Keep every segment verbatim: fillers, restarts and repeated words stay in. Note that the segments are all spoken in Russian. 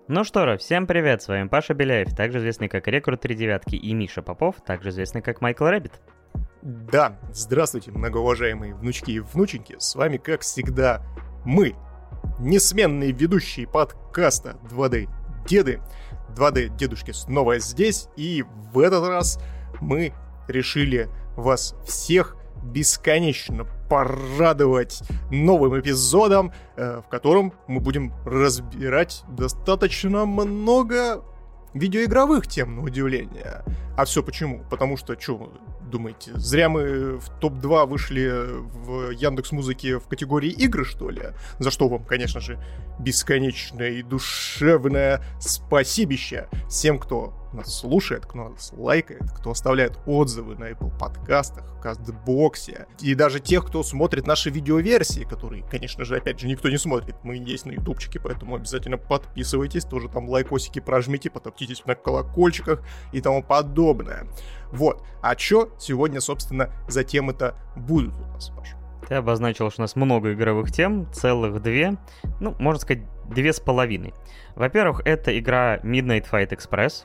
Ну что же, всем привет, с вами Паша Беляев, также известный как Рекрут три девятки, и Миша Попов, также известный как Майкл Рэббит. Да, здравствуйте, многоуважаемые внучки и внученьки, с вами, как всегда, мы, несменные ведущие подкаста два дэ Деды. два дэ Дедушки снова здесь, и в этот раз мы решили вас всех бесконечно порадовать новым эпизодом, в котором мы будем разбирать достаточно много видеоигровых тем, на удивление. А все почему? Потому что, что думаете, зря мы в топ два вышли в Яндекс.Музыке в категории игры, что ли? За что вам, конечно же, бесконечное и душевное спасибище всем, кто нас слушает, кто нас лайкает, кто оставляет отзывы на Apple подкастах, в Кастбоксе, и даже тех, кто смотрит наши видеоверсии, которые, конечно же, опять же, никто не смотрит. Мы есть на ютубчике, поэтому обязательно подписывайтесь, тоже там лайкосики прожмите, потоптитесь на колокольчиках и тому подобное. Вот. А чё сегодня, собственно, за темы-то будут у нас, Паша? Ты обозначил, что у нас много игровых тем, целых две, ну, можно сказать, две с половиной. Во-первых, это игра Midnight Fight Express.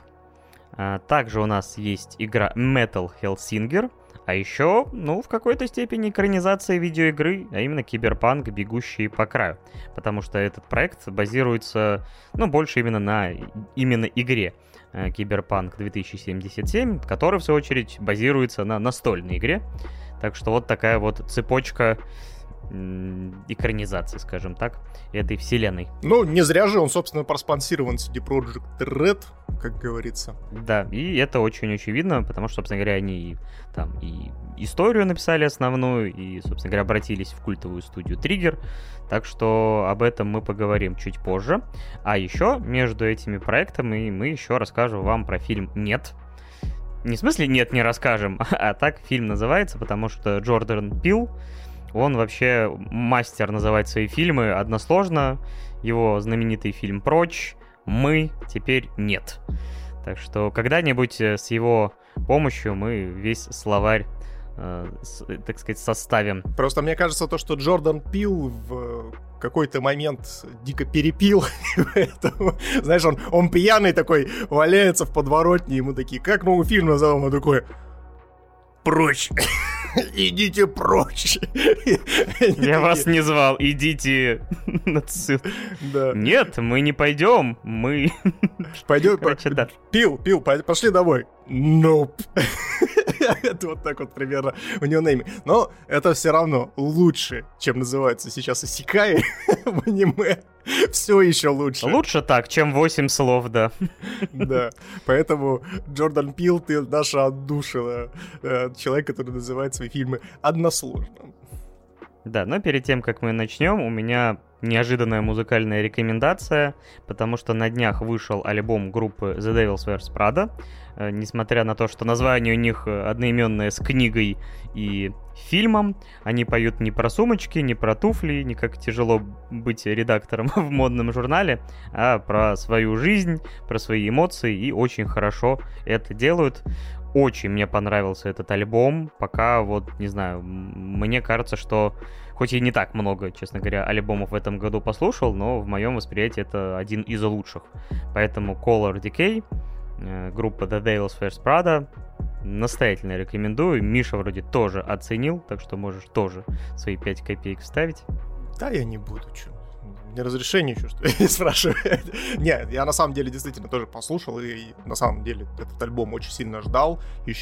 Также у нас есть игра Metal Hellsinger, а еще, ну, в какой-то степени экранизация видеоигры, а именно Киберпанк «Бегущие по краю», потому что этот проект базируется, ну, больше именно на именно игре Киберпанк две тысячи семьдесят семь, который, в свою очередь, базируется на настольной игре, так что вот такая вот цепочка экранизации, скажем так, этой вселенной. Ну, не зря же он, собственно, проспонсирован си ди Projekt Red, как говорится. Да, и это очень очевидно, потому что, собственно говоря, они там и историю написали основную, и, собственно говоря, обратились в культовую студию Trigger, так что об этом мы поговорим чуть позже. А еще между этими проектами мы еще расскажем вам про фильм «Нет». Не в смысле «Нет, не расскажем», а так фильм называется, потому что Джордан Пил, он вообще мастер называть свои фильмы односложно. Его знаменитый фильм «Прочь», «Мы», теперь «Нет». Так что когда-нибудь с его помощью мы весь словарь, э, с, так сказать, составим. Просто мне кажется, то, что Джордан Пил в какой-то момент дико перепил. Поэтому, знаешь, он, он пьяный такой, валяется в подворотне, ему такие, как новый фильм назовем? Он такой: «Прочь! Идите прочь!» Я вас не звал, идите на ссылку. Да. Нет, мы не пойдем, мы... Пойдем, Короче, да. Пил, пил, пошли домой. Nope. Это вот так вот примерно у него нейми. Но это все равно лучше, чем называется сейчас исекаи в аниме. Все еще лучше. Лучше так, чем восемь слов, да. Да, поэтому Джордан Пил, ты наша отдушина. Человек, который называет свои фильмы односложно. Да, но перед тем, как мы начнем, у меня неожиданная музыкальная рекомендация, потому что на днях вышел альбом группы The Devil's Wears Prada. Несмотря на то, что название у них одноименное с книгой и фильмом, они поют не про сумочки, не про туфли, не как тяжело быть редактором в модном журнале, а про свою жизнь, про свои эмоции, и очень хорошо это делают. Очень мне понравился этот альбом, пока вот, не знаю, мне кажется, что хоть и не так много, честно говоря, альбомов в этом году послушал, но в моем восприятии это один из лучших. Поэтому Color Decay, группа The Devil's Wears Prada, настоятельно рекомендую. Миша вроде тоже оценил, так что можешь тоже свои пять копеек вставить. Да, я не буду, чё. Мне разрешение еще что спрашивает. Нет, я на самом деле действительно тоже послушал, и на самом деле этот альбом очень сильно ждал.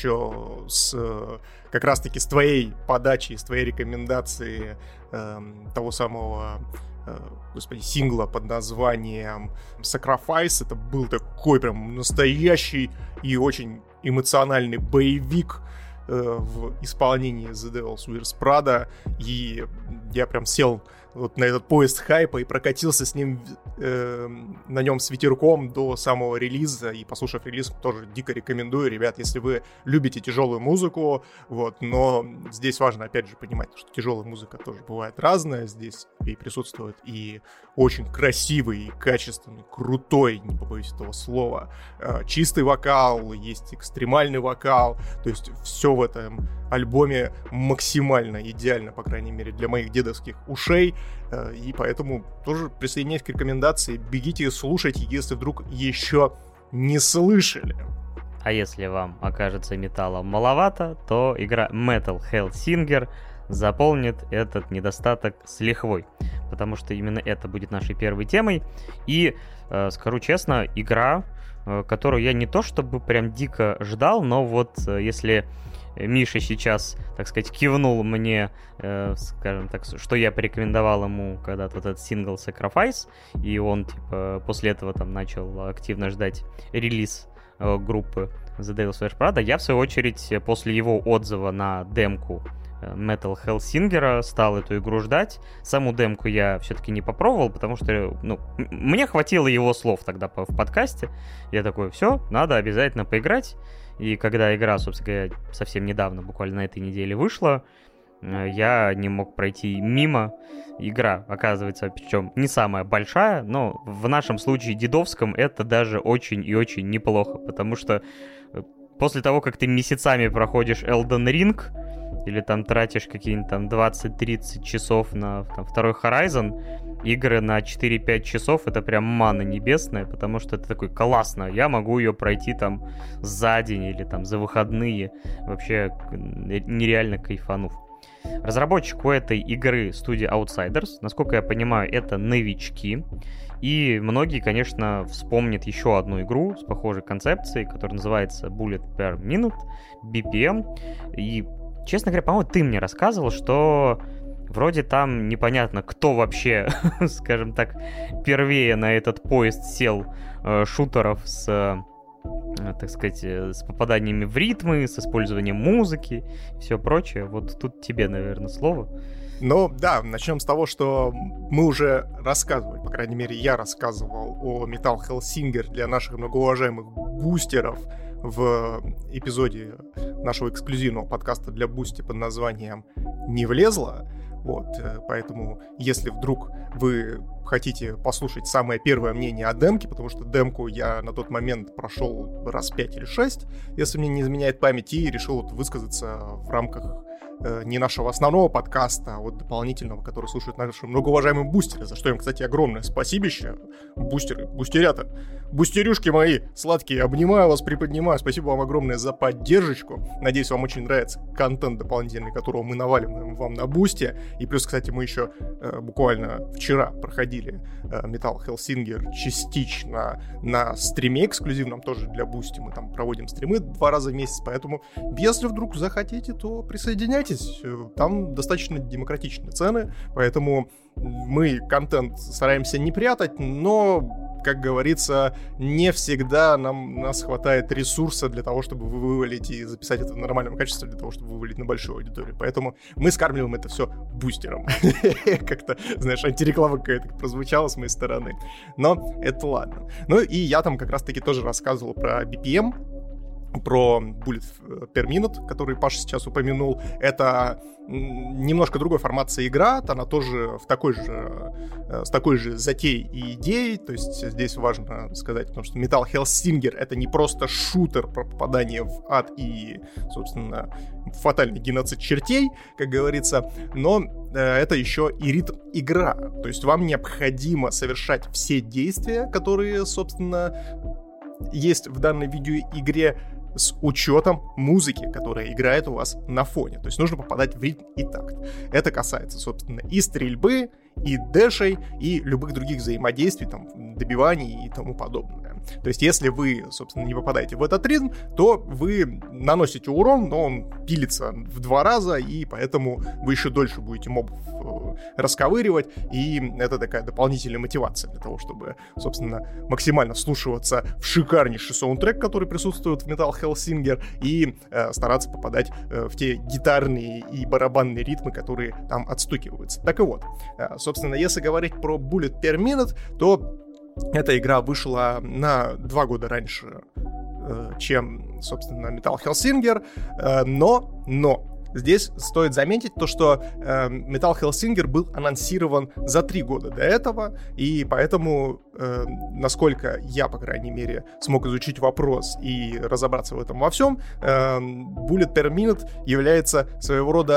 Еще с как раз-таки с твоей подачи, с твоей рекомендации э, того самого э, господи, сингла под названием Sacrifice. Это был такой прям настоящий и очень эмоциональный боевик э, в исполнении The Devil's Wears Prada. И я прям сел вот на этот поезд хайпа и прокатился с ним э, на нем с ветерком до самого релиза. И, послушав релиз, тоже дико рекомендую, ребят, если вы любите тяжелую музыку, вот, но здесь важно, опять же, понимать, что тяжелая музыка тоже бывает разная, здесь и присутствует и очень красивый, и качественный, крутой, не побоюсь этого слова, э, чистый вокал, есть экстремальный вокал, то есть все в этом альбоме максимально идеально, по крайней мере, для моих дедовских ушей. И поэтому тоже присоединяйтесь к рекомендации, бегите и слушайте, если вдруг еще не слышали. А если вам окажется металла маловато, то игра Metal Hellsinger заполнит этот недостаток с лихвой, потому что именно это будет нашей первой темой. И, э, скажу честно, игра, э, которую я не то чтобы прям дико ждал, но вот э, если Миша сейчас, так сказать, кивнул мне, э, скажем так, что я порекомендовал ему когда-то вот этот сингл Sacrifice, и он, типа, после этого там начал активно ждать релиз э, группы The Devil's Wears Prada, я, в свою очередь, после его отзыва на демку Metal Hellsinger стал эту игру ждать. Саму демку я все-таки не попробовал, потому что, ну, м- мне хватило его слов тогда по- в подкасте. Я такой, все, надо обязательно поиграть. И когда игра, собственно говоря, совсем недавно, буквально на этой неделе вышла, я не мог пройти мимо. Игра, оказывается, причем не самая большая, но в нашем случае дедовском это даже очень и очень неплохо, потому что после того, как ты месяцами проходишь Elden Ring, или там тратишь какие-нибудь там двадцать-тридцать часов на там, второй Horizon, игры на четыре-пять часов — это прям манна небесная, потому что это такой классно, я могу ее пройти там за день или там за выходные, вообще нереально кайфанув. Разработчик у этой игры студия Outsiders, насколько я понимаю, это новички. И многие, конечно, вспомнят еще одну игру с похожей концепцией, которая называется Bullet Per Minute, би пи эм. И, честно говоря, по-моему, ты мне рассказывал, что вроде там непонятно, кто вообще, скажем так, первее на этот поезд сел э, шутеров с, э, так сказать, с попаданиями в ритмы, с использованием музыки и все прочее. Вот тут тебе, наверное, слово. Ну, да, начнем с того, что мы уже рассказывали, по крайней мере, я рассказывал о Metal Hellsinger для наших многоуважаемых бустеров в эпизоде нашего эксклюзивного подкаста для Бусти под названием «Не влезло». Вот, поэтому, если вдруг вы хотите послушать самое первое мнение о демке, потому что демку я на тот момент прошел раз пять или шесть, если мне не изменяет память, и решил вот высказаться в рамках э, не нашего основного подкаста, а вот дополнительного, который слушают наши многоуважаемые бустеры, за что им, кстати, огромное спасибище. Бустеры, бустерята, бустерюшки мои сладкие, обнимаю вас, приподнимаю. Спасибо вам огромное за поддержку. Надеюсь, вам очень нравится контент дополнительный, которого мы наваливаем вам на бусте. И плюс, кстати, мы еще э, буквально вчера проходили э, Metal Hellsinger частично на стриме эксклюзивном, тоже для Бусти. Мы там проводим стримы два раза в месяц, поэтому если вдруг захотите, то присоединяйтесь. Там достаточно демократичные цены, поэтому мы контент стараемся не прятать, но, как говорится, не всегда нам, нас хватает ресурса для того, чтобы вывалить и записать это в нормальном качестве, для того, чтобы вывалить на большую аудиторию. Поэтому мы скармливаем это все бустером. Как-то, знаешь, антиреклама какая-то прозвучала с моей стороны. Но это ладно. Ну и я там как раз-таки тоже рассказывал про би пи эм, про Bullet Per Minute, который Паша сейчас упомянул. Это немножко другой формации игра, она тоже в такой же, с такой же затеей и идеей, то есть здесь важно сказать, потому что Metal Hellsinger — это не просто шутер про попадание в ад и, собственно, фатальный геноцид чертей, как говорится, но это еще и ритм-игра, то есть вам необходимо совершать все действия, которые, собственно, есть в данной видеоигре, с учетом музыки, которая играет у вас на фоне. То есть нужно попадать в ритм и такт. Это касается, собственно, и стрельбы, и дэшей, и любых других взаимодействий, там, добиваний и тому подобное. То есть если вы, собственно, не попадаете в этот ритм, то вы наносите урон, но он пилится в два раза, и поэтому вы еще дольше будете мобов расковыривать, и это такая дополнительная мотивация для того, чтобы, собственно, максимально вслушиваться в шикарнейший саундтрек, который присутствует в Metal Hellsinger, и э, стараться попадать э, в те гитарные и барабанные ритмы, которые там отстукиваются. Так и вот, э, собственно, если говорить про Bullet Per Minute, то эта игра вышла на два года раньше, э, чем, собственно, Metal Hellsinger, э, но, но здесь стоит заметить то, что э, Metal Hellsinger был анонсирован за три года до этого, и поэтому, э, насколько я, по крайней мере, смог изучить вопрос и разобраться в этом во всем, э, Bullet Per Minute является своего рода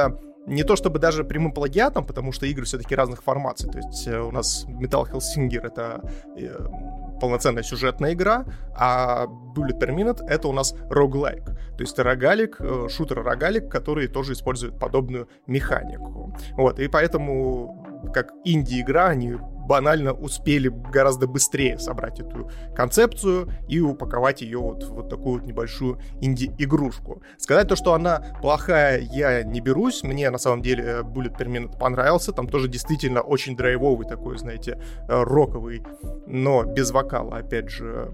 не то чтобы даже прямым плагиатом, потому что игры все-таки разных формаций. То есть у нас Metal Hellsinger — это полноценная сюжетная игра, а Bullet Per Minute — это у нас роглайк. То есть рогалик, шутер-рогалик, который тоже использует подобную механику. Вот, и поэтому, как инди-игра, они банально успели гораздо быстрее собрать эту концепцию и упаковать ее вот в вот такую вот небольшую инди-игрушку. Сказать то, что она плохая, я не берусь. Мне, на самом деле, Bullet Per Minute понравился. Там тоже действительно очень драйвовый такой, знаете, роковый, но без вокала, опять же,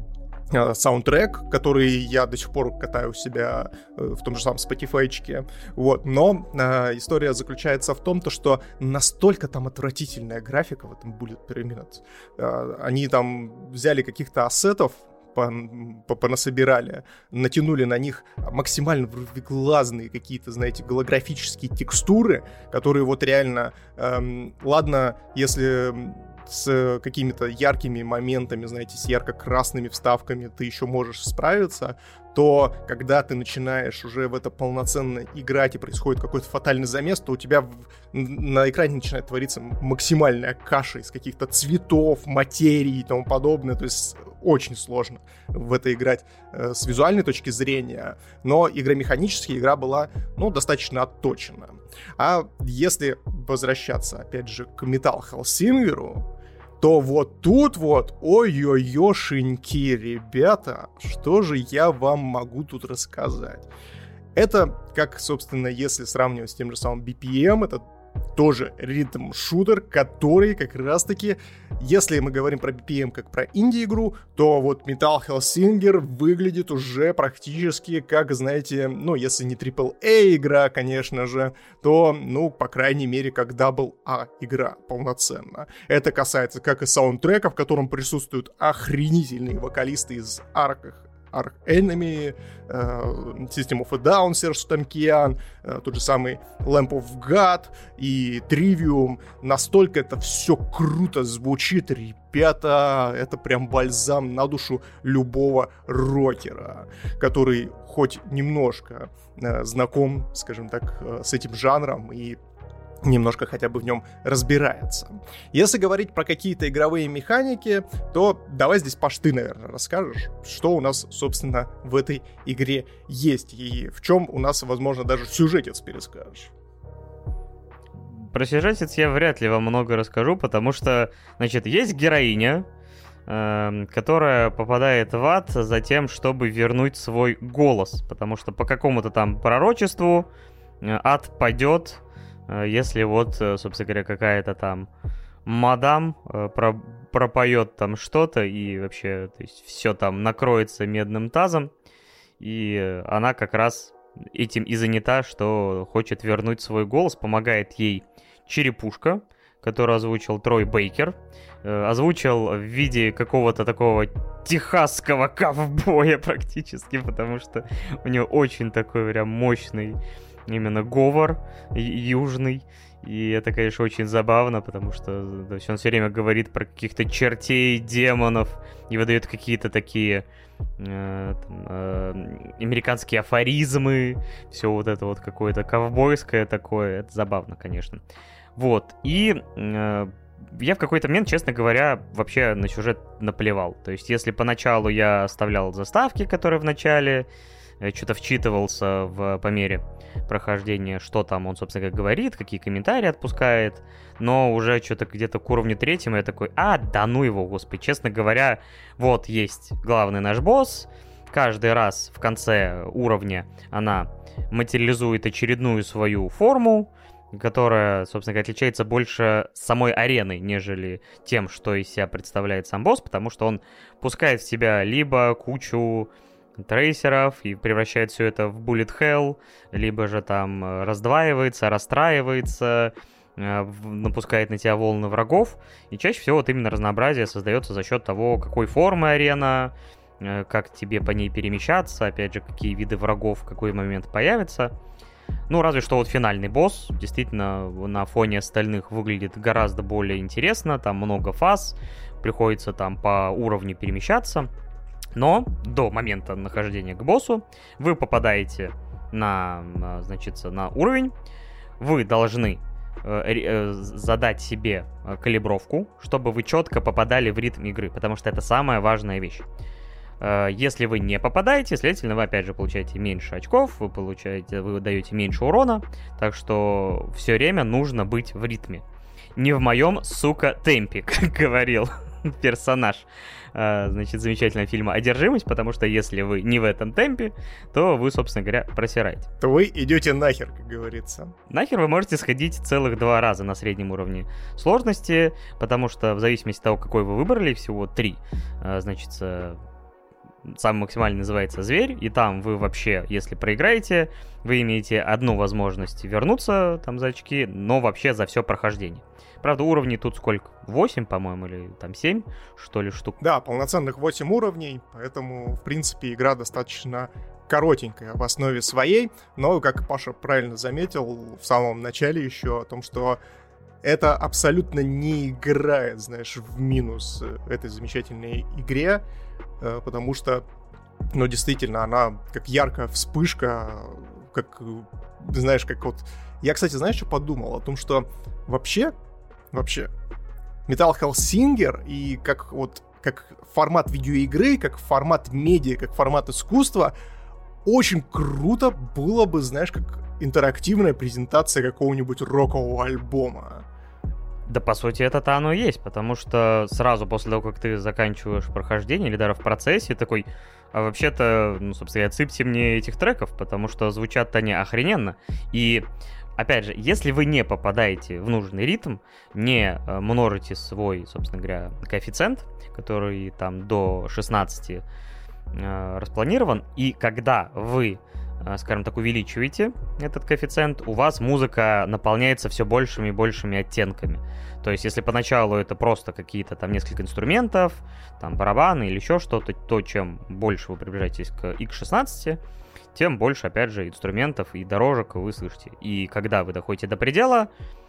саундтрек, который я до сих пор катаю у себя в том же самом Spotify-чике. Вот. Но э, история заключается в том, то, что настолько там отвратительная графика в этом Bullet Per Minute. Э, они там взяли каких-то ассетов, понасобирали, натянули на них максимально вырвиглазные какие-то, знаете, голографические текстуры, которые вот реально... Эм, ладно, если... с какими-то яркими моментами, знаете, с ярко-красными вставками ты еще можешь справиться, то когда ты начинаешь уже в это полноценно играть и происходит какой-то фатальный замес, то у тебя в, на экране начинает твориться максимальная каша из каких-то цветов, материй и тому подобное. То есть очень сложно в это играть э, с визуальной точки зрения, но игромеханически игра была, ну, достаточно отточена. А если возвращаться, опять же, к Metal Hellsinger, то вот тут вот, ой-ой-ой-шеньки, ребята, что же я вам могу тут рассказать? Это, как, собственно, если сравнивать с тем же самым би пи эм, это тоже ритм-шутер, который как раз-таки, если мы говорим про би пи эм как про инди-игру, то вот Metal Hellsinger выглядит уже практически как, знаете, ну, если не трипл эй игра, конечно же, то, ну, по крайней мере, как дабл эй игра полноценно. Это касается как и саундтрека, в котором присутствуют охренительные вокалисты из Арк Arch Enemy, uh, System of a Down, Серж Танкиан, uh, тот же самый Lamp of God и Trivium. Настолько это все круто звучит, ребята, это прям бальзам на душу любого рокера, который хоть немножко uh, знаком, скажем так, uh, с этим жанром и немножко хотя бы в нем разбирается. Если говорить про какие-то игровые механики, то давай здесь, Паш, ты, наверное, расскажешь, что у нас, собственно, в этой игре есть, и в чем у нас, возможно, даже сюжетец перескажешь. Про сюжетец я вряд ли вам много расскажу, потому что, значит, есть героиня, э, которая попадает в ад за тем, чтобы вернуть свой голос, потому что по какому-то там пророчеству э, ад пойдет, если вот, собственно говоря, какая-то там мадам э, про, пропоет там что-то, и вообще, то есть, все там накроется медным тазом, и она как раз этим и занята, что хочет вернуть свой голос, помогает ей черепушка, которую озвучил Трой Бейкер, э, озвучил в виде какого-то такого техасского ковбоя практически, потому что у него очень такой прям мощный именно говор южный, и это, конечно, очень забавно, потому что то есть он все время говорит про каких-то чертей, демонов, и выдает какие-то такие э, там, э, американские афоризмы, все вот это вот какое-то ковбойское такое, это забавно, конечно. Вот, и э, я в какой-то момент, честно говоря, вообще на сюжет наплевал. То есть если поначалу я оставлял заставки, которые в начале, что-то вчитывался в, по мере прохождения, что там он, собственно, как говорит, какие комментарии отпускает, но уже что-то где-то к уровню третьему я такой, а, да ну его, господи, честно говоря, вот есть главный наш босс, каждый раз в конце уровня она материализует очередную свою форму, которая, собственно, отличается больше самой ареной, нежели тем, что из себя представляет сам босс, потому что он пускает в себя либо кучу трейсеров и превращает все это в Bullet Hell, либо же там раздваивается, расстраивается, напускает на тебя волны врагов, и чаще всего вот именно разнообразие создается за счет того, какой формы арена, как тебе по ней перемещаться, опять же, какие виды врагов в какой момент появятся. Ну, разве что вот финальный босс действительно на фоне остальных выглядит гораздо более интересно, там много фаз, приходится там по уровню перемещаться. Но до момента нахождения к боссу вы попадаете на, значит, на уровень, вы должны задать себе калибровку, чтобы вы четко попадали в ритм игры, потому что это самая важная вещь. Если вы не попадаете, следовательно, вы опять же получаете меньше очков, вы получаете, вы даете меньше урона, так что все время нужно быть в ритме. Не в моем, сука, темпе, как говорил персонаж, значит, замечательного фильма «Одержимость», потому что если вы не в этом темпе, то вы, собственно говоря, просираете. То вы идете нахер, как говорится. Нахер вы можете сходить целых два раза на среднем уровне сложности, потому что в зависимости от того, какой вы выбрали, всего три, значит, самый максимальный называется «Зверь», и там вы вообще, если проиграете, вы имеете одну возможность вернуться там за очки, но вообще за все прохождение. Правда, уровней тут сколько? восемь, по-моему, или там семь, что ли, штук? Да, полноценных восемь уровней, поэтому, в принципе, игра достаточно коротенькая в основе своей, но, как Паша правильно заметил в самом начале еще, о том, что это абсолютно не играет, знаешь, в минус этой замечательной игре, потому что, ну, действительно, она как яркая вспышка, как, знаешь, как вот... Я, кстати, знаешь, что подумал? О том, что вообще, вообще, Metal Hellsinger и как вот, как формат видеоигры, как формат медиа, как формат искусства, очень круто было бы, знаешь, как интерактивная презентация какого-нибудь рокового альбома. Да, по сути, это-то оно и есть, потому что сразу после того, как ты заканчиваешь прохождение или даже в процессе, такой, а вообще-то, ну, собственно, отсыпьте мне этих треков, потому что звучат-то они охрененно. И, опять же, если вы не попадаете в нужный ритм, не множите свой, собственно говоря, коэффициент, который там до шестнадцати э, распланирован, и когда вы, скажем так, увеличиваете этот коэффициент, у вас музыка наполняется все большими и большими оттенками. То есть, если поначалу это просто какие-то там несколько инструментов, там барабаны или еще что-то, то чем больше вы приближаетесь к икс шестнадцать, тем больше, опять же, инструментов и дорожек вы слышите. И когда вы доходите до предела,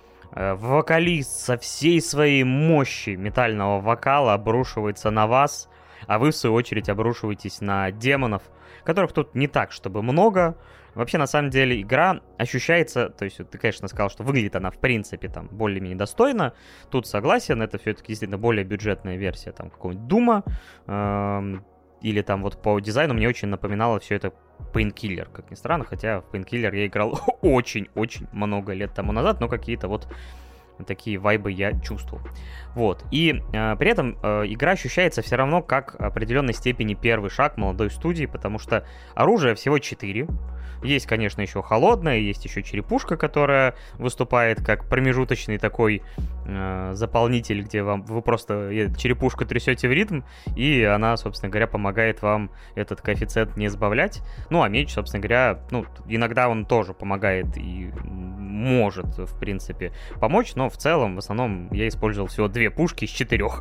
вокалист со всей своей мощи метального вокала обрушивается на вас, а вы, в свою очередь, обрушиваетесь на демонов, которых тут не так, чтобы много. Вообще, на самом деле, игра ощущается... То есть, ты, конечно, сказал, что выглядит она, в принципе, там, более-менее достойно. Тут согласен, это все-таки действительно более бюджетная версия там какого-нибудь Дума. Эм, или там вот по дизайну мне очень напоминало все это Painkiller, как ни странно. Хотя в Painkiller я играл очень-очень много лет тому назад, но какие-то вот такие вайбы я чувствовал. Вот. И э, при этом э, игра ощущается все равно как в определенной степени первый шаг молодой студии, потому что оружия всего четыре. Есть, конечно, еще холодное, есть еще черепушка, которая выступает как промежуточный такой э, заполнитель, где вам вы просто черепушку трясете в ритм, и она, собственно говоря, помогает вам этот коэффициент не сбавлять. Ну, а меч, собственно говоря, ну, иногда он тоже помогает и может, в принципе, помочь, но в целом, в основном, я использовал всего две пушки из четырех.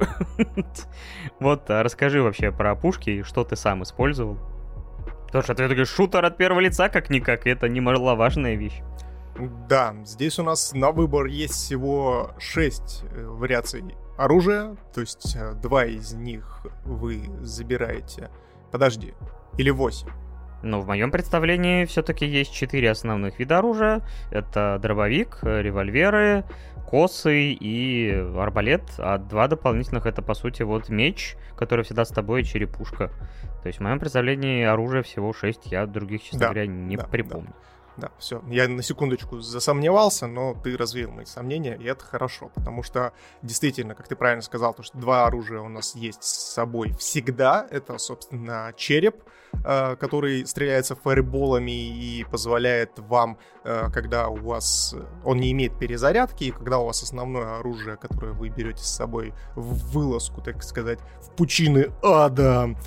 Вот, расскажи вообще про пушки, что ты сам использовал. Потому что это такой шутер от первого лица, как-никак, и это немаловажная вещь. Да, здесь у нас на выбор есть всего шесть вариаций оружия, то есть два из них вы забираете. Подожди, или восемь? Ну, в моем представлении все-таки есть четыре основных вида оружия. Это дробовик, револьверы, косы и арбалет. А два дополнительных — это, по сути, вот меч, который всегда с тобой, и черепушка. То есть в моем представлении оружия всего шесть. Я других, честно да, говоря, не да, припомню. Да. Да, все. Я на секундочку засомневался, но ты развеял мои сомнения, и это хорошо, потому что действительно, как ты правильно сказал, то, что два оружия у нас есть с собой всегда. Это, собственно, череп, э, который стреляется фаерболами и позволяет вам, э, когда у вас... Он не имеет перезарядки, и когда у вас основное оружие, которое вы берете с собой в вылазку, так сказать, в пучины ада,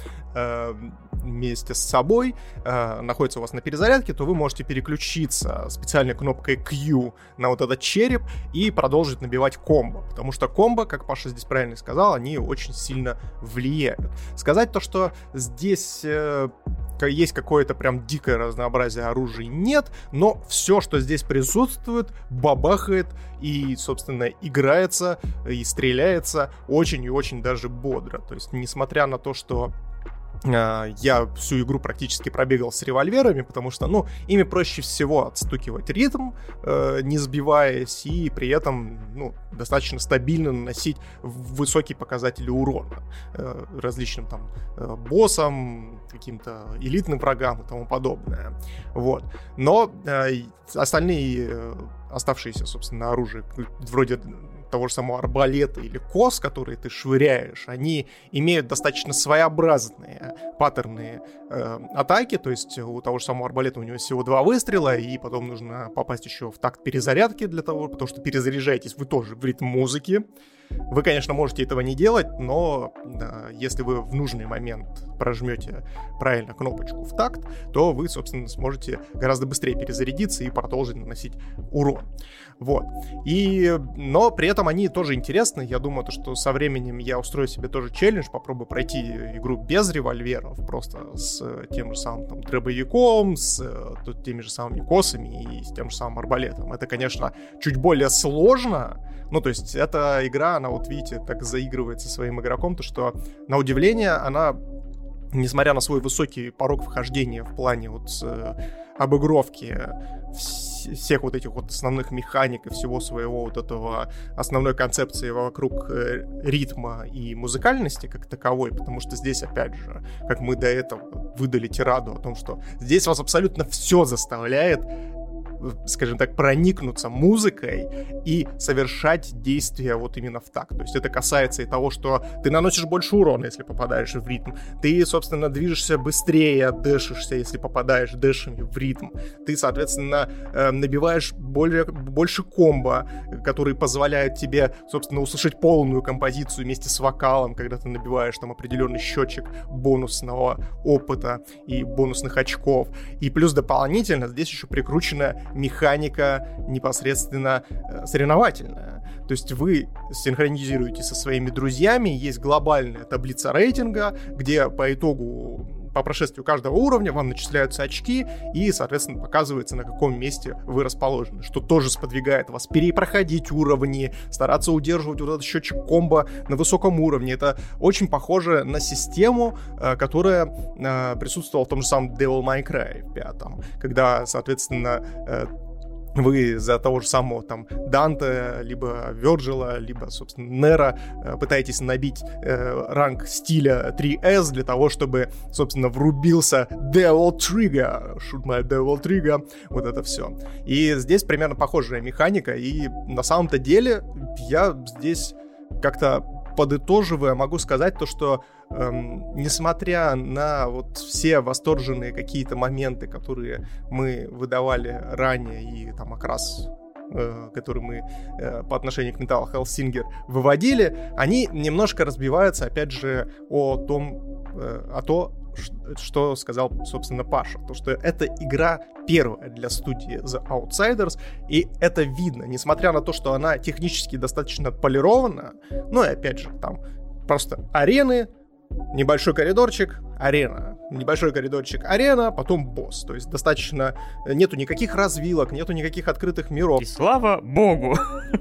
вместе с собой э, находится у вас на перезарядке, то вы можете переключиться специальной кнопкой Q на вот этот череп и продолжить набивать комбо, потому что комбо, как Паша здесь правильно сказал, они очень сильно влияют. Сказать то, что здесь э, есть какое-то прям дикое разнообразие оружия, нет, но все, что здесь присутствует, бабахает и, собственно, играется и стреляется очень и очень даже бодро. То есть, несмотря на то, что Я всю игру практически пробегал с револьверами, потому что, ну, ими проще всего отстукивать ритм, э, не сбиваясь, и при этом, ну, достаточно стабильно наносить высокие показатели урона э, различным там э, боссам, каким-то элитным врагам и тому подобное. Вот. Но э, остальные э, оставшиеся, собственно, оружия, вроде того же самого арбалета или кос, которые ты швыряешь, они имеют достаточно своеобразные паттерны э, атаки, то есть у того же самого арбалета у него всего два выстрела, и потом нужно попасть еще в такт перезарядки для того, потому что перезаряжаетесь вы тоже в ритм музыки. Вы, конечно, можете этого не делать, но да, если вы в нужный момент прожмете правильно кнопочку в такт, то вы, собственно, сможете гораздо быстрее перезарядиться и продолжить наносить урон. Вот. И, но при этом они тоже интересны. Я думаю, то, что со временем я устрою себе тоже челлендж, попробую пройти игру без револьверов, просто с тем же самым там, дробовиком, с тут, теми же самыми косами и с тем же самым арбалетом. Это, конечно, чуть более сложно. Ну, то есть эта игра, она, вот видите, так заигрывается своим игроком, то что, на удивление, она, несмотря на свой высокий порог вхождения в плане вот э, обыгровки вс- всех вот этих вот основных механик и всего своего вот этого основной концепции вокруг э, ритма и музыкальности как таковой, потому что здесь, опять же, как мы до этого выдали тираду о том, что здесь вас абсолютно все заставляет, скажем так, проникнуться музыкой и совершать действия вот именно в такт. То есть это касается и того, что ты наносишь больше урона, если попадаешь в ритм. Ты, собственно, движешься быстрее, дэшишься, если попадаешь дэшами в ритм. Ты, соответственно, набиваешь более, больше комбо, которые позволяют тебе, собственно, услышать полную композицию вместе с вокалом, когда ты набиваешь там определенный счетчик бонусного опыта и бонусных очков. И плюс дополнительно здесь еще прикручена механика непосредственно э, соревновательная. То есть вы синхронизируете со своими друзьями, есть глобальная таблица рейтинга, где по итогу, по прошествию каждого уровня вам начисляются очки и, соответственно, показывается, на каком месте вы расположены, что тоже сподвигает вас перепроходить уровни, стараться удерживать вот этот счетчик комбо на высоком уровне. Это очень похоже на систему, которая присутствовала в том же самом Devil May Cry в пятом, когда, соответственно, вы за того же самого там Данте, либо Вёрджила, либо, собственно, Нера пытаетесь набить э, ранг стиля три эс для того, чтобы, собственно, врубился Devil Trigger, Shoot my Devil Trigger, вот это все. И здесь примерно похожая механика, и на самом-то деле я здесь как-то подытоживая, могу сказать то, что эм, несмотря на вот все восторженные какие-то моменты, которые мы выдавали ранее, и там окрас, э, который мы э, по отношению к Metal Hellsinger выводили, они немножко разбиваются, опять же, о том, э, о том, что сказал, собственно, Паша. То, что это игра первая для студии The Outsiders, и это видно, несмотря на то, что она технически достаточно полирована, ну и опять же, там просто арены, небольшой коридорчик, арена, небольшой коридорчик, арена, потом босс. То есть достаточно, нету никаких развилок, нету никаких открытых миров. И слава богу!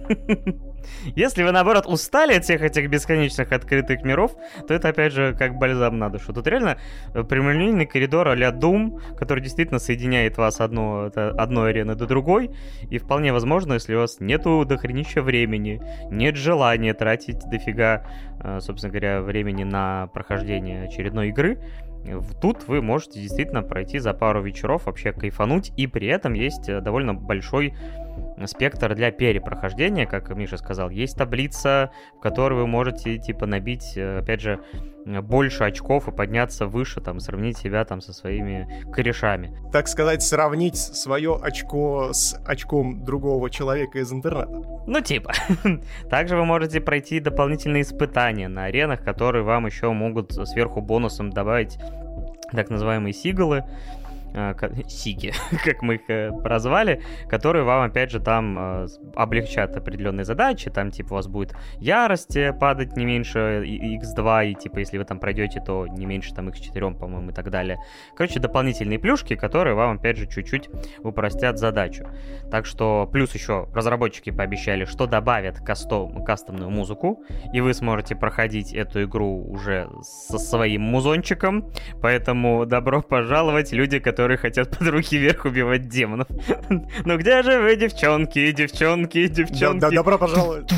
Если вы, наоборот, устали от всех этих бесконечных открытых миров, то это, опять же, как бальзам на душу. Тут реально прямолинейный коридор а-ля Doom, который действительно соединяет вас одну, от одной арены до другой, и вполне возможно, если у вас нету дохренища времени, нет желания тратить дофига, собственно говоря, времени на прохождение очередной игры, тут вы можете действительно пройти за пару вечеров, вообще кайфануть, и при этом есть довольно большой спектр для перепрохождения, как Миша сказал. Есть таблица, в которой вы можете, типа, набить, опять же, больше очков и подняться выше, там, сравнить себя там со своими корешами. Так сказать, сравнить свое очко с очком другого человека из интернета. Ну, типа. Также вы можете пройти дополнительные испытания на аренах, которые вам еще могут сверху бонусом добавить так называемые сиглы. сиги, как мы их прозвали, которые вам, опять же, там облегчат определенные задачи, там, типа, у вас будет ярость падать не меньше икс два, и, типа, если вы там пройдете, то не меньше, там, икс четыре, по-моему, и так далее. Короче, дополнительные плюшки, которые вам, опять же, чуть-чуть упростят задачу. Так что, плюс еще разработчики пообещали, что добавят кастом, кастомную музыку, и вы сможете проходить эту игру уже со своим музончиком, поэтому добро пожаловать, люди, которые хотят под руки вверх убивать демонов. Ну где же вы, девчонки, девчонки, девчонки? Да, да, добро пожаловать.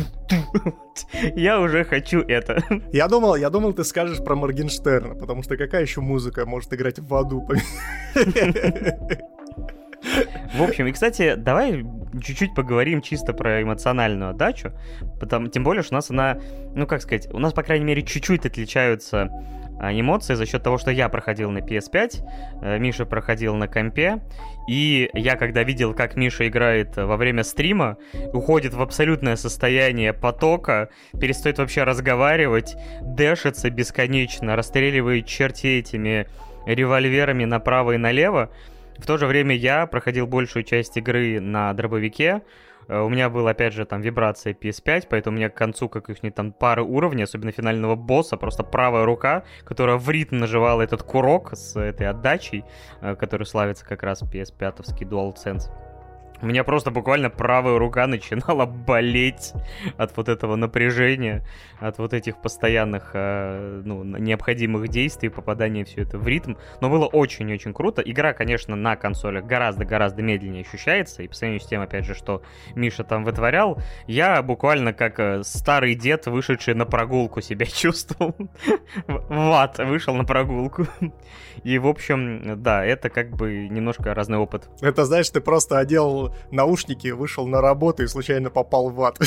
Я уже хочу это. Я думал, я думал, ты скажешь про Моргенштерна, потому что какая еще музыка может играть в аду? В общем, и, кстати, давай чуть-чуть поговорим чисто про эмоциональную отдачу, потому, тем более, что у нас она, ну, как сказать, у нас, по крайней мере, чуть-чуть отличаются эмоции за счет того, что я проходил на пи эс пять, Миша проходил на компе, и я, когда видел, как Миша играет во время стрима, уходит в абсолютное состояние потока, перестает вообще разговаривать, дэшится бесконечно, расстреливает чертей этими револьверами направо и налево. В то же время я проходил большую часть игры на дробовике. У меня была, опять же, там вибрация пи эс пять, поэтому у меня к концу каких-нибудь там пары уровней, особенно финального босса, просто правая рука, которая в ритм нажимала этот курок с этой отдачей, который славится как раз пи эс пять-овский DualSense. У меня просто буквально правая рука начинала болеть от вот этого напряжения, от вот этих постоянных, э, ну, необходимых действий, попадания все это в ритм. Но было очень-очень круто. Игра, конечно, на консолях гораздо-гораздо медленнее ощущается. И по сравнению с тем, опять же, что Миша там вытворял, я буквально как старый дед, вышедший на прогулку, себя чувствовал. В ад вышел на прогулку. И, в общем, да, это как бы немножко разный опыт. Это, знаешь, ты просто одел наушники, вышел на работу и случайно попал в ад.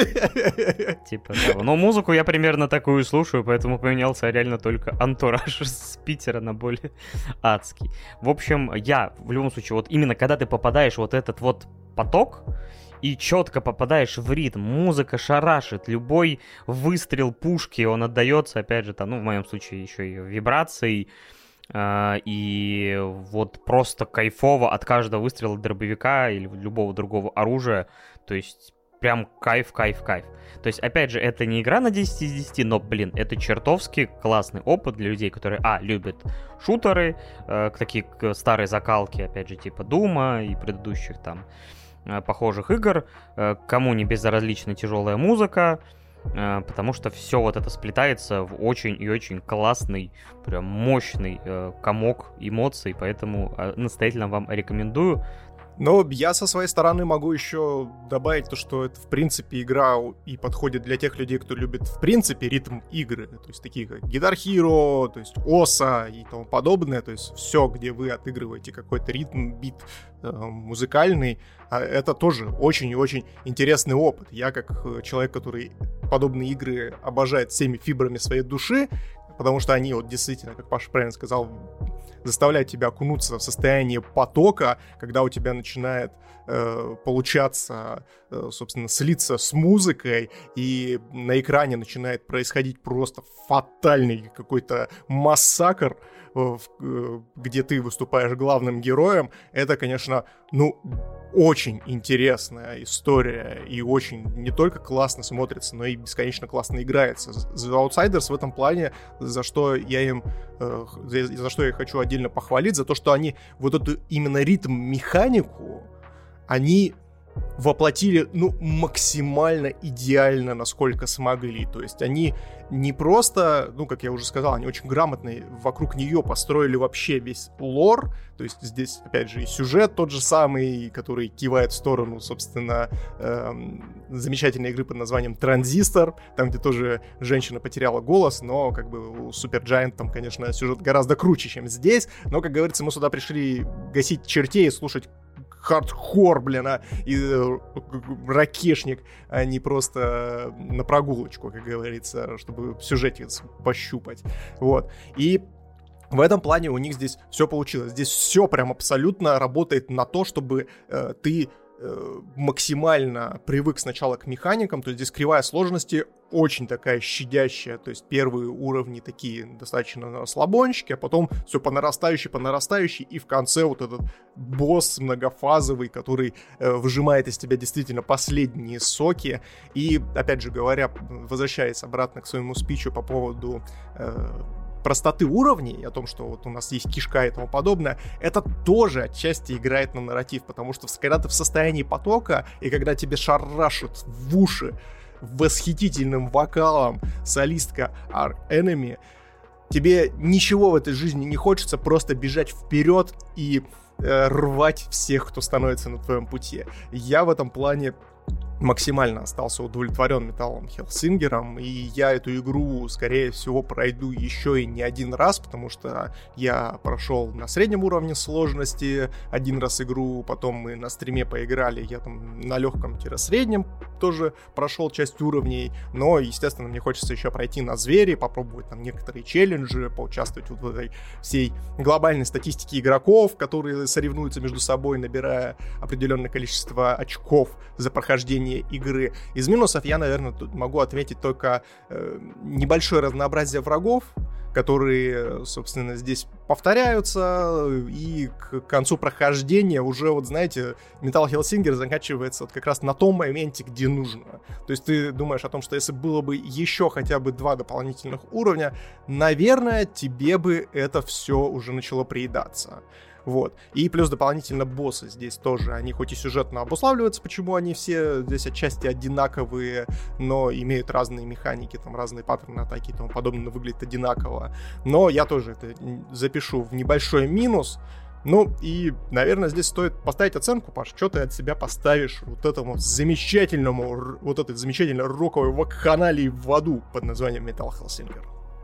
Типа того. Но музыку я примерно такую слушаю, поэтому поменялся реально только антураж с Питера на более адский. В общем, я в любом случае, вот именно когда ты попадаешь в вот этот вот поток, и четко попадаешь в ритм, музыка шарашит, любой выстрел пушки, он отдается, опять же, там, ну, в моем случае еще и вибрацией, Uh, и вот просто кайфово от каждого выстрела дробовика или любого другого оружия, то есть прям кайф, кайф, кайф. То есть, опять же, это не игра на десять из десяти, но, блин, это чертовски классный опыт для людей, которые, а, любят шутеры, э, такие старые закалки, опять же, типа Дума и предыдущих там э, похожих игр, э, кому не безразлична тяжелая музыка, потому что все вот это сплетается в очень и очень классный, прям мощный э, комок эмоций, поэтому э, настоятельно вам рекомендую. Но я со своей стороны могу еще добавить то, что это, в принципе, игра и подходит для тех людей, кто любит, в принципе, ритм игры. То есть такие как Guitar Hero, то есть Оса и тому подобное. То есть все, где вы отыгрываете какой-то ритм, бит э, музыкальный, это тоже очень и очень интересный опыт. Я, как человек, который подобные игры обожает всеми фибрами своей души, потому что они вот действительно, как Паша правильно сказал, заставляют тебя окунуться в состояние потока, когда у тебя начинает э, получаться, э, собственно, слиться с музыкой, и на экране начинает происходить просто фатальный какой-то массакр, э, э, где ты выступаешь главным героем. Это, конечно, ну, очень интересная история, и очень не только классно смотрится, но и бесконечно классно играется. The Outsiders в этом плане, за что я им, э, за, за что я хочу отдельно похвалить, за то, что они вот эту именно ритм-механику, они воплотили, ну, максимально идеально, насколько смогли. То есть они не просто, ну, как я уже сказал, они очень грамотно вокруг нее построили вообще весь лор. То есть здесь, опять же, и сюжет тот же самый, который кивает в сторону, собственно, эм, замечательной игры под названием «Транзистор», там, где тоже женщина потеряла голос, но, как бы, у Supergiant там, конечно, сюжет гораздо круче, чем здесь. Но, как говорится, мы сюда пришли гасить чертей и слушать хардкор, блин, а, и э, ракешник, а не просто на прогулочку, как говорится, чтобы в сюжете пощупать. Вот. И в этом плане у них здесь все получилось. Здесь все прям абсолютно работает на то, чтобы э, ты максимально привык сначала к механикам, то есть здесь кривая сложности очень такая щадящая, то есть первые уровни такие достаточно слабончики, а потом все по нарастающей, по нарастающей, и в конце вот этот босс многофазовый, который э, выжимает из тебя действительно последние соки, и, опять же говоря, возвращаясь обратно к своему спичу по поводу э, простоты уровней, о том, что вот у нас есть кишка и тому подобное, это тоже отчасти играет на нарратив, потому что когда ты в состоянии потока, и когда тебе шарашут в уши восхитительным вокалом солистка Arch Enemy, тебе ничего в этой жизни не хочется, просто бежать вперед и э, рвать всех, кто становится на твоем пути. Я в этом плане максимально остался удовлетворен металлом Хелсингером, и я эту игру, скорее всего, пройду еще и не один раз, потому что я прошел на среднем уровне сложности один раз игру, потом мы на стриме поиграли, я там на легком-среднем тоже прошел часть уровней, но, естественно, мне хочется еще пройти на звери, попробовать там некоторые челленджи, поучаствовать вот в этой всей глобальной статистике игроков, которые соревнуются между собой, набирая определенное количество очков за прохождение игры. Из минусов я, наверное, тут могу отметить только э, небольшое разнообразие врагов, которые, собственно, здесь повторяются, и к концу прохождения уже, вот знаете, Metal Hellsinger заканчивается вот как раз на том моменте, где нужно. То есть ты думаешь о том, что если было бы еще хотя бы два дополнительных уровня, наверное, тебе бы это все уже начало приедаться. Вот. И плюс дополнительно боссы здесь тоже, они хоть и сюжетно обуславливаются, почему они все здесь отчасти одинаковые, но имеют разные механики, там разные паттерны атаки и тому подобное, выглядит одинаково. Но я тоже это запишу в небольшой минус. Ну и, наверное, здесь стоит поставить оценку, Паш, что ты от себя поставишь вот этому замечательному, вот этой замечательной роковой вакханалии в аду под названием Metal Hellsinger?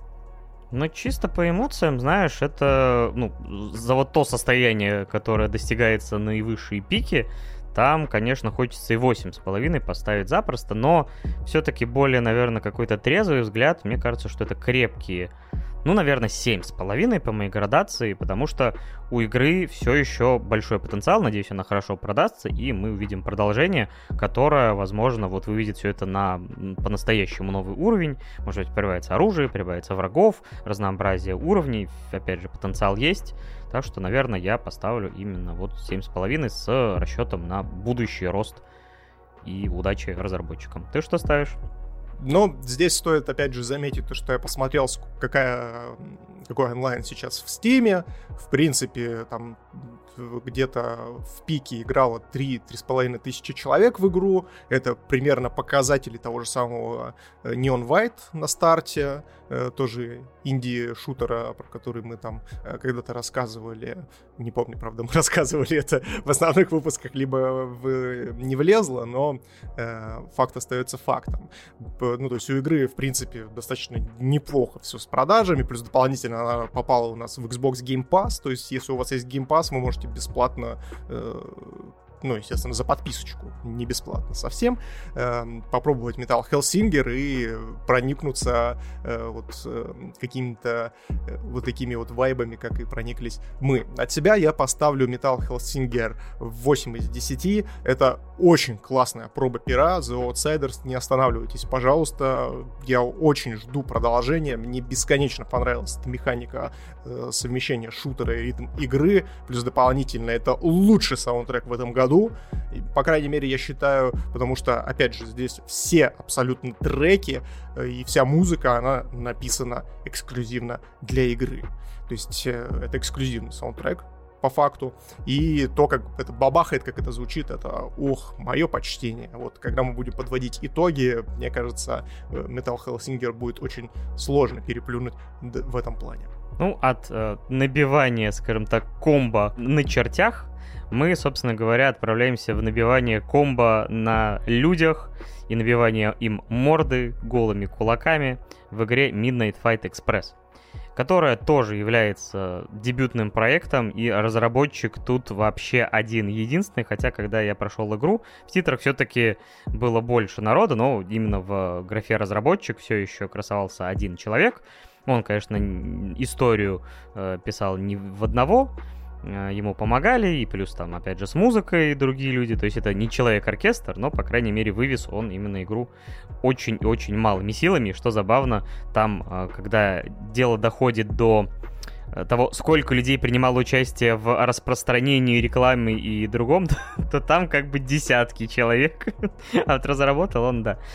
Ну, чисто по эмоциям, знаешь, это, ну, за вот то состояние, которое достигается наивысшие пики, там, конечно, хочется и восемь с половиной поставить запросто, но все-таки более, наверное, какой-то трезвый взгляд, мне кажется, что это крепкие, ну, наверное, семь с половиной по моей градации, потому что у игры все еще большой потенциал, надеюсь, она хорошо продастся, и мы увидим продолжение, которое, возможно, вот выведет все это на по-настоящему новый уровень, может быть, прибавится оружие, прибавится врагов, разнообразие уровней, опять же, потенциал есть, так что, наверное, я поставлю именно вот семь с половиной с расчетом на будущий рост и удачи разработчикам. Ты что ставишь? Но здесь стоит, опять же, заметить то, что я посмотрел, какая, какой онлайн сейчас в Стиме. В принципе, там где-то в пике играло три-три с половиной тысячи человек в игру. Это примерно показатели того же самого Neon White на старте. Тоже инди-шутера, про который мы там когда-то рассказывали. Не помню, правда, мы рассказывали это в основных выпусках, либо в... не влезло, но э, факт остается фактом. Ну, то есть у игры, в принципе, достаточно неплохо все с продажами, плюс дополнительно она попала у нас в Xbox Game Pass, то есть если у вас есть Game Pass, вы можете бесплатно... Э, ну, естественно, за подписочку, не бесплатно совсем, э, попробовать Metal Hellsinger и проникнуться э, вот э, какими-то э, вот такими вот вайбами, как и прониклись мы. От себя я поставлю Metal Hellsinger восемь из десяти. Это очень классная проба пера, The Outsiders, не останавливайтесь, пожалуйста. Я очень жду продолжения, мне бесконечно понравилась эта механика э, совмещения шутера и ритм игры, плюс дополнительно это лучший саундтрек в этом году. И, по крайней мере, я считаю, потому что, опять же, здесь все абсолютно треки э, и вся музыка, она написана эксклюзивно для игры. То есть э, это эксклюзивный саундтрек, по факту. И то, как это бабахает, как это звучит, это, ох, мое почтение. Вот, когда мы будем подводить итоги, мне кажется, Metal Hellsinger будет очень сложно переплюнуть в этом плане. Ну, от э, набивания, скажем так, комбо на чертях, мы, собственно говоря, отправляемся в набивание комбо на людях и набивание им морды голыми кулаками в игре Midnight Fight Express, которая тоже является дебютным проектом, и разработчик тут вообще один-единственный, хотя, когда я прошел игру, в титрах все-таки было больше народа, но именно в графе разработчик все еще красовался один человек. Он, конечно, историю э, писал не в одного, ему помогали, и плюс там, опять же, с музыкой другие люди, то есть это не человек-оркестр, но, по крайней мере, вывез он именно игру очень и очень малыми силами, что забавно, там, когда дело доходит до того, сколько людей принимало участие в распространении рекламы и другом, то, то там как бы десятки человек. А вот разработал он, да,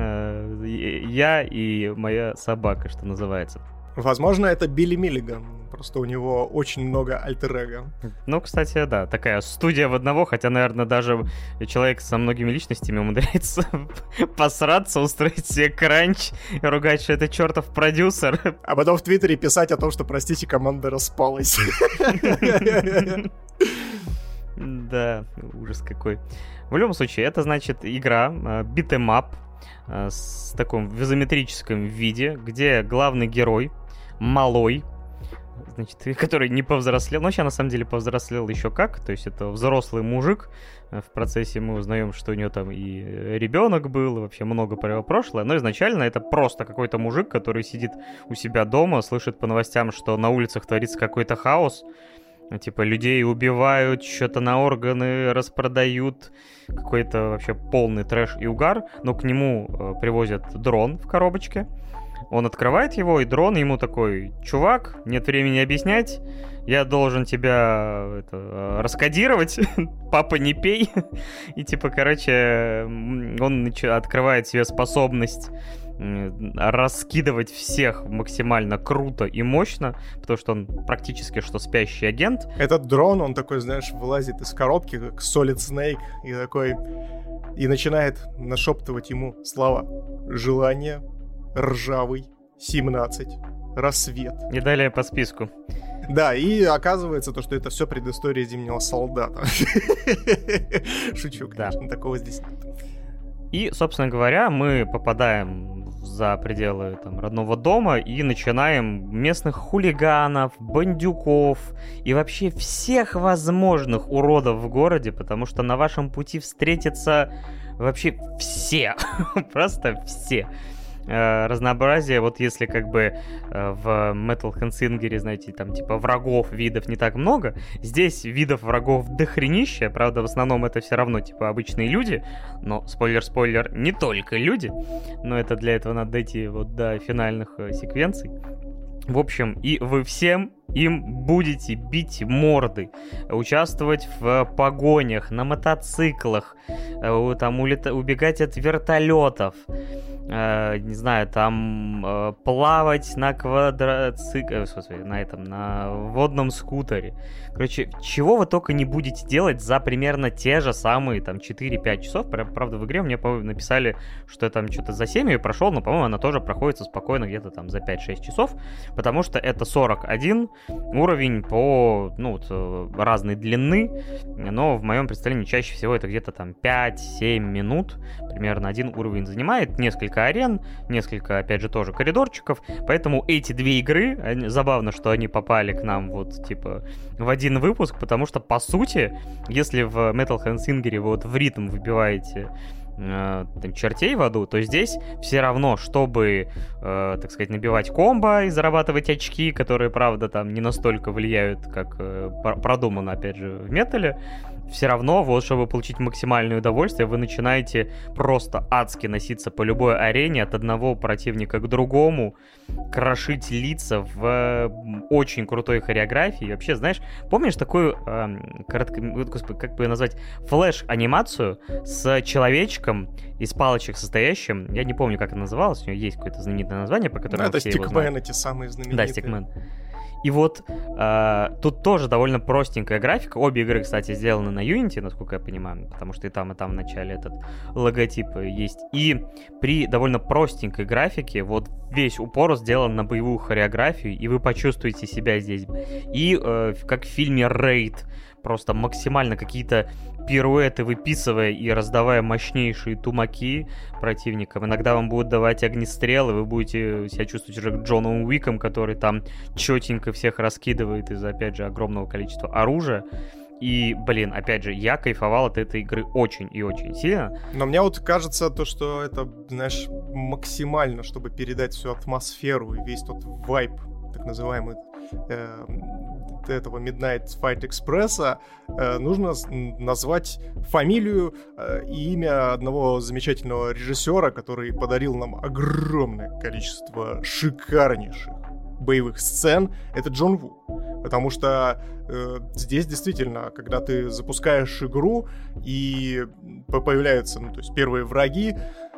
я и моя собака, что называется. Возможно, это Билли Миллиган, просто у него очень много альтер-эго. Ну, кстати, да, такая студия в одного, хотя, наверное, даже человек со многими личностями умудряется посраться, устроить себе кранч и ругать, что это чертов продюсер. А потом в Твиттере писать о том, что, простите, команда распалась. Да, ужас какой. В любом случае, это, значит, игра beat'em up с таком в изометрическом виде, где главный герой малой, значит, который не повзрослел, но сейчас на самом деле повзрослел еще как, то есть это взрослый мужик, в процессе мы узнаем, что у него там и ребенок был, и вообще много про прошлое, но изначально это просто какой-то мужик, который сидит у себя дома, слышит по новостям, что на улицах творится какой-то хаос, типа людей убивают, что-то на органы распродают, какой-то вообще полный трэш и угар, но к нему э, привозят дрон в коробочке. Он открывает его, и дрон ему такой: чувак, нет времени объяснять, я должен тебя это, раскодировать, папа, не пей. И типа, короче, он открывает себе способность раскидывать всех максимально круто и мощно, потому что он практически что спящий агент. Этот дрон, он такой, знаешь, вылазит из коробки, как Solid Snake, и такой... И начинает нашептывать ему слова: желание, ржавый, семнадцать, рассвет. И далее по списку. Да, и оказывается то, что это все предыстория Зимнего солдата. Шучу, конечно, такого здесь нет. И, собственно говоря, мы попадаем за пределы там, родного дома и начинаем местных хулиганов, бандюков и вообще всех возможных уродов в городе, потому что на вашем пути встретятся вообще все, просто все. Разнообразие, вот если как бы в Metal Handsinger, знаете, там типа врагов, видов не так много, здесь видов врагов дохренища, правда в основном это все равно типа обычные люди, но спойлер-спойлер, не только люди, но это для этого надо дойти вот до финальных секвенций. В общем, и вы всем им будете бить морды, участвовать в погонях, на мотоциклах, там улета- убегать от вертолетов, э, не знаю, там э, плавать на квадроцикле, э, на этом, на водном скутере. Короче, чего вы только не будете делать за примерно те же самые там четыре-пять часов. Правда, в игре мне, по-моему, написали, что я там что-то за семь ее прошел, но, по-моему, она тоже проходится спокойно где-то там за пять-шесть часов, потому что это сорок один уровень по, ну, вот, разной длины, но в моем представлении чаще всего это где-то там пять-семь минут, примерно один уровень занимает, несколько арен, несколько, опять же, тоже коридорчиков, поэтому эти две игры, они, забавно, что они попали к нам вот, типа, в один выпуск, потому что, по сути, если в Metal Handsinger вы вот в ритм выбиваете э, там, чертей в аду, то здесь все равно, чтобы, э, так сказать, набивать комбо и зарабатывать очки, которые, правда, там не настолько влияют, как э, продумано, опять же, в металле, все равно, вот, чтобы получить максимальное удовольствие, вы начинаете просто адски носиться по любой арене от одного противника к другому, крошить лица в очень крутой хореографии. И вообще, знаешь, помнишь такую, э, коротко, господи, как бы ее назвать, флэш-анимацию с человечком из палочек состоящим? Я не помню, как это называлось, у нее есть какое-то знаменитое название, по которому ну, все его знают. Это Stickman, эти самые знаменитые. Да, Stickman. И вот э, тут тоже довольно простенькая графика. Обе игры, кстати, сделаны на Unity, насколько я понимаю, потому что и там, и там в начале этот логотип есть. И при довольно простенькой графике вот весь упор сделан на боевую хореографию, и вы почувствуете себя здесь. И э, как в фильме «Рейд», просто максимально какие-то пируэты выписывая и раздавая мощнейшие тумаки противникам. Иногда вам будут давать огнестрелы, вы будете себя чувствовать уже Джоном Уиком, который там четенько всех раскидывает из-за, опять же, огромного количества оружия. И, блин, опять же, я кайфовал от этой игры очень и очень сильно. Но мне вот кажется, то, что это, знаешь, максимально, чтобы передать всю атмосферу и весь тот вайб, так называемый, э, этого Midnight Fight Express э, нужно назвать фамилию э, и имя одного замечательного режиссера, который подарил нам огромное количество шикарнейших боевых сцен. Это Джон Ву. Потому что э, здесь действительно, когда ты запускаешь игру и появляются, ну, то есть первые враги,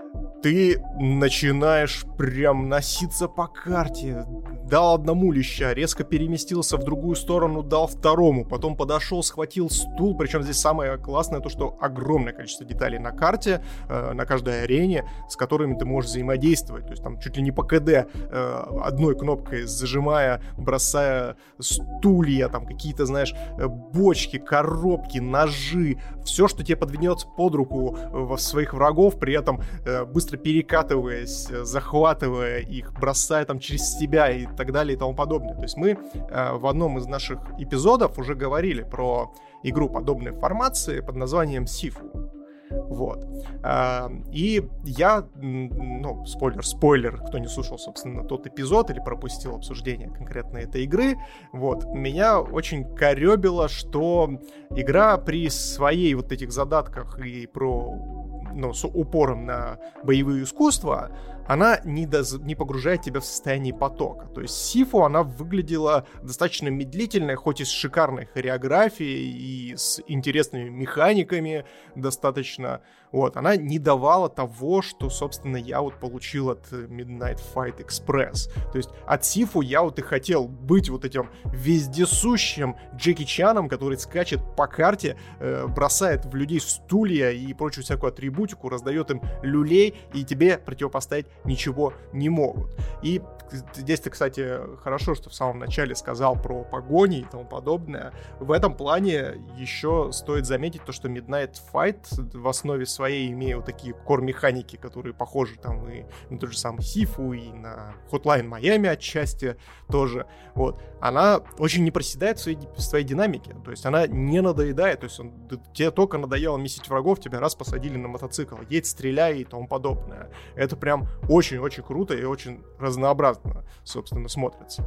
ты начинаешь прям носиться по карте. Дал одному леща, резко переместился в другую сторону, дал второму, потом подошел, схватил стул. Причем здесь самое классное то, что огромное количество деталей на карте, э, на каждой арене, с которыми ты можешь взаимодействовать. То есть там чуть ли не по КД, э, одной кнопкой зажимая, бросая стулья, там какие-то, знаешь, бочки, коробки, ножи. Все, что тебе подведется под руку во своих врагов, при этом э, быстро перекатываясь, захватывая их, бросая там через себя и так далее и тому подобное. То есть мы э, в одном из наших эпизодов уже говорили про игру подобной формации под названием Sifu. Вот. А, и я, ну, спойлер, спойлер, кто не слушал, собственно, тот эпизод или пропустил обсуждение конкретно этой игры, вот, меня очень корёбило, что игра при своей вот этих задатках и про, ну, с упором на боевые искусства, она не, доз... не погружает тебя в состояние потока. То есть Сифу, она выглядела достаточно медлительной, хоть и с шикарной хореографией и с интересными механиками достаточно. Вот, она не давала того, что, собственно, я вот получил от Midnight Fight Express. То есть от Сифу я вот и хотел быть вот этим вездесущим Джеки Чаном, который скачет по карте, э, бросает в людей стулья и прочую всякую атрибутику, раздает им люлей, и тебе противопоставить ничего не могут. И здесь ты, кстати, хорошо, что в самом начале сказал про погони и тому подобное. В этом плане еще стоит заметить то, что Midnight Fight в основе своей имеет вот такие кор-механики, которые похожи там и на тот же самый Сифу, и на Hotline Miami отчасти тоже. Вот. Она очень не проседает в своей, в своей динамике. То есть она не надоедает. То есть он, тебе только надоело месить врагов, тебя раз посадили на мотоцикл. Едь, стреляй и тому подобное. Это прям очень-очень круто и очень разнообразно, собственно, смотрится.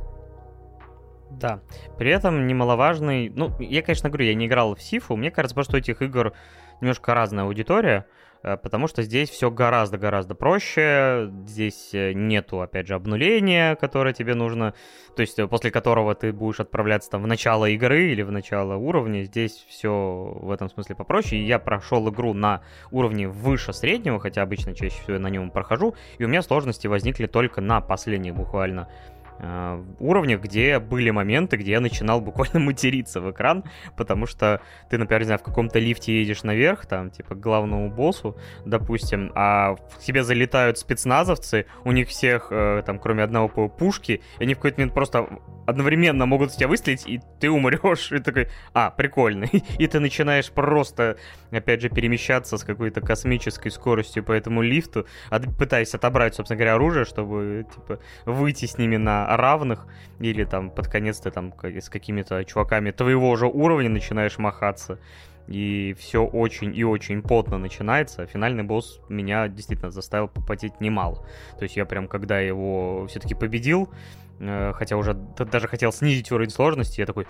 Да, при этом немаловажный... Ну, я, конечно, говорю, я не играл в Сифу. Мне кажется, просто у этих игр немножко разная аудитория, потому что здесь все гораздо-гораздо проще. Здесь нету, опять же, обнуления, которое тебе нужно... То есть после которого ты будешь отправляться там в начало игры или в начало уровня. Здесь все в этом смысле попроще. И я прошел игру на уровне выше среднего, хотя обычно чаще всего я на нем прохожу. И у меня сложности возникли только на последних буквально уровнях, где были моменты, где я начинал буквально материться в экран, потому что ты, например, не знаю, в каком-то лифте едешь наверх, там, типа, к главному боссу, допустим, а к тебе залетают спецназовцы, у них всех, э, там, кроме одного, пушки, и они в какой-то момент просто одновременно могут в тебя выстрелить, и ты умрешь, и такой, а, прикольно, и ты начинаешь просто, опять же, перемещаться с какой-то космической скоростью по этому лифту, пытаясь отобрать, собственно говоря, оружие, чтобы, типа, выйти с ними на равных, или там под конец ты там с какими-то чуваками твоего же уровня начинаешь махаться, и все очень и очень потно начинается. Финальный босс меня действительно заставил попотеть немало. То есть я прям, когда его все-таки победил, хотя уже даже хотел снизить уровень сложности, я такой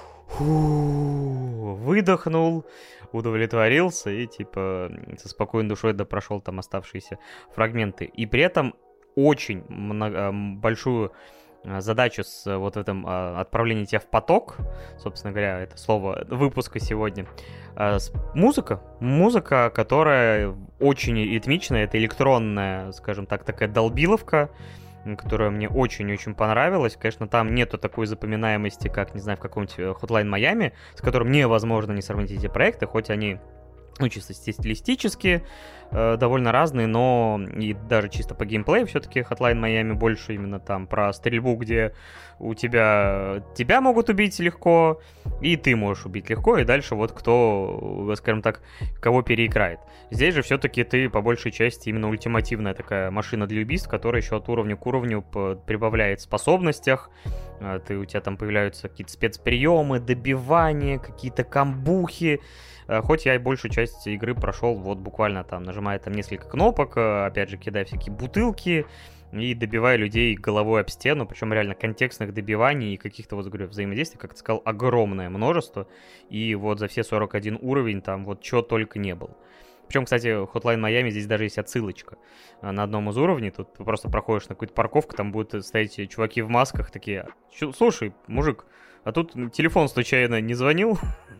выдохнул, удовлетворился и типа со спокойной душой допрошел там оставшиеся фрагменты. И при этом очень много, большую задачу с вот этим отправлением тебя в поток, собственно говоря, это слово выпуска сегодня. Музыка. Музыка, которая очень ритмичная, это электронная, скажем так, такая долбиловка, которая мне очень-очень понравилась. Конечно, там нету такой запоминаемости, как, не знаю, в каком-нибудь Hotline Miami, с которым невозможно не сравнить эти проекты, хоть они ну, чисто стилистически э, довольно разные, но и даже чисто по геймплею все-таки Hotline Miami больше именно там про стрельбу, где у тебя тебя могут убить легко, и ты можешь убить легко, и дальше вот кто, скажем так, кого переиграет. Здесь же все-таки ты по большей части именно ультимативная такая машина для убийств, которая еще от уровня к уровню прибавляет в способностях. Ты, у тебя там появляются какие-то спецприемы, добивания, какие-то камбухи. Хоть я и большую часть игры прошел вот буквально там, нажимая там несколько кнопок, опять же, кидая всякие бутылки, и добивай людей головой об стену, причем реально контекстных добиваний и каких-то, вот, говорю, взаимодействий, как ты сказал, огромное множество, и вот за все сорок один уровень там вот чего только не было. Причем, кстати, Hotline Miami здесь даже есть отсылочка на одном из уровней. Тут ты просто проходишь на какую-то парковку, там будут стоять чуваки в масках такие: слушай, мужик, а тут телефон случайно не звонил?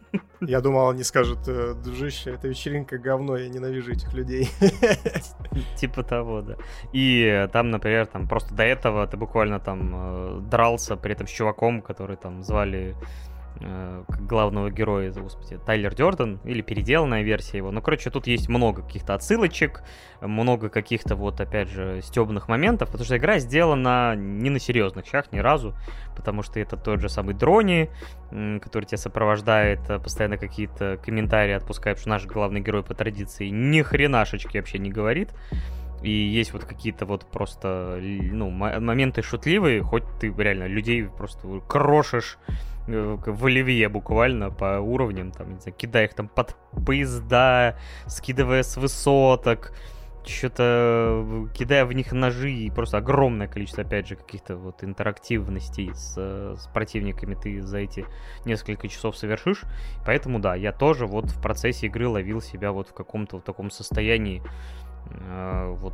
Я думал, они скажут: дружище, это вечеринка говно, я ненавижу этих людей. Типа того, да. И там, например, там просто до этого ты буквально там дрался при этом с чуваком, который там звали как главного героя, господи, Тайлер Дёрден, или переделанная версия его. Ну, короче, тут есть много каких-то отсылочек, много каких-то вот, опять же, стёбных моментов, потому что игра сделана не на серьезных щах ни разу, потому что это тот же самый Дрони, который тебя сопровождает, постоянно какие-то комментарии отпускает, что наш главный герой по традиции ни хренашечки вообще не говорит. И есть вот какие-то вот просто, ну, моменты шутливые, хоть ты реально людей просто крошишь в оливье буквально по уровням, там, не знаю, кидая их там под поезда, скидывая с высоток, что-то кидая в них ножи, и просто огромное количество, опять же, каких-то вот интерактивностей с, с противниками ты за эти несколько часов совершишь. Поэтому, да, я тоже вот в процессе игры ловил себя вот в каком-то вот таком состоянии вот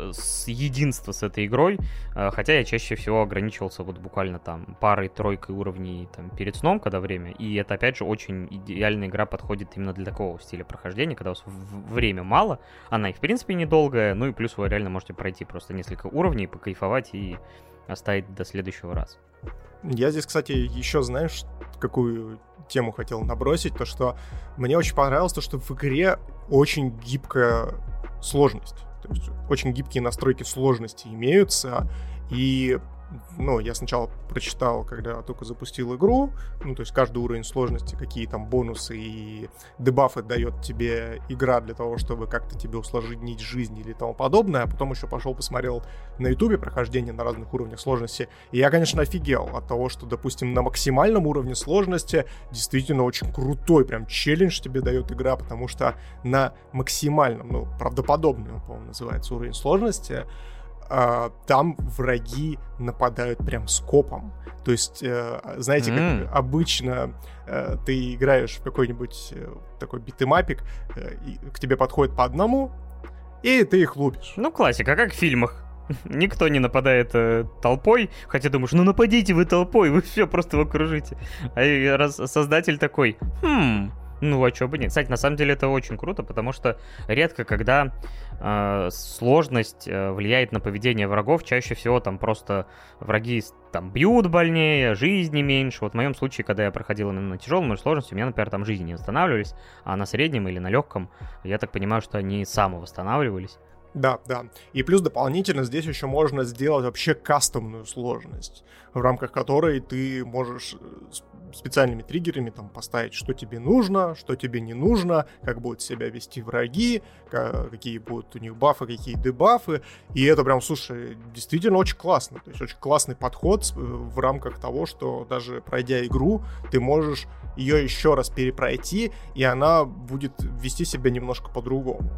с единства с этой игрой, хотя я чаще всего ограничивался вот буквально там парой-тройкой уровней там перед сном, когда время, и это опять же очень идеальная игра, подходит именно для такого стиля прохождения, когда у вас время мало, она и в принципе недолгая, ну и плюс вы реально можете пройти просто несколько уровней, покайфовать и оставить до следующего раза. Я здесь, кстати, еще, знаешь, какую тему хотел набросить, то что мне очень понравилось то, что в игре очень гибкая сложность. То есть очень гибкие настройки сложности имеются. И, ну, я сначала прочитал, когда только запустил игру, ну, то есть каждый уровень сложности, какие там бонусы и дебафы дает тебе игра для того, чтобы как-то тебе усложнить жизнь или тому подобное. А потом еще пошел посмотрел на ютубе прохождение на разных уровнях сложности. И я, конечно, офигел от того, что, допустим, на максимальном уровне сложности действительно очень крутой прям челлендж тебе дает игра, потому что на максимальном, ну, правдоподобный, он, по-моему, называется уровень сложности, Uh, там враги нападают прям скопом. То есть, uh, знаете, mm. как обычно uh, ты играешь в какой-нибудь uh, такой битэмапик, uh, и к тебе подходит по одному, и ты их лупишь. Ну, классика, как в фильмах. Никто не нападает э, толпой, хотя думаешь, ну нападите вы толпой, вы все просто его окружите. А раз создатель такой, хм... Ну, а чё бы нет. Кстати, на самом деле это очень круто, потому что редко, когда э, сложность э, влияет на поведение врагов, чаще всего там просто враги там бьют больнее, жизни меньше. Вот в моем случае, когда я проходил именно на тяжелом сложности, у меня, например, там жизни не восстанавливались, а на среднем или на легком, я так понимаю, что они самовосстанавливались. Да, да. И плюс дополнительно здесь еще можно сделать вообще кастомную сложность, в рамках которой ты можешь специальными триггерами там поставить, что тебе нужно, что тебе не нужно, как будут себя вести враги, какие будут у них бафы, какие дебафы. И это прям, слушай, действительно очень классно. То есть очень классный подход в рамках того, что даже пройдя игру, ты можешь ее еще раз перепройти, и она будет вести себя немножко по-другому.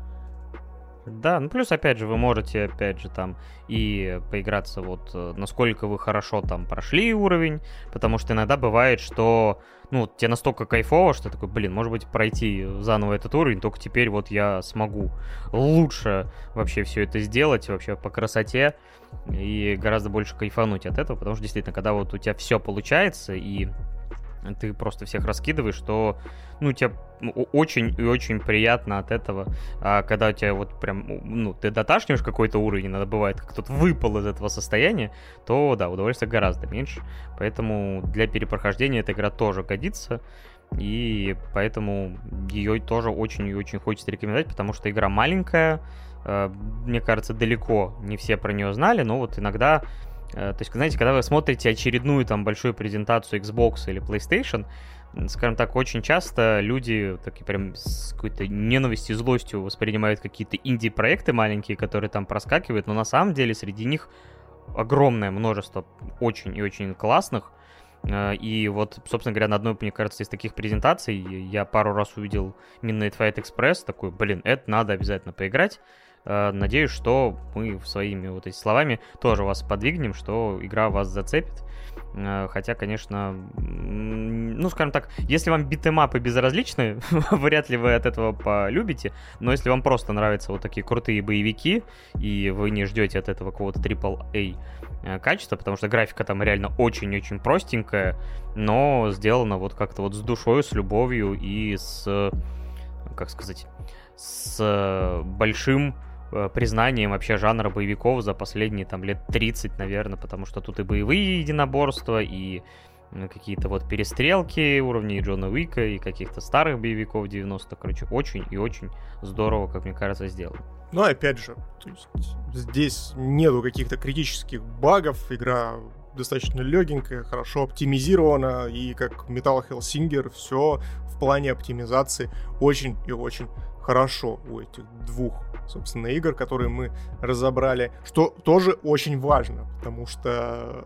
Да, ну плюс, опять же, вы можете, опять же, там и поиграться вот, насколько вы хорошо там прошли уровень, потому что иногда бывает, что, ну, тебе настолько кайфово, что ты такой, блин, может быть, пройти заново этот уровень, только теперь вот я смогу лучше вообще все это сделать, вообще по красоте, и гораздо больше кайфануть от этого, потому что, действительно, когда вот у тебя все получается, и ты просто всех раскидываешь, то, ну, тебе очень и очень приятно от этого. А когда у тебя вот прям, ну, ты доташниваешь какой-то уровень, иногда бывает, как кто-то выпал из этого состояния, то, да, удовольствия гораздо меньше. Поэтому для перепрохождения эта игра тоже годится, и поэтому ее тоже очень и очень хочется рекомендовать, потому что игра маленькая, мне кажется, далеко не все про нее знали, но вот иногда... То есть, знаете, когда вы смотрите очередную там большую презентацию Xbox или PlayStation, скажем так, очень часто люди такие прям с какой-то ненавистью и злостью воспринимают какие-то инди-проекты маленькие, которые там проскакивают, но на самом деле среди них огромное множество очень и очень классных. И вот, собственно говоря, на одной, мне кажется, из таких презентаций я пару раз увидел Midnight Fight Express, такой, блин, это надо обязательно поиграть. Надеюсь, что мы своими вот этими словами тоже вас подвигнем, что игра вас зацепит. Хотя, конечно, ну, скажем так, если вам битэмапы безразличны, вряд ли вы от этого полюбите, но если вам просто нравятся вот такие крутые боевики, и вы не ждете от этого какого-то трипл-эй качества, потому что графика там реально очень-очень простенькая, но сделана вот как-то вот с душой, с любовью и с, как сказать, с большим признанием вообще жанра боевиков за последние там лет тридцать, наверное, потому что тут и боевые единоборства, и какие-то вот перестрелки уровней Джона Уика, и каких-то старых боевиков девяностых, короче, очень и очень здорово, как мне кажется, сделано. Ну, опять же, то есть здесь нету каких-то критических багов, игра достаточно легенькая, хорошо оптимизирована, и как Metal Hellsinger все в плане оптимизации очень и очень хорошо у этих двух, собственно, игр, которые мы разобрали, что тоже очень важно, потому что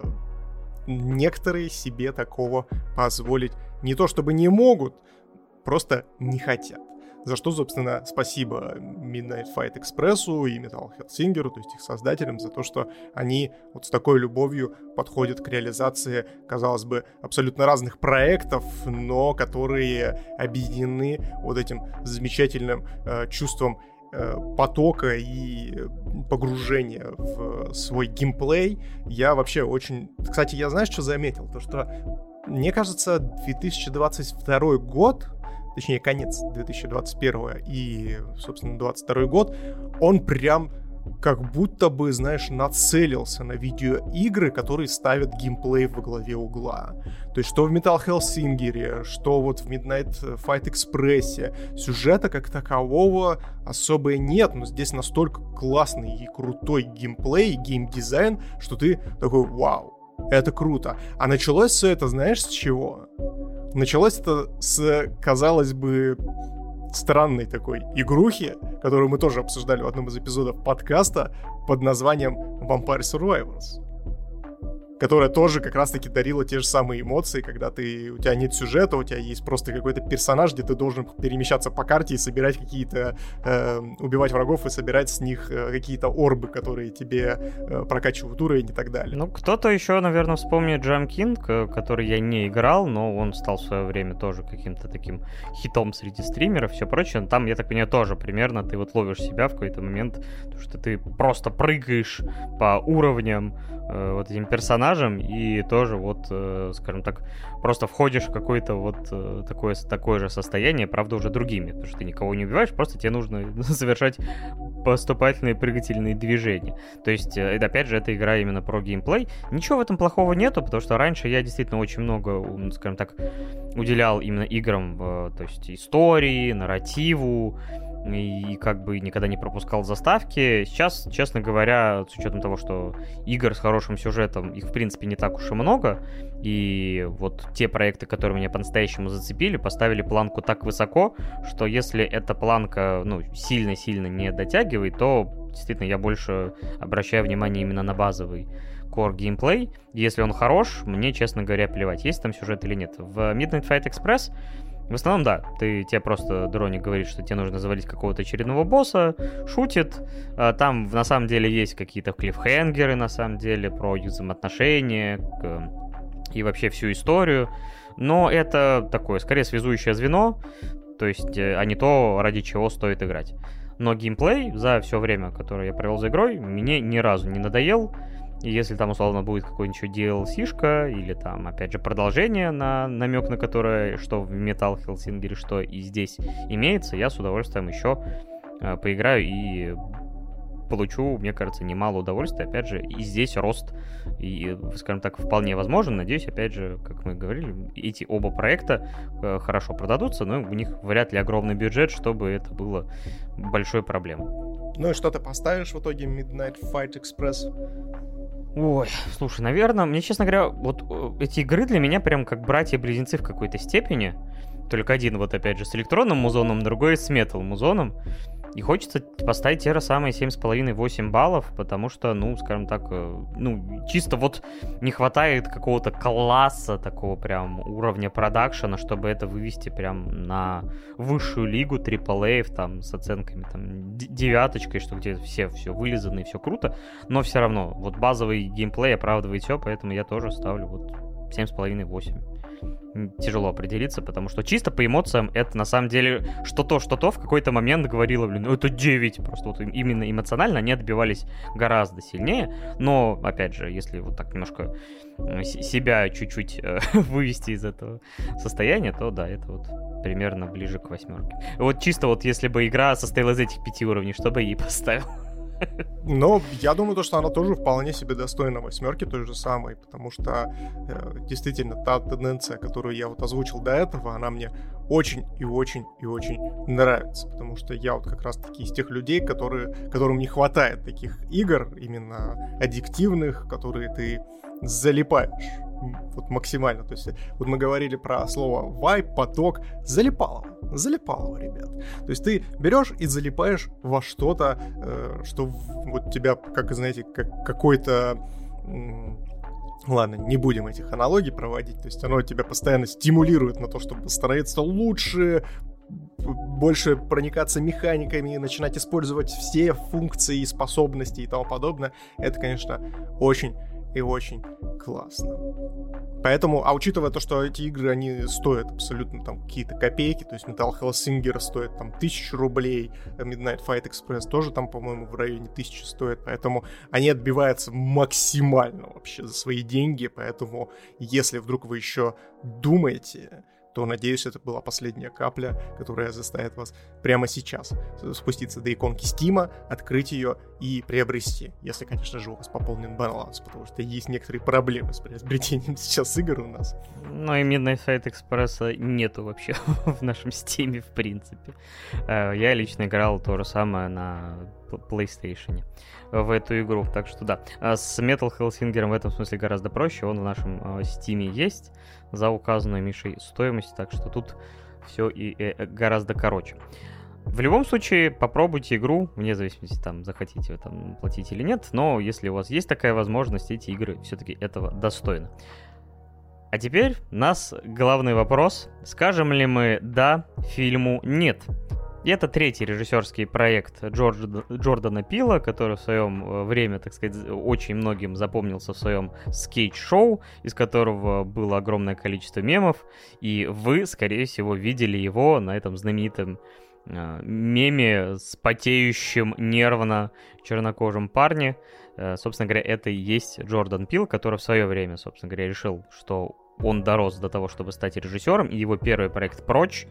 некоторые себе такого позволить не то чтобы не могут, просто не хотят. За что, собственно, спасибо Midnight Fight Express и Metal Hellsinger, то есть их создателям, за то, что они вот с такой любовью подходят к реализации, казалось бы, абсолютно разных проектов, но которые объединены вот этим замечательным э, чувством э, потока и погружения в свой геймплей. Я вообще очень... Кстати, я знаешь, что заметил? То, что, мне кажется, две тысячи двадцать второй год, точнее, конец две тысячи двадцать первого и, собственно, двадцать второй год, он прям как будто бы, знаешь, нацелился на видеоигры, которые ставят геймплей во главе угла. То есть, что в Metal Hellsinger, что вот в Midnight Fight Express, сюжета как такового особо нет, но здесь настолько классный и крутой геймплей, геймдизайн, что ты такой, вау, это круто. А началось все это, знаешь, с чего? Началось это с, казалось бы, странной такой игрухи, которую мы тоже обсуждали в одном из эпизодов подкаста под названием Vampire Survivors, которая тоже как раз-таки дарила те же самые эмоции, когда ты, у тебя нет сюжета, у тебя есть просто какой-то персонаж, где ты должен перемещаться по карте и собирать какие-то, э, убивать врагов и собирать с них э, какие-то орбы, которые тебе э, прокачивают уровень и так далее. Ну, кто-то еще, наверное, вспомнит Jam King, который я не играл, но он стал в свое время тоже каким-то таким хитом среди стримеров, все прочее. Там, я так понимаю, тоже примерно ты вот ловишь себя в какой-то момент, потому что ты просто прыгаешь по уровням э, вот этим персонажам, и тоже вот, э, скажем так, просто входишь в какое-то вот э, такое, такое же состояние, правда, уже другими, потому что ты никого не убиваешь, просто тебе нужно совершать поступательные прыгательные движения. То есть, э, опять же, эта игра именно про геймплей. Ничего в этом плохого нету, потому что раньше я действительно очень много, скажем так, уделял именно играм, э, то есть истории, нарративу, и как бы никогда не пропускал заставки. Сейчас, честно говоря, с учетом того, что игр с хорошим сюжетом, их в принципе не так уж и много, и вот те проекты, которые меня по-настоящему зацепили, поставили планку так высоко, что если эта планка, ну, сильно-сильно не дотягивает, то действительно я больше обращаю внимание именно на базовый core геймплей. Если он хорош, мне, честно говоря, плевать, есть там сюжет или нет. В Midnight Fight Express в основном, да, ты, тебе просто Дроник говорит, что тебе нужно завалить какого-то очередного босса, шутит, а там на самом деле есть какие-то клиффхенгеры, на самом деле, про взаимоотношения к... и вообще всю историю, но это такое, скорее, связующее звено, то есть, а не то, ради чего стоит играть. Но геймплей за все время, которое я провел за игрой, мне ни разу не надоел. И если там, условно, будет какой-нибудь ди эл си-шка, или там, опять же, продолжение на намек на которое, что в Metal Hellsinger, что и здесь имеется, я с удовольствием еще э, поиграю и получу, мне кажется, немало удовольствия. Опять же, и здесь рост, и, скажем так, вполне возможен. Надеюсь, опять же, как мы говорили, эти оба проекта э, хорошо продадутся, но у них вряд ли огромный бюджет, чтобы это было большой проблемой. Ну и что ты поставишь в итоге Midnight Fight Express? Ой, слушай, наверное, мне, честно говоря, вот эти игры для меня прям как братья-близнецы в какой-то степени. Только один вот, опять же, с электронным музоном, другой с метал-музоном. И хочется поставить те же самые семь с половиной - восемь баллов, потому что, ну, скажем так, ну, чисто вот не хватает какого-то класса, такого прям уровня продакшена, чтобы это вывести прям на высшую лигу трипл эй, там, с оценками там девяточкой, что где все все вылизано и все круто, но все равно, вот базовый геймплей оправдывает все, поэтому я тоже ставлю вот семь с половиной - восемь. Тяжело определиться, потому что чисто по эмоциям это на самом деле что-то, что-то в какой-то момент говорило, блин, это девять, просто вот именно эмоционально они отбивались гораздо сильнее, но, опять же, если вот так немножко себя чуть-чуть э, вывести из этого состояния, то да, это вот примерно ближе к восьмерке. Вот чисто вот если бы игра состояла из этих пяти уровней, что бы я ей поставил? Но я думаю, то, что она тоже вполне себе достойна восьмерки той же самой, потому что э, действительно та тенденция, которую я вот озвучил до этого, она мне очень и очень и очень нравится, потому что я вот как раз-таки из тех людей, которые, которым не хватает таких игр, именно аддиктивных, которые ты залипаешь вот максимально. То есть вот мы говорили про слово вайб, поток, залипалово, залипалово, ребят. То есть ты берешь и залипаешь во что-то, э, что вот тебя, как знаете, как какой-то... М- Ладно, не будем этих аналогий проводить. То есть оно тебя постоянно стимулирует на то, чтобы становиться лучше, больше проникаться механиками, начинать использовать все функции и способности и тому подобное. Это, конечно, очень и очень классно. Поэтому, а учитывая то, что эти игры, они стоят абсолютно там какие-то копейки, то есть Metal Hellsinger стоит там тысячу рублей, Midnight Fight Express тоже там, по-моему, в районе тысячи стоит, поэтому они отбиваются максимально вообще за свои деньги, поэтому если вдруг вы еще думаете, то, надеюсь, это была последняя капля, которая заставит вас прямо сейчас спуститься до иконки Steam, открыть ее и приобрести. Если, конечно же, у вас пополнен баланс, потому что есть некоторые проблемы с приобретением сейчас игр у нас. Ну и Midnight Fight Express нету вообще в нашем Steam, в принципе. Я лично играл то же самое на PlayStation в эту игру, так что да. С Metal Hellsinger в этом смысле гораздо проще, он в нашем Steam есть за указанную Мишей стоимость, так что тут все и э, гораздо короче. В любом случае, попробуйте игру, вне зависимости, там, захотите вы там платить или нет, но если у вас есть такая возможность, эти игры все-таки этого достойны. А теперь у нас главный вопрос. Скажем ли мы «да» фильму «нет»? И это третий режиссерский проект Джорджа, Джордана Пила, который в своем время, так сказать, очень многим запомнился в своем скейт-шоу, из которого было огромное количество мемов, и вы, скорее всего, видели его на этом знаменитом э, меме с потеющим нервно чернокожим парнем. Э, собственно говоря, это и есть Джордан Пил, который в свое время, собственно говоря, решил, что он дорос до того, чтобы стать режиссером, и его первый проект «Прочь»,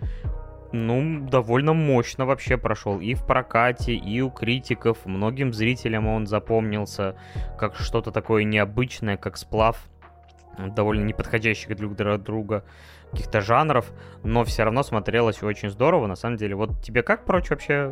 ну, довольно мощно вообще прошел и в прокате, и у критиков. Многим зрителям он запомнился как что-то такое необычное, как сплав довольно неподходящих друг для друга каких-то жанров, но все равно смотрелось очень здорово. На самом деле, вот тебе как «Прочь» вообще?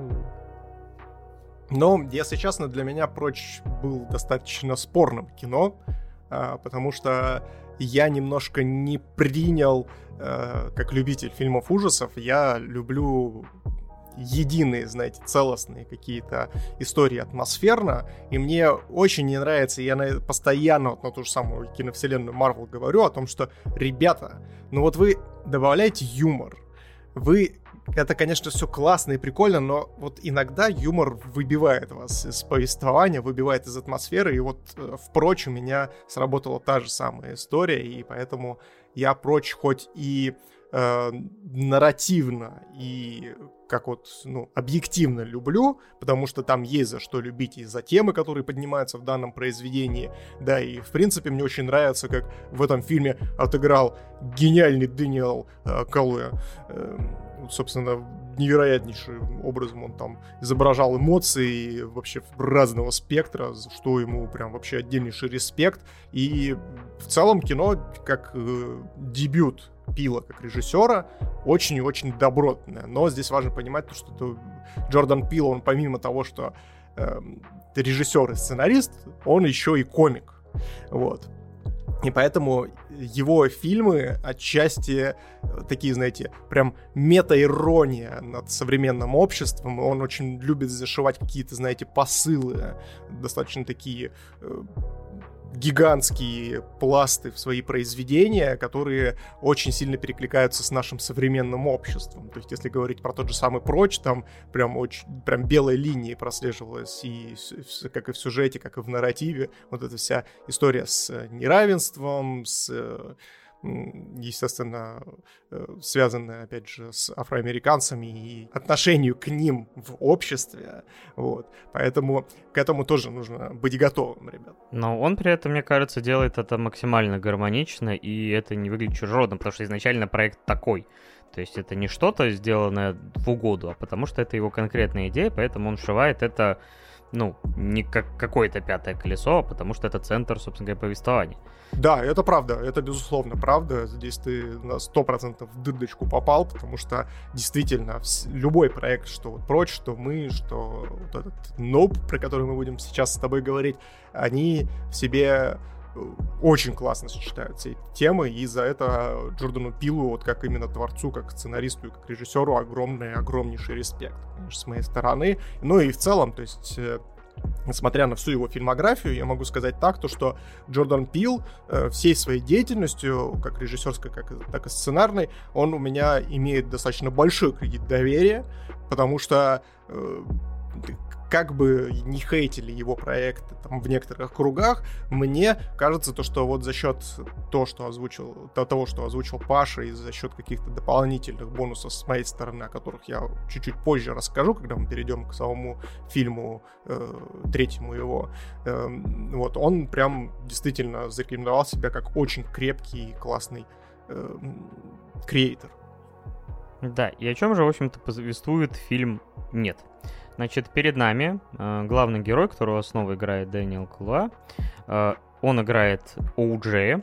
Ну, если честно, для меня «Прочь» был достаточно спорным кино, потому что я немножко не принял, э, как любитель фильмов ужасов, я люблю единые, знаете, целостные какие-то истории атмосферно, и мне очень не нравится, я на, постоянно вот на ту же самую киновселенную Marvel говорю о том, что, ребята, ну вот вы добавляете юмор, вы... Это, конечно, все классно и прикольно, но вот иногда юмор выбивает вас из повествования, выбивает из атмосферы, и вот, впрочем, у меня сработала та же самая история, и поэтому я «Прочь» хоть и э, нарративно, и как вот, ну, объективно люблю, потому что там есть за что любить и за темы, которые поднимаются в данном произведении, да, и, в принципе, мне очень нравится, как в этом фильме отыграл гениальный Дэниел э, Калуя, э, собственно, невероятнейшим образом он там изображал эмоции вообще разного спектра, за что ему прям вообще отдельнейший респект. И в целом кино, как э, дебют Пила как режиссера, очень и очень добротное. Но здесь важно понимать, что это Джордан Пил, он помимо того, что э, режиссер и сценарист, он еще и комик. Вот. И поэтому его фильмы отчасти такие, знаете, прям мета-ирония над современным обществом. Он очень любит зашивать какие-то, знаете, посылы, достаточно такие э, гигантские пласты в свои произведения, которые очень сильно перекликаются с нашим современным обществом. То есть, если говорить про тот же самый «Прочь», там прям очень, прям белой линией прослеживалась и как и в сюжете, как и в нарративе вот эта вся история с неравенством, с, естественно, связанная, опять же, с афроамериканцами и отношению к ним в обществе. Вот. Поэтому к этому тоже нужно быть готовым, ребят. Но он при этом, мне кажется, делает это максимально гармонично, и это не выглядит чужеродным, потому что изначально проект такой. То есть это не что-то сделанное в угоду, а потому что это его конкретная идея, поэтому он вшивает это, ну, не как какое-то пятое колесо, а потому что это центр, собственно говоря, повествования. Да, это правда, это безусловно правда. Здесь ты на сто процентов в дырочку попал, потому что действительно любой проект, что вот «Прочь», что мы, что вот этот «Nope», про который мы будем сейчас с тобой говорить, они в себе очень классно сочетают все эти темы, и за это Джордану Пилу, вот как именно творцу, как сценаристу и как режиссеру, огромный, огромнейший респект, конечно, с моей стороны. Ну и в целом, то есть, несмотря на всю его фильмографию, я могу сказать так, то, что Джордан Пил э, всей своей деятельностью, как режиссерской, как, так и сценарной, он у меня имеет достаточно большой кредит доверия, потому что э, как бы не хейтили его проекты там, в некоторых кругах, мне кажется, то, что вот за счет того, что озвучил, того, что озвучил Паша, и за счет каких-то дополнительных бонусов с моей стороны, о которых я чуть-чуть позже расскажу, когда мы перейдем к самому фильму, э, третьему его, э, вот, он прям действительно зарекомендовал себя как очень крепкий и классный э, креатор. Да, и о чем же, в общем-то, повествует фильм «Нет». Значит, перед нами э, главный герой, которого снова играет Дэниел Калуа. Э, он играет Оу-Джея.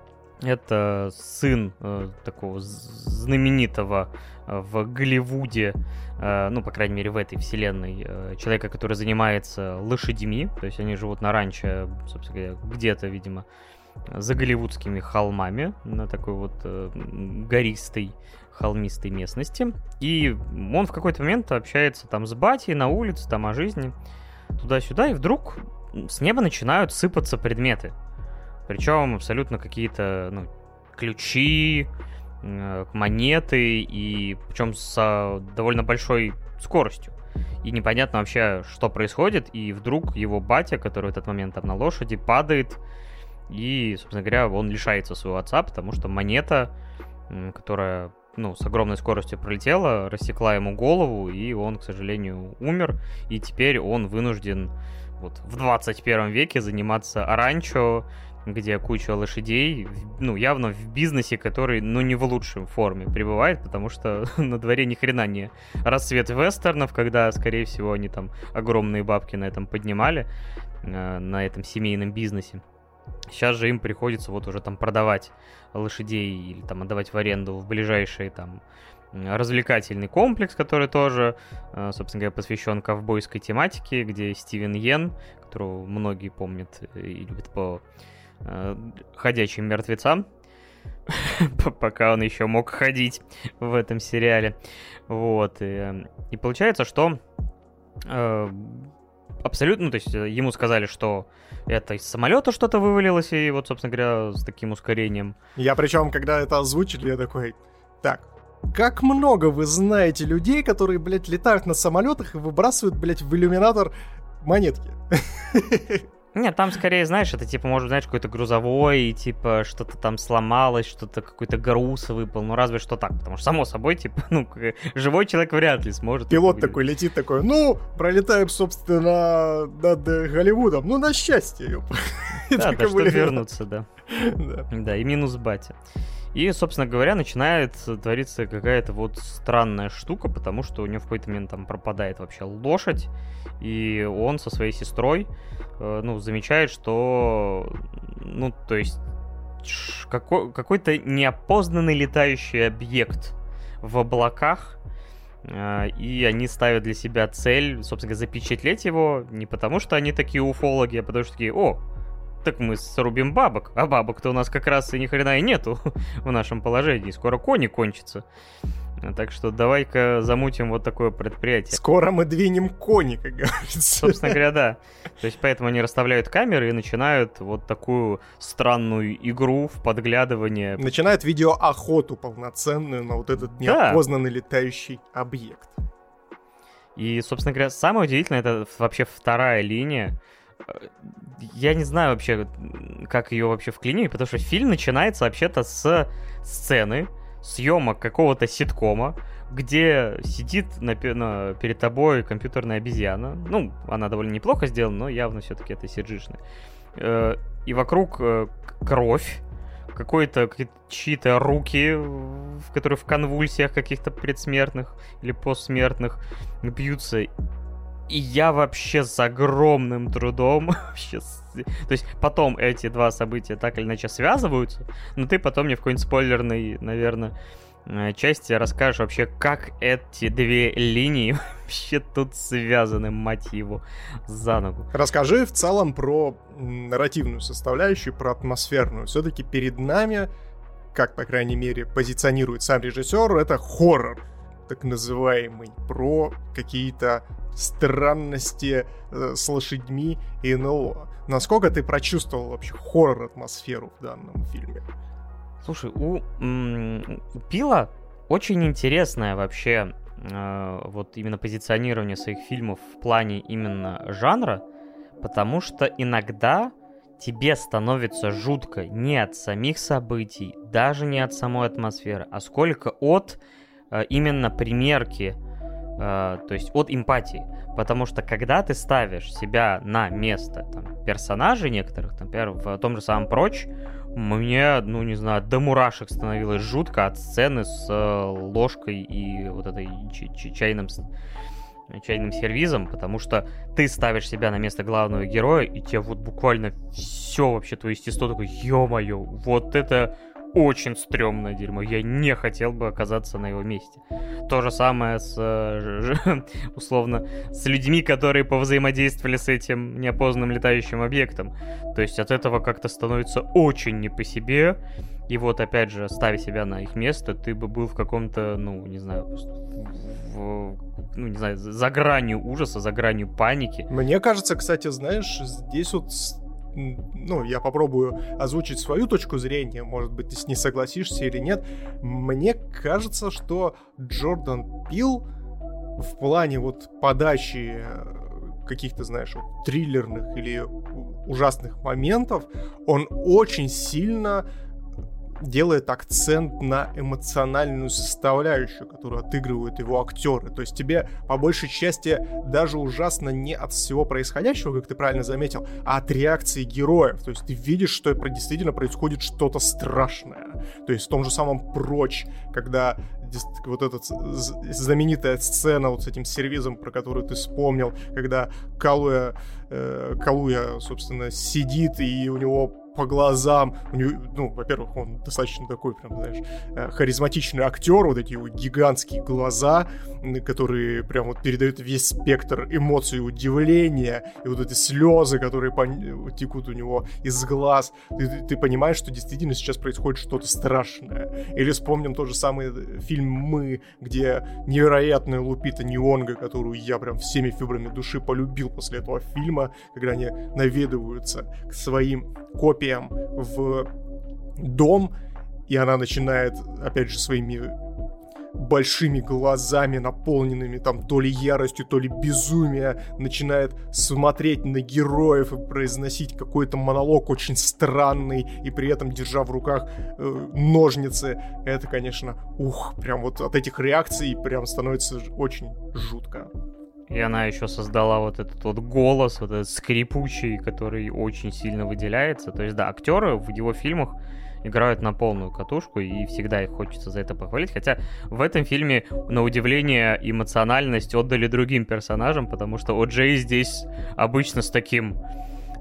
Это сын э, такого знаменитого э, в Голливуде, э, ну, по крайней мере, в этой вселенной, э, человека, который занимается лошадьми. То есть они живут на ранчо, собственно говоря, где-то, видимо, за голливудскими холмами, на такой вот э, гористой, холмистой местности. И он в какой-то момент общается там с батей на улице, там о жизни, туда-сюда, и вдруг с неба начинают сыпаться предметы. Причем абсолютно какие-то, ну, ключи, э, монеты, и причем с довольно большой скоростью. И непонятно вообще, что происходит, и вдруг его батя, который в этот момент там на лошади, падает, и, собственно говоря, он лишается своего отца, потому что монета, которая, ну, с огромной скоростью пролетела, рассекла ему голову, и он, к сожалению, умер. И теперь он вынужден вот в двадцать первом веке заниматься ранчо, где куча лошадей, ну, явно в бизнесе, который, ну, не в лучшей форме пребывает, потому что на дворе ни хрена не расцвет вестернов, когда, скорее всего, они там огромные бабки на этом поднимали, на этом семейном бизнесе. Сейчас же им приходится вот уже там продавать лошадей или там отдавать в аренду в ближайший там развлекательный комплекс, который тоже, собственно говоря, посвящен ковбойской тематике, где Стивен Йен, которого многие помнят и любят по ходячим мертвецам, пока он еще мог ходить в этом сериале. Вот. И, и получается, что э, абсолютно, ну, то есть ему сказали, что это из самолета что-то вывалилось, и вот, собственно говоря, с таким ускорением. Я причем, когда это озвучили, я такой, так, как много вы знаете людей, которые, блядь, летают на самолетах и выбрасывают, блядь, в иллюминатор монетки? Нет, там скорее, знаешь, это типа, может, знаешь, какой-то грузовой, и типа что-то там сломалось, что-то, какой-то груз выпал, ну разве что так, потому что, само собой, типа, ну, живой человек вряд ли сможет. Пилот такой летит, такой, ну, пролетаем, собственно, над Голливудом, ну, на счастье, ёп. Да, да, чтобы вернуться, да. Да, и минус батя. И, собственно говоря, начинает твориться какая-то вот странная штука, потому что у него в какой-то момент там пропадает вообще лошадь, и он со своей сестрой, э, ну, замечает, что, ну, то есть, какой- какой-то неопознанный летающий объект в облаках, э, и они ставят для себя цель, собственно говоря, запечатлеть его, не потому что они такие уфологи, а потому что такие, о, так мы срубим бабок. А бабок-то у нас как раз и ни хрена и нету в нашем положении. Скоро кони кончатся. Так что давай-ка замутим вот такое предприятие. Скоро мы двинем кони, как говорится. Собственно говоря, да. То есть поэтому они расставляют камеры и начинают вот такую странную игру в подглядывание. Начинают видеоохоту полноценную на вот этот неопознанный да. летающий объект. И, собственно говоря, самое удивительное, это вообще вторая линия. Я не знаю вообще, как ее вообще вклинить, потому что фильм начинается вообще-то с сцены съемок какого-то ситкома, где сидит на, на, перед тобой компьютерная обезьяна. Ну, она довольно неплохо сделана, но явно все-таки это си джи-шная. Э, и вокруг э, кровь, какой-то, чьи-то руки, в которые в конвульсиях каких-то предсмертных или постсмертных бьются. И я вообще с огромным трудом вообще... То есть потом эти два события так или иначе связываются, но ты потом мне в какой-нибудь спойлерной, наверное, части расскажешь вообще, как эти две линии вообще тут связаны, мать его, за ногу. Расскажи в целом про нарративную составляющую, про атмосферную. Все-таки перед нами, как, по крайней мере, позиционирует сам режиссер, это хоррор, так называемый, про какие-то странности э, с лошадьми и эн эл о. Насколько ты прочувствовал вообще хоррор-атмосферу в данном фильме? Слушай, у, м- у Пила очень интересное вообще э, вот именно позиционирование своих фильмов в плане именно жанра, потому что иногда тебе становится жутко не от самих событий, даже не от самой атмосферы, а сколько от э, именно примерки, э, то есть от эмпатии. Потому что когда ты ставишь себя на место там, персонажей некоторых, например, в том же самом «Прочь», мне, ну не знаю, до мурашек становилось жутко от сцены с э, ложкой и вот этой ч- ч- чайным, чайным сервизом, потому что ты ставишь себя на место главного героя, и тебе вот буквально все вообще, твое естество такое, ё-моё, вот это очень стрёмное дерьмо, я не хотел бы оказаться на его месте. То же самое с, условно, с людьми, которые повзаимодействовали с этим неопознанным летающим объектом. То есть от этого как-то становится очень не по себе. И вот, опять же, ставя себя на их место, ты бы был в каком-то, ну, не знаю, в, ну, не знаю, за гранью ужаса, за гранью паники. Мне кажется, кстати, знаешь, здесь вот... Ну, я попробую озвучить свою точку зрения, может быть, ты с ней согласишься или нет. Мне кажется, что Джордан Пил в плане вот подачи каких-то, знаешь, вот, триллерных или ужасных моментов, он очень сильно делает акцент на эмоциональную составляющую, которую отыгрывают его актеры. То есть тебе, по большей части, даже ужасно не от всего происходящего, как ты правильно заметил, а от реакции героев. То есть ты видишь, что действительно происходит что-то страшное. То есть в том же самом «Прочь», когда вот эта знаменитая сцена вот с этим сервизом, про которую ты вспомнил, когда Калуя, э, Калуя, собственно, сидит, и у него по глазам, у него, ну, во-первых, он достаточно такой, прям, знаешь, харизматичный актер, вот эти его гигантские глаза, которые прям вот передают весь спектр эмоций, удивления, и вот эти слезы, которые пон- текут у него из глаз. Ты, ты понимаешь, что действительно сейчас происходит что-то страшное. Или вспомним тот же самый фильм «Мы», где невероятная Лупита Нионго, которую я прям всеми фибрами души полюбил после этого фильма, когда они наведываются к своим копиям в дом, и она начинает, опять же, своими большими глазами, наполненными там то ли яростью, то ли безумием, начинает смотреть на героев и произносить какой-то монолог очень странный, и при этом держа в руках э, ножницы. Это, конечно, ух, прям вот от этих реакций прям становится очень жутко. И она еще создала вот этот вот голос, вот этот скрипучий, который очень сильно выделяется. То есть, да, актеры в его фильмах играют на полную катушку, и всегда их хочется за это похвалить. Хотя в этом фильме, на удивление, эмоциональность отдали другим персонажам, потому что О Джей здесь обычно с таким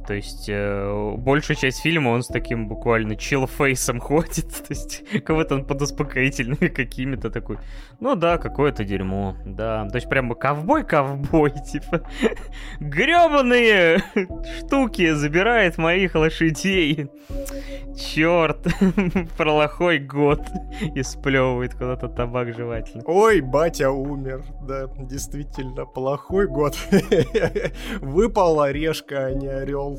То есть э, большая часть фильма он с таким буквально чилл-фейсом ходит. То есть кого-то он под успокоительными какими-то такой. Ну да, какое-то дерьмо. Да, то есть прям ковбой-ковбой, типа. Грёбаные штуки забирает моих лошадей. Черт, плохой год. И сплевывает куда-то табак жевательный. Ой, батя умер. Да, действительно, плохой год. Выпал орешка, а не орел.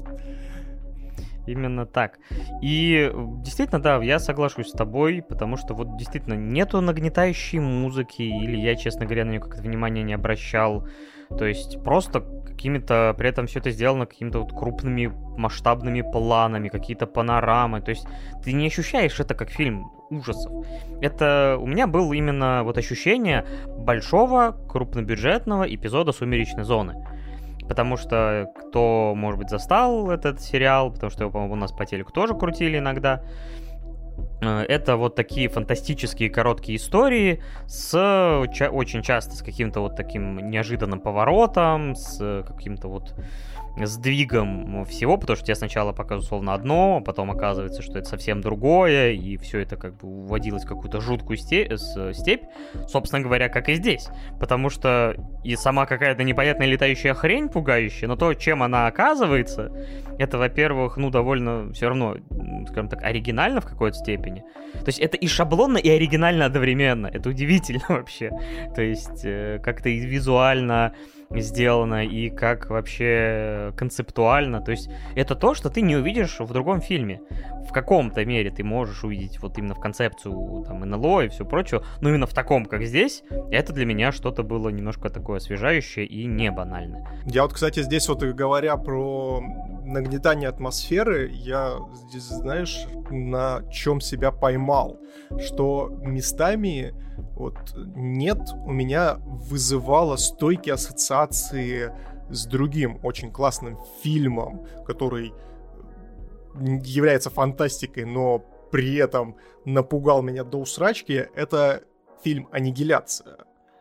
Именно так. И действительно, да, я соглашусь с тобой, потому что вот действительно нету нагнетающей музыки, или я, честно говоря, на нее как-то внимания не обращал. То есть просто какими-то, при этом все это сделано какими-то вот крупными масштабными планами, какие-то панорамы. То есть ты не ощущаешь это как фильм ужасов. Это у меня было именно вот ощущение большого крупнобюджетного эпизода «Сумеречной зоны». Потому что кто, может быть, застал этот сериал, потому что его, по-моему, у нас по телеку тоже крутили иногда. Это вот такие фантастические короткие истории с очень часто с каким-то вот таким неожиданным поворотом, с каким-то вот сдвигом всего, потому что тебе сначала показывают условно одно, а потом оказывается, что это совсем другое, и все это как бы уводилось в какую-то жуткую сте- степь, собственно говоря, как и здесь. Потому что и сама какая-то непонятная летающая хрень пугающая, но то, чем она оказывается, это, во-первых, ну, довольно все равно, скажем так, оригинально в какой-то степени. То есть это и шаблонно, и оригинально одновременно. Это удивительно вообще. То есть э, как-то и визуально сделано, и как вообще концептуально. То есть это то, что ты не увидишь в другом фильме. В каком-то мере ты можешь увидеть вот именно в концепцию там эн эл о и все прочее, но именно в таком, как здесь, это для меня что-то было немножко такое освежающее и не банальное. Я вот, кстати, здесь вот говоря про нагнетание атмосферы, я здесь, знаешь, на чем себя поймал, что местами вот нет у меня вызывало стойкие ассоциации с другим очень классным фильмом, который является фантастикой, но при этом напугал меня до усрачки. Это фильм «Аннигиляция».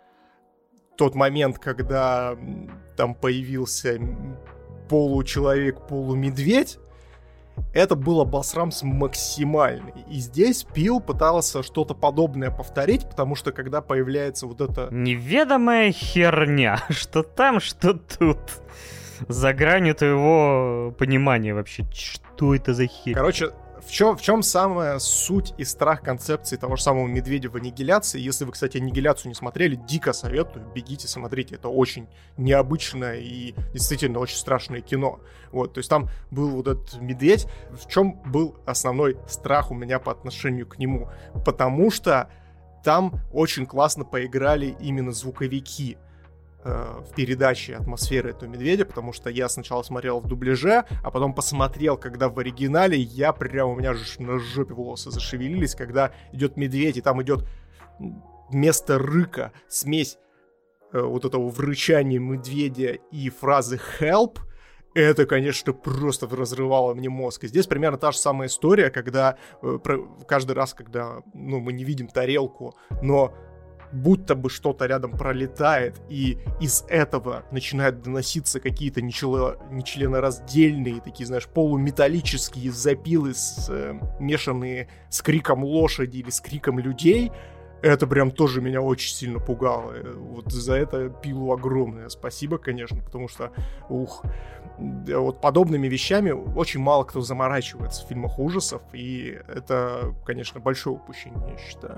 Тот момент, когда там появился получеловек, полумедведь, это был обосрамс максимальный. И здесь Пил пытался что-то подобное повторить, потому что когда появляется вот это... неведомая херня, что там, что тут. За гранью твоего понимания вообще, что это за херня. Короче, в чем, в чем самая суть и страх концепции того же самого медведя в «Аннигиляции»? Если вы, кстати, «Аннигиляцию» не смотрели, дико советую, бегите, смотрите. Это очень необычное и действительно очень страшное кино. Вот, то есть там был вот этот медведь. В чем был основной страх у меня по отношению к нему? Потому что там очень классно поиграли именно звуковики в передаче атмосферы этого медведя, потому что я сначала смотрел в дубляже, а потом посмотрел, когда в оригинале, я прям, у меня же на жопе волосы зашевелились, когда идет медведь, и там идет вместо рыка смесь э, вот этого врычания медведя и фразы «help», это, конечно, просто разрывало мне мозг. И здесь примерно та же самая история, когда э, про, каждый раз, когда ну, мы не видим тарелку, но будто бы что-то рядом пролетает, и из этого начинают доноситься какие-то нечло... нечленораздельные, такие, знаешь, полуметаллические запилы, смешанные с криком лошади или с криком людей. Это прям тоже меня очень сильно пугало. Вот за это Пилу огромное спасибо, конечно, потому что, ух, вот подобными вещами очень мало кто заморачивается в фильмах ужасов, и это, конечно, большое упущение, я считаю.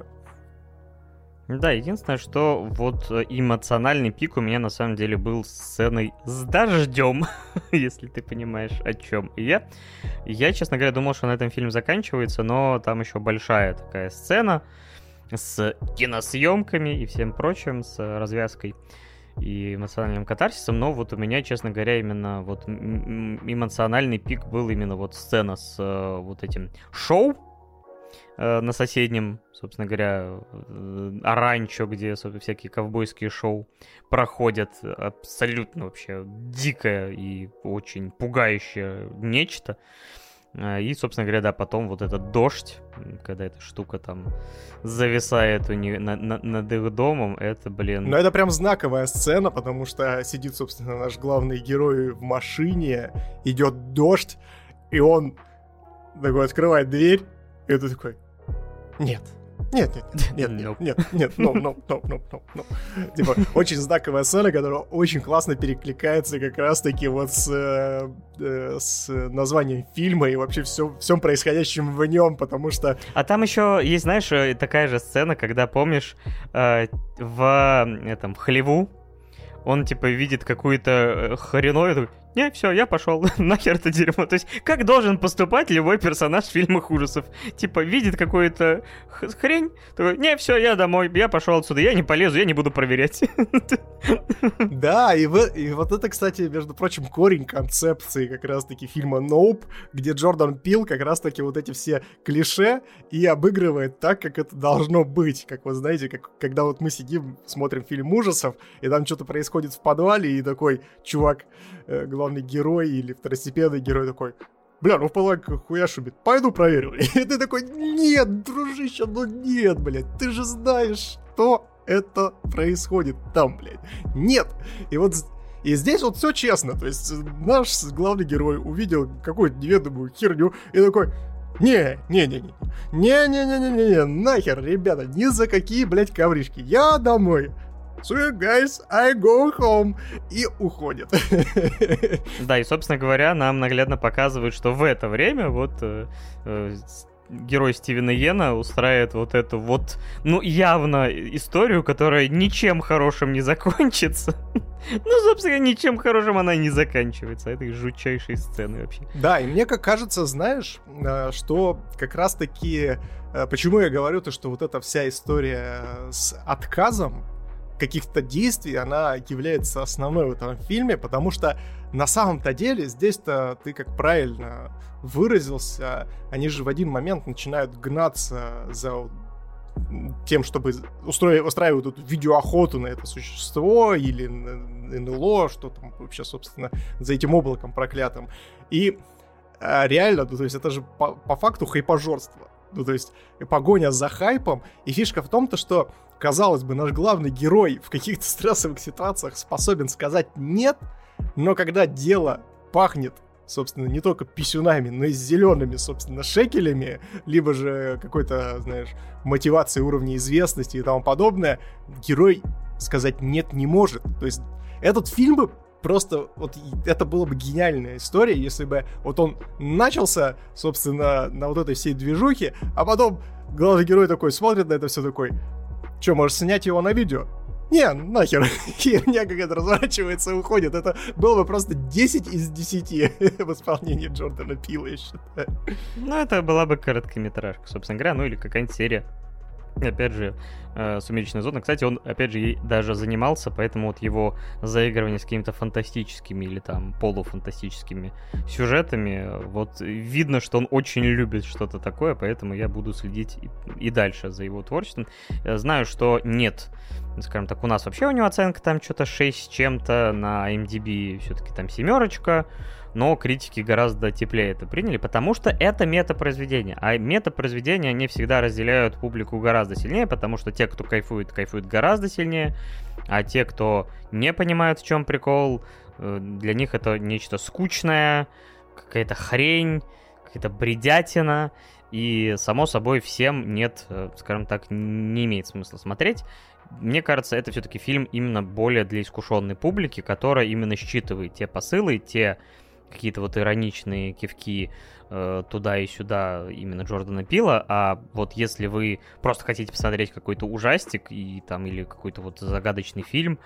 Да, единственное, что вот эмоциональный пик у меня на самом деле был с сценой с дождем, если ты понимаешь, о чем я. Я, честно говоря, думал, что на этом фильм заканчивается, но там еще большая такая сцена с киносъемками и всем прочим, с развязкой и эмоциональным катарсисом, но вот у меня, честно говоря, именно вот эмоциональный пик был именно вот сцена с вот этим шоу на соседнем, собственно говоря, ранчо, где всякие ковбойские шоу проходят. Абсолютно вообще дикое и очень пугающее нечто. И, собственно говоря, да, потом вот этот дождь, когда эта штука там зависает у них на, на, над их домом, это, блин... Ну, это прям знаковая сцена, потому что сидит, собственно, наш главный герой в машине, идет дождь, и он такой открывает дверь, и ты такой: нет. Нет, нет, нет, нет, нет, нет, no, no, no, no, no, no. Типа, очень знаковая сцена, которая очень классно перекликается как раз-таки вот с, э, с названием фильма и вообще все, всем происходящим в нем, потому что... А там еще есть, знаешь, такая же сцена, когда, помнишь, э, в этом хлеву он, типа, видит какую-то хреновину, не, все, я пошел, нахер это дерьмо. То есть, как должен поступать любой персонаж в фильмах ужасов? Типа, видит какую-то хрень, такой, не, все, я домой, я пошел отсюда, я не полезу, я не буду проверять. Да, и, в, и вот это, кстати, между прочим, корень концепции как раз-таки фильма «Nope», где Джордан Пил как раз-таки вот эти все клише и обыгрывает так, как это должно быть. Как вы знаете, как, когда вот мы сидим, смотрим фильм ужасов, и там что-то происходит в подвале, и такой чувак, э, главный герой или второстепенный герой такой: бля, ну в палатке хуя шумит, пойду проверю. И ты такой: нет, дружище, ну нет, блядь, ты же знаешь, что это происходит там, блядь. Нет. И вот и здесь вот все честно. То есть наш главный герой увидел какую-то неведомую херню и такой: не, не, не, не, не, не, не, не, не, не, нахер, ребята, ни за какие, блядь, ковришки. Я домой. So guys, I go home. И уходит. Да, и, собственно говоря, нам наглядно показывают, что в это время вот э, э, герой Стивена Йена устраивает вот эту вот, ну, явно историю, которая ничем хорошим не закончится. Ну, собственно, ничем хорошим она не заканчивается. Этой жутчайшей сцены вообще. Да, и мне как кажется, знаешь, что как раз-таки... Почему я говорю то, что вот эта вся история с отказом каких-то действий, она является основной в этом фильме, потому что на самом-то деле здесь-то ты, как правильно выразился, они же в один момент начинают гнаться за тем, чтобы устроить, устраивать эту видеоохоту на это существо или эн эл о, что там вообще, собственно, за этим облаком проклятым. И а, реально, ну, то есть это же по, по факту хайпожорство. Ну, то есть погоня за хайпом. И фишка в том-то, что, казалось бы, наш главный герой в каких-то стрессовых ситуациях способен сказать «нет», но когда дело пахнет, собственно, не только писюнами, но и зелеными, собственно, шекелями, либо же какой-то, знаешь, мотивацией уровня известности и тому подобное, герой сказать «нет» не может. То есть этот фильм бы просто, вот это была бы гениальная история, если бы вот он начался, собственно, на вот этой всей движухе, а потом главный герой такой смотрит на это все такой: че, можешь снять его на видео? Не, нахер, херня какая-то разворачивается и уходит. Это было бы просто десять из десяти в исполнении Джордана Пила, я считаю. Ну, это была бы короткометражка, собственно говоря, ну или какая-нибудь серия. Опять же, э, «Сумеречная зона». Кстати, он, опять же, ей даже занимался, поэтому вот его заигрывание с какими-то фантастическими или там полуфантастическими сюжетами, вот видно, что он очень любит что-то такое, поэтому я буду следить и, и дальше за его творчеством. Я знаю, что нет, скажем так, у нас вообще у него оценка там что-то шесть с чем-то, на ай эм ди би все-таки там семерочка, но критики гораздо теплее это приняли, потому что это метапроизведение. А метапроизведения, они всегда разделяют публику гораздо сильнее, потому что те, кто кайфует, кайфуют гораздо сильнее, а те, кто не понимают, в чем прикол, для них это нечто скучное, какая-то хрень, какая-то бредятина, и, само собой, всем нет, скажем так, не имеет смысла смотреть. Мне кажется, это все-таки фильм именно более для искушенной публики, которая именно считывает те посылы, те какие-то вот ироничные кивки э, туда и сюда именно Джордана Пила, а вот если вы просто хотите посмотреть какой-то ужастик и там или какой-то вот загадочный фильм,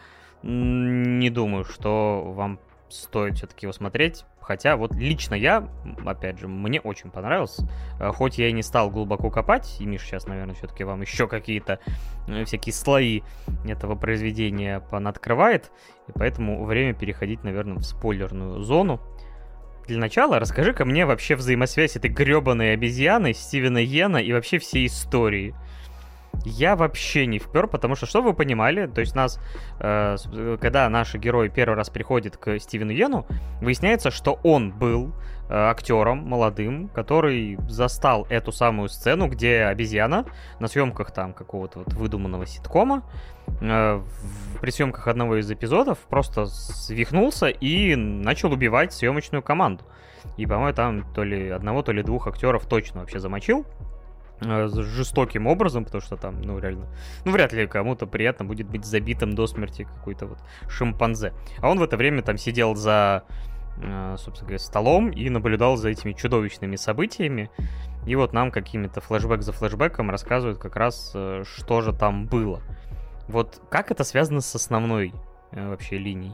не думаю, что вам стоит все-таки его смотреть. Хотя вот лично я, опять же, мне очень понравился. Хоть я и не стал глубоко копать, и Миша сейчас, наверное, все-таки вам еще какие-то всякие слои этого произведения понаоткрывает, и поэтому время переходить, наверное, в спойлерную зону. Для начала расскажи-ка мне вообще взаимосвязь этой гребаной обезьяны, Стивена Йена и вообще всей истории. Я вообще не впер, потому что, что вы понимали, то есть нас, э, когда наши герои первый раз приходят к Стивену Йену, выясняется, что он был э, актером молодым, который застал эту самую сцену, где обезьяна на съемках там какого-то вот выдуманного ситкома, э, в, при съемках одного из эпизодов просто свихнулся и начал убивать съемочную команду. И, по-моему, там то ли одного, то ли двух актеров точно вообще замочил. Жестоким образом, потому что там, ну, реально, ну, вряд ли кому-то приятно будет быть забитым до смерти какой-то вот шимпанзе. А он в это время там сидел за, собственно говоря, столом и наблюдал за этими чудовищными событиями. И вот нам какими-то флешбэк за флешбэком рассказывают как раз, что же там было. Вот как это связано с основной вообще линией?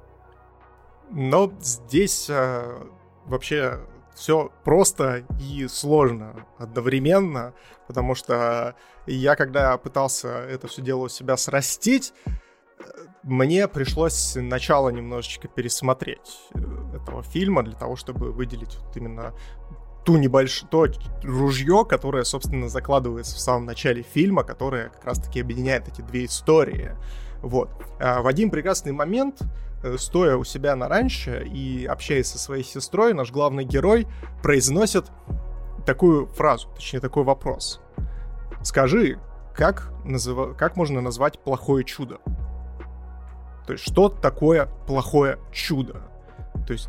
Но здесь э, вообще... все просто и сложно одновременно, потому что я, когда пытался это все дело у себя срастить, мне пришлось начало немножечко пересмотреть этого фильма для того, чтобы выделить вот именно ту небольшое, то ружье, которое, собственно, закладывается в самом начале фильма, которое как раз-таки объединяет эти две истории. Вот. А в один прекрасный момент, стоя у себя на ранчо и общаясь со своей сестрой, наш главный герой произносит такую фразу, точнее, такой вопрос. Скажи, как, назыв... как можно назвать плохое чудо? То есть, что такое плохое чудо? То есть,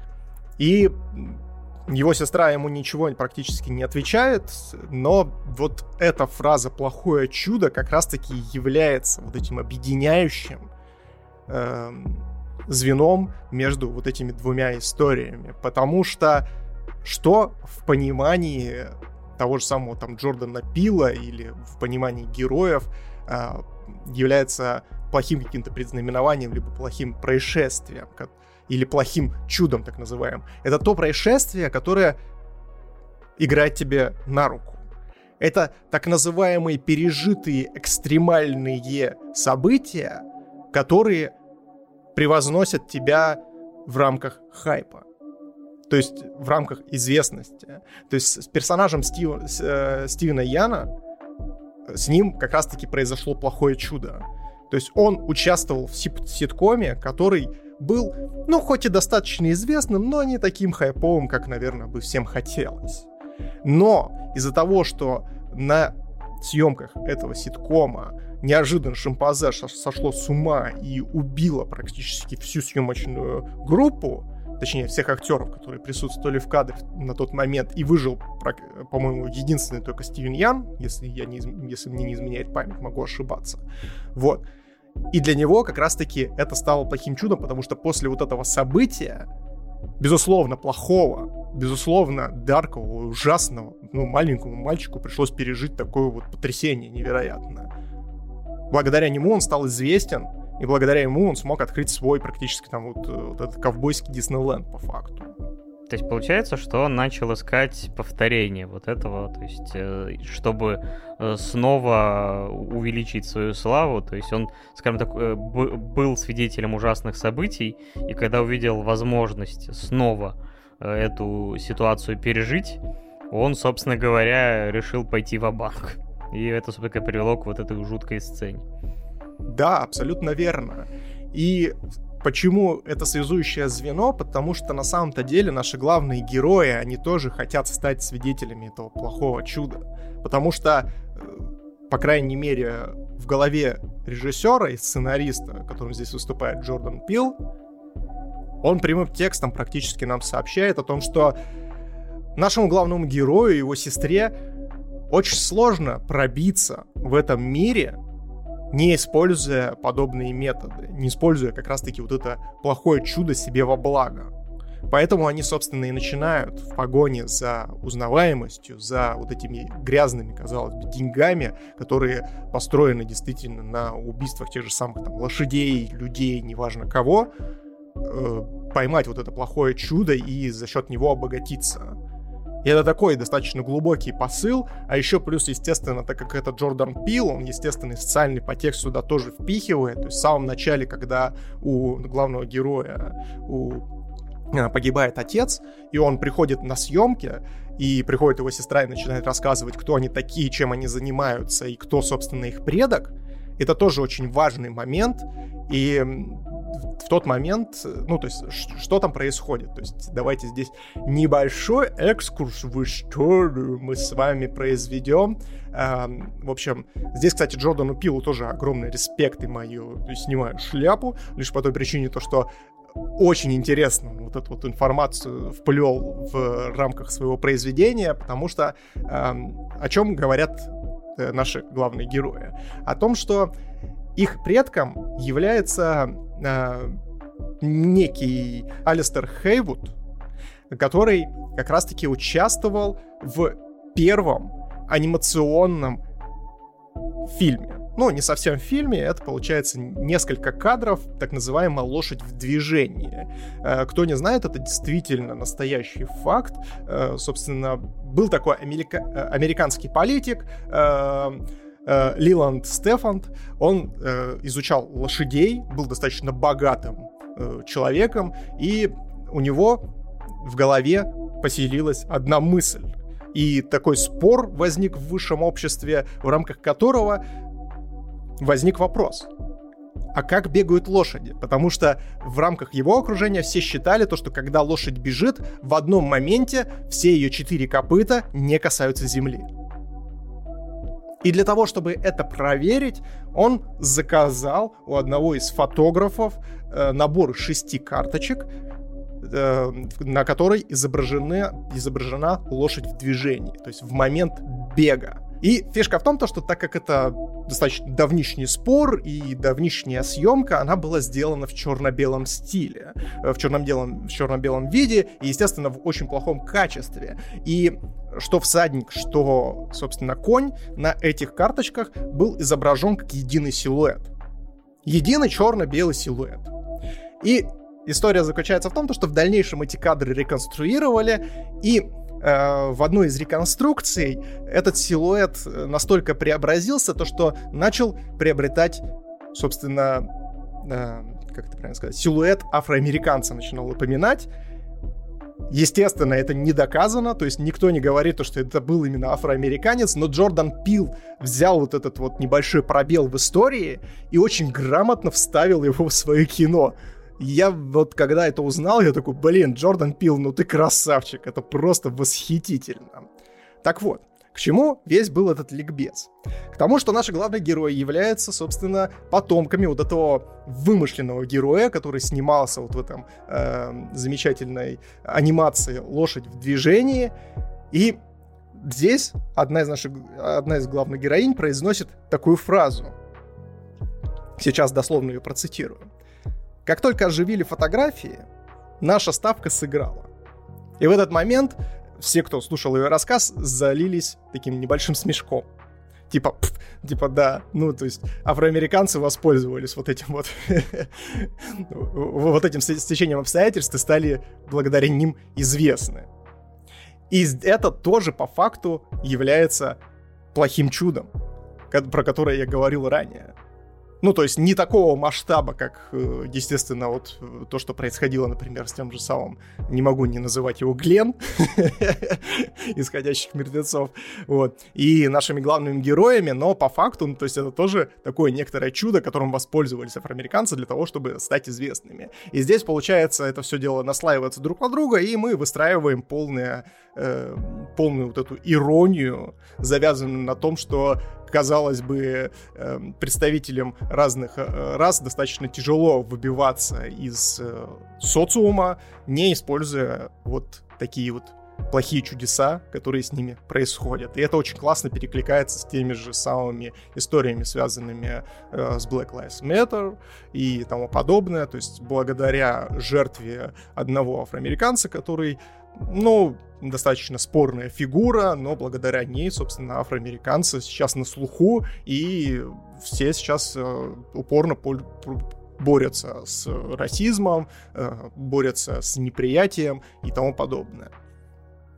и его сестра ему ничего практически не отвечает, но вот эта фраза «плохое чудо» как раз-таки является вот этим объединяющим э, звеном между вот этими двумя историями. Потому что что в понимании того же самого там Джордана Пила или в понимании героев э, является плохим каким-то предзнаменованием, либо плохим происшествием, или плохим чудом, так называемым. Это то происшествие, которое играет тебе на руку. Это так называемые пережитые экстремальные события, которые превозносят тебя в рамках хайпа. То есть в рамках известности. То есть с персонажем Стив, с, э, Стивена Яна, с ним как раз-таки произошло плохое чудо. То есть он участвовал в ситкоме, который был, ну, хоть и достаточно известным, но не таким хайповым, как, наверное, бы всем хотелось. Но из-за того, что на съемках этого ситкома неожиданно шимпанзе сошло с ума и убило практически всю съемочную группу, точнее, всех актеров, которые присутствовали в кадре на тот момент, и выжил, по-моему, единственный только Стивен Ян, если, я не, если мне не изменяет память, могу ошибаться. Вот. И для него как раз-таки это стало плохим чудом, потому что после вот этого события, безусловно, плохого, безусловно, даркого, ужасного, ну, маленькому мальчику пришлось пережить такое вот потрясение невероятное. Благодаря нему он стал известен, и благодаря ему он смог открыть свой практически там вот, вот этот ковбойский Диснейленд по факту. То есть получается, что он начал искать повторение вот этого, то есть чтобы снова увеличить свою славу, то есть он, скажем так, был свидетелем ужасных событий, и когда увидел возможность снова эту ситуацию пережить, он, собственно говоря, решил пойти ва-банк. И это, собственно, привело к вот этой жуткой сцене. Да, абсолютно верно. И почему это связующее звено? Потому что на самом-то деле наши главные герои, они тоже хотят стать свидетелями этого плохого чуда. Потому что, по крайней мере, в голове режиссера и сценариста, которым здесь выступает Джордан Пил, он прямым текстом практически нам сообщает о том, что нашему главному герою и его сестре очень сложно пробиться в этом мире, не используя подобные методы, не используя как раз-таки вот это плохое чудо себе во благо. Поэтому они, собственно, и начинают в погоне за узнаваемостью, за вот этими грязными, казалось бы, деньгами, которые построены действительно на убийствах тех же самых там лошадей, людей, неважно кого, э, поймать вот это плохое чудо и за счет него обогатиться. И это такой достаточно глубокий посыл, а еще плюс, естественно, так как это Джордан Пил, он, естественно, социальный подтекст сюда тоже впихивает. То есть в самом начале, когда у главного героя, у погибает отец, и он приходит на съемки, и приходит его сестра и начинает рассказывать, кто они такие, чем они занимаются, и кто, собственно, их предок. Это тоже очень важный момент, и в тот момент, ну, то есть, что там происходит? То есть, давайте здесь небольшой экскурс в историю мы с вами произведем. В общем, здесь, кстати, Джордану Пилу тоже огромный респект и мою, то есть, снимаю шляпу, лишь по той причине, то, что очень интересно вот эту вот информацию вплел в рамках своего произведения, потому что о чем говорят наши главные герои? О том, что их предком является э, некий Алистер Хейвуд, который как раз-таки участвовал в первом анимационном фильме. Ну, не совсем в фильме, это, получается, несколько кадров, так называемая «Лошадь в движении». Э, кто не знает, это действительно настоящий факт. Э, собственно, был такой америка- американский политик, э, э, Лиланд Стефанд. Он э, изучал лошадей, был достаточно богатым э, человеком, и у него в голове поселилась одна мысль. И такой спор возник в высшем обществе, в рамках которого возник вопрос: а как бегают лошади? Потому что в рамках его окружения все считали то, что когда лошадь бежит, в одном моменте все ее четыре копыта не касаются земли. И для того, чтобы это проверить, он заказал у одного из фотографов э, набор шести карточек, э, на которой изображены, изображена лошадь в движении, то есть в момент бега. И фишка в том, что так как это достаточно давнишний спор и давнишняя съемка, она была сделана в черно-белом стиле, в черно-белом, в черно-белом виде и, естественно, в очень плохом качестве. И что всадник, что, собственно, конь на этих карточках был изображен как единый силуэт. Единый черно-белый силуэт. И история заключается в том, что в дальнейшем эти кадры реконструировали, и в одной из реконструкций этот силуэт настолько преобразился, то что начал приобретать, собственно, как это правильно сказать, силуэт афроамериканца начинал напоминать. Естественно, это не доказано, то есть никто не говорит, что это был именно афроамериканец, но Джордан Пил взял вот этот вот небольшой пробел в истории и очень грамотно вставил его в свое кино. Я вот когда это узнал, я такой: блин, Джордан Пил, ну ты красавчик, это просто восхитительно. Так вот, к чему весь был этот ликбез? К тому, что наши главные герои являются, собственно, потомками вот этого вымышленного героя, который снимался вот в этом э, замечательной анимации «Лошадь в движении». И здесь одна из наших, одна из главных героинь произносит такую фразу. Сейчас дословно ее процитирую. Как только оживили фотографии, наша ставка сыграла. И в этот момент все, кто слушал ее рассказ, залились таким небольшим смешком. Типа, пф, типа, да, ну, то есть афроамериканцы воспользовались вот этим вот вот этим стечением обстоятельств и стали благодаря ним известны. И это тоже по факту является плохим чудом, про которое я говорил ранее. Ну, то есть не такого масштаба, как, естественно, вот то, что происходило, например, с тем же самым, не могу не называть его, Глен, исходящих мертвецов, вот, и нашими главными героями, но по факту, ну, то есть это тоже такое некоторое чудо, которым воспользовались афроамериканцы для того, чтобы стать известными. И здесь, получается, это все дело наслаивается друг на друга, и мы выстраиваем полное, э, полную вот эту иронию, завязанную на том, что, казалось бы, э, представителям разных э, рас достаточно тяжело выбиваться из э, социума, не используя вот такие вот плохие чудеса, которые с ними происходят. И это очень классно перекликается с теми же самыми историями, связанными э, с Black Lives Matter и тому подобное. То есть благодаря жертве одного афроамериканца, который, ну, достаточно спорная фигура, но благодаря ней, собственно, афроамериканцы сейчас на слуху, и все сейчас э, упорно пол- борются с расизмом, э, борются с неприятием и тому подобное.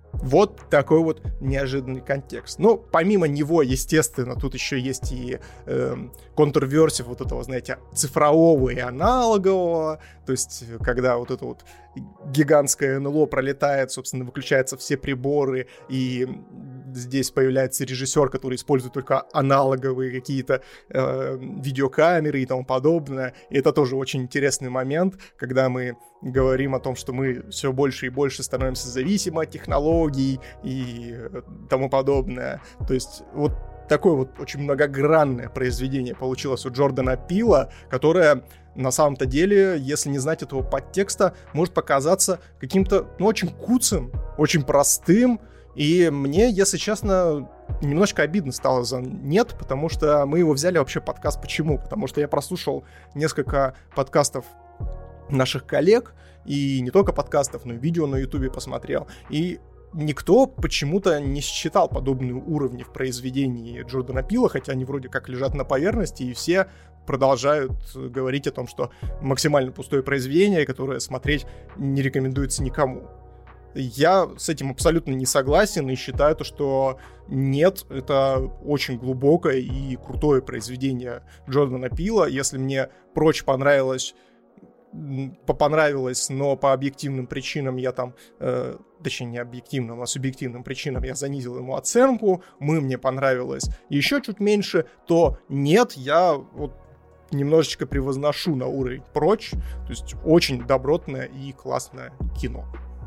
Вот такой вот неожиданный контекст. Но помимо него, естественно, тут еще есть и э, контрверсия вот этого, знаете, цифрового и аналогового. То есть, когда вот это вот гигантское эн эл о пролетает, собственно, выключаются все приборы, и здесь появляется режиссер, который использует только аналоговые какие-то э, видеокамеры и тому подобное. И это тоже очень интересный момент, когда мы говорим о том, что мы все больше и больше становимся зависимы от технологий и тому подобное. То есть вот такое вот очень многогранное произведение получилось у Джордана Пила, которое на самом-то деле, если не знать этого подтекста, может показаться каким-то, ну, очень куцым, очень простым. И мне, если честно, немножко обидно стало за «Нет», потому что мы его взяли вообще подкаст. Почему? Потому что я прослушал несколько подкастов наших коллег, и не только подкастов, но и видео на Ютубе посмотрел. И никто почему-то не считал подобные уровни в произведении Джордана Пила, хотя они вроде как лежат на поверхности, и все продолжают говорить о том, что максимально пустое произведение, которое смотреть не рекомендуется никому. Я с этим абсолютно не согласен и считаю, то, что «Нет», это очень глубокое и крутое произведение Джордана Пила. Если мне «Прочь» понравилось, понравилось, но по объективным причинам я там, э, точнее не объективным, а субъективным причинам я занизил ему оценку, «Мы» мне понравилось еще чуть меньше, то «Нет», я вот немножечко превозношу на уровень «Прочь». То есть очень добротное и классное кино.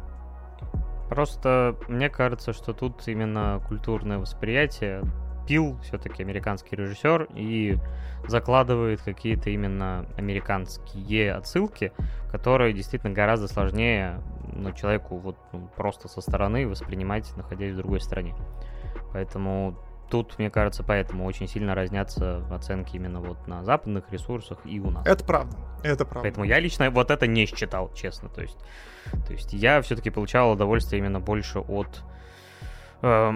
Просто мне кажется, что тут именно культурное восприятие. Пил все-таки американский режиссер и закладывает какие-то именно американские отсылки, которые действительно гораздо сложнее, ну, человеку вот, ну, просто со стороны воспринимать, находясь в другой стране. Поэтому тут, мне кажется, поэтому очень сильно разнятся оценки именно вот на западных ресурсах и у нас. Это правда, это правда. Поэтому я лично вот это не считал, честно. То есть, то есть я все-таки получал удовольствие именно больше от э,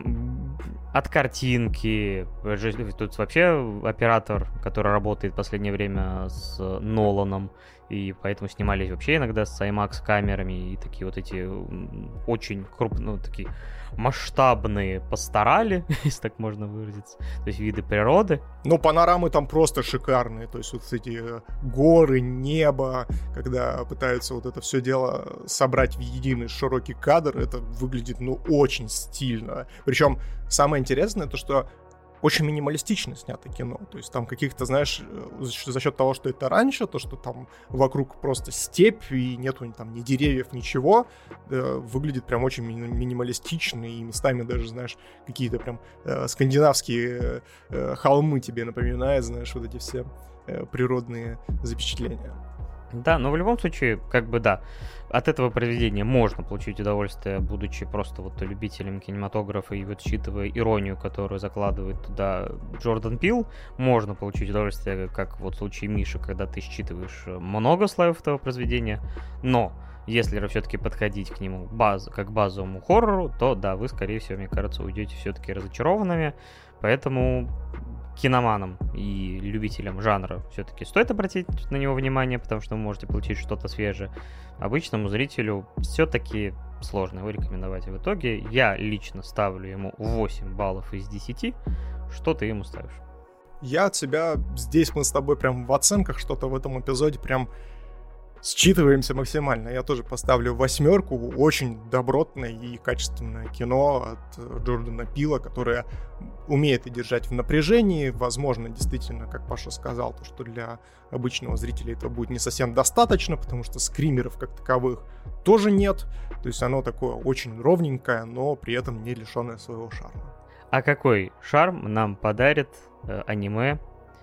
от картинки. Тут вообще оператор, который работает в последнее время с Ноланом, и поэтому снимались вообще иногда с IMAX камерами, и такие вот эти очень крупные, ну, такие масштабные пасторали, если так можно выразиться, то есть виды природы. Ну, панорамы там просто шикарные, то есть вот эти горы, небо, когда пытаются вот это все дело собрать в единый широкий кадр, это выглядит, ну, очень стильно. Причем самое интересное, то что очень минималистично снято кино. То есть там каких-то, знаешь, за счет того, что это раньше, то, что там вокруг просто степь и нету там ни деревьев, ничего, э, выглядит прям очень ми- минималистично, и местами даже, знаешь, какие-то прям э, скандинавские э, холмы тебе напоминают, знаешь, вот эти все э, природные запечатления. Да, но в любом случае, как бы да, от этого произведения можно получить удовольствие, будучи просто вот любителем кинематографа и вот считывая иронию, которую закладывает туда Джордан Пил, можно получить удовольствие, как вот в случае Миши, когда ты считываешь много слоев этого произведения, но если все-таки подходить к нему баз, как к базовому хоррору, то да, вы, скорее всего, мне кажется, уйдете все-таки разочарованными, поэтому киноманам и любителям жанра все-таки стоит обратить на него внимание, потому что вы можете получить что-то свежее. Обычному зрителю все-таки сложно его рекомендовать. В итоге я лично ставлю ему восемь баллов из десяти. Что ты ему ставишь? Я от себя, здесь мы с тобой прям в оценках что-то в этом эпизоде прям считываемся максимально. Я тоже поставлю восьмерку. Очень добротное и качественное кино от Джордана Пила, которое умеет и держать в напряжении. Возможно, действительно, как Паша сказал, то, что для обычного зрителя этого будет не совсем достаточно, потому что скримеров как таковых тоже нет. То есть оно такое очень ровненькое, но при этом не лишенное своего шарма. А какой шарм нам подарит э, аниме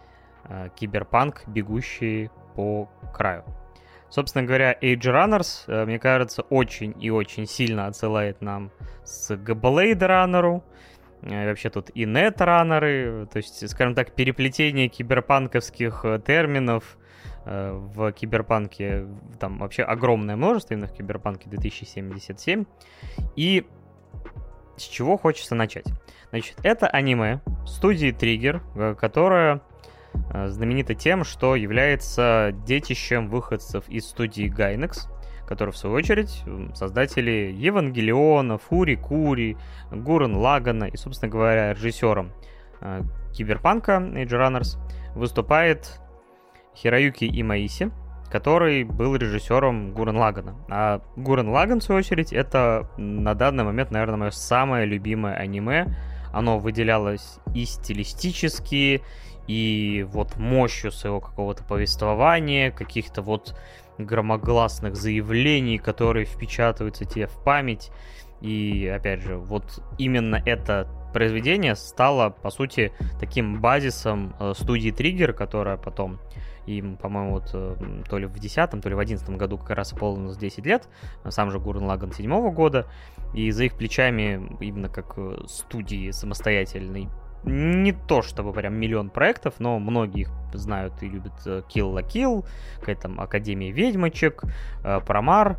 э, Киберпанк, бегущий по краю? Собственно говоря, Age Runners, мне кажется, очень и очень сильно отсылает нам с к Blade Runner, вообще тут и Netrunner, то есть, скажем так, переплетение киберпанковских терминов в Киберпанке, там вообще огромное множество именно в Киберпанке две тысячи семьдесят семь. И с чего хочется начать? Значит, это аниме студии Trigger, которая знаменита тем, что является детищем выходцев из студии Gainax, которые, в свою очередь, создатели Евангелиона, Фури Кури, Гуррен Лагана и, собственно говоря, режиссером Киберпанка Edge Runners выступает Хироюки Имаиси, который был режиссером Гуррен Лагана. А Гуррен Лаган, в свою очередь, это на данный момент, наверное, мое самое любимое аниме. Оно выделялось и стилистически, и вот мощью своего какого-то повествования, каких-то вот громогласных заявлений, которые впечатываются тебе в память. И, опять же, вот именно это произведение стало, по сути, таким базисом студии Trigger, которая потом им, по-моему, вот то ли в десятом, то ли в одиннадцатом году как раз исполнилось десять лет, сам же Гуррен Лаган седьмого года, и за их плечами именно как студии самостоятельной не то чтобы прям миллион проектов, но многие их знают и любят. Kill la Kill, какая-то там Академия ведьмочек, Промар,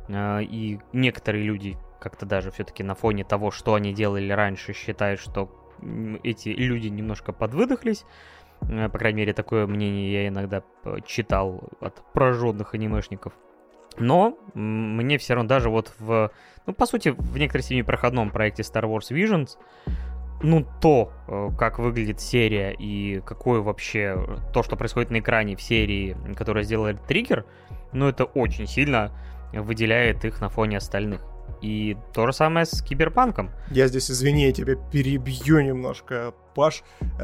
и некоторые люди как-то даже все-таки на фоне того, что они делали раньше, считают, что эти люди немножко подвыдохлись. По крайней мере, такое мнение я иногда читал от прожженных анимешников. Но мне все равно даже вот в, ну, по сути, в некоторой степени проходном проекте Star Wars Visions, ну, то, как выглядит серия и какое вообще то, что происходит на экране в серии, которую сделали Trigger, ну, это очень сильно выделяет их на фоне остальных. И то же самое с Киберпанком. Я здесь, извини, я тебя перебью немножко, Паш.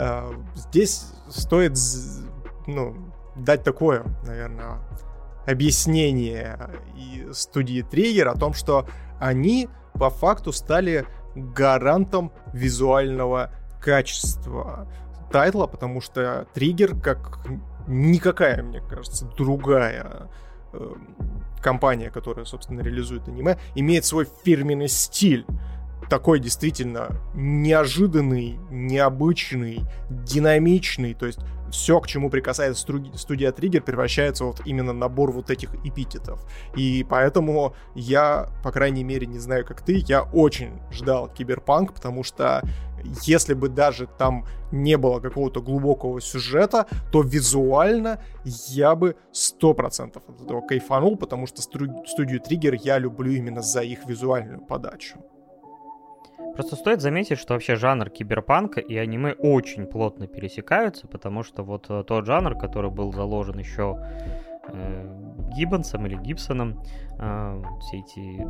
Здесь стоит, ну, дать такое, наверное, объяснение и студии Trigger о том, что они по факту стали гарантом визуального качества тайтла, потому что Trigger, как никакая, мне кажется, другая э, компания, которая, собственно, реализует аниме, имеет свой фирменный стиль. Такой действительно неожиданный, необычный, динамичный. То есть все, к чему прикасается студия Trigger, превращается вот именно набор вот этих эпитетов. И поэтому я, по крайней мере, не знаю, как ты, я очень ждал Киберпанк, потому что если бы даже там не было какого-то глубокого сюжета, то визуально я бы сто процентов от этого кайфанул, потому что студию Trigger я люблю именно за их визуальную подачу. Просто стоит заметить, что вообще жанр киберпанка и аниме очень плотно пересекаются, потому что вот тот жанр, который был заложен еще э, Гиббонсом или Гибсоном, э, все эти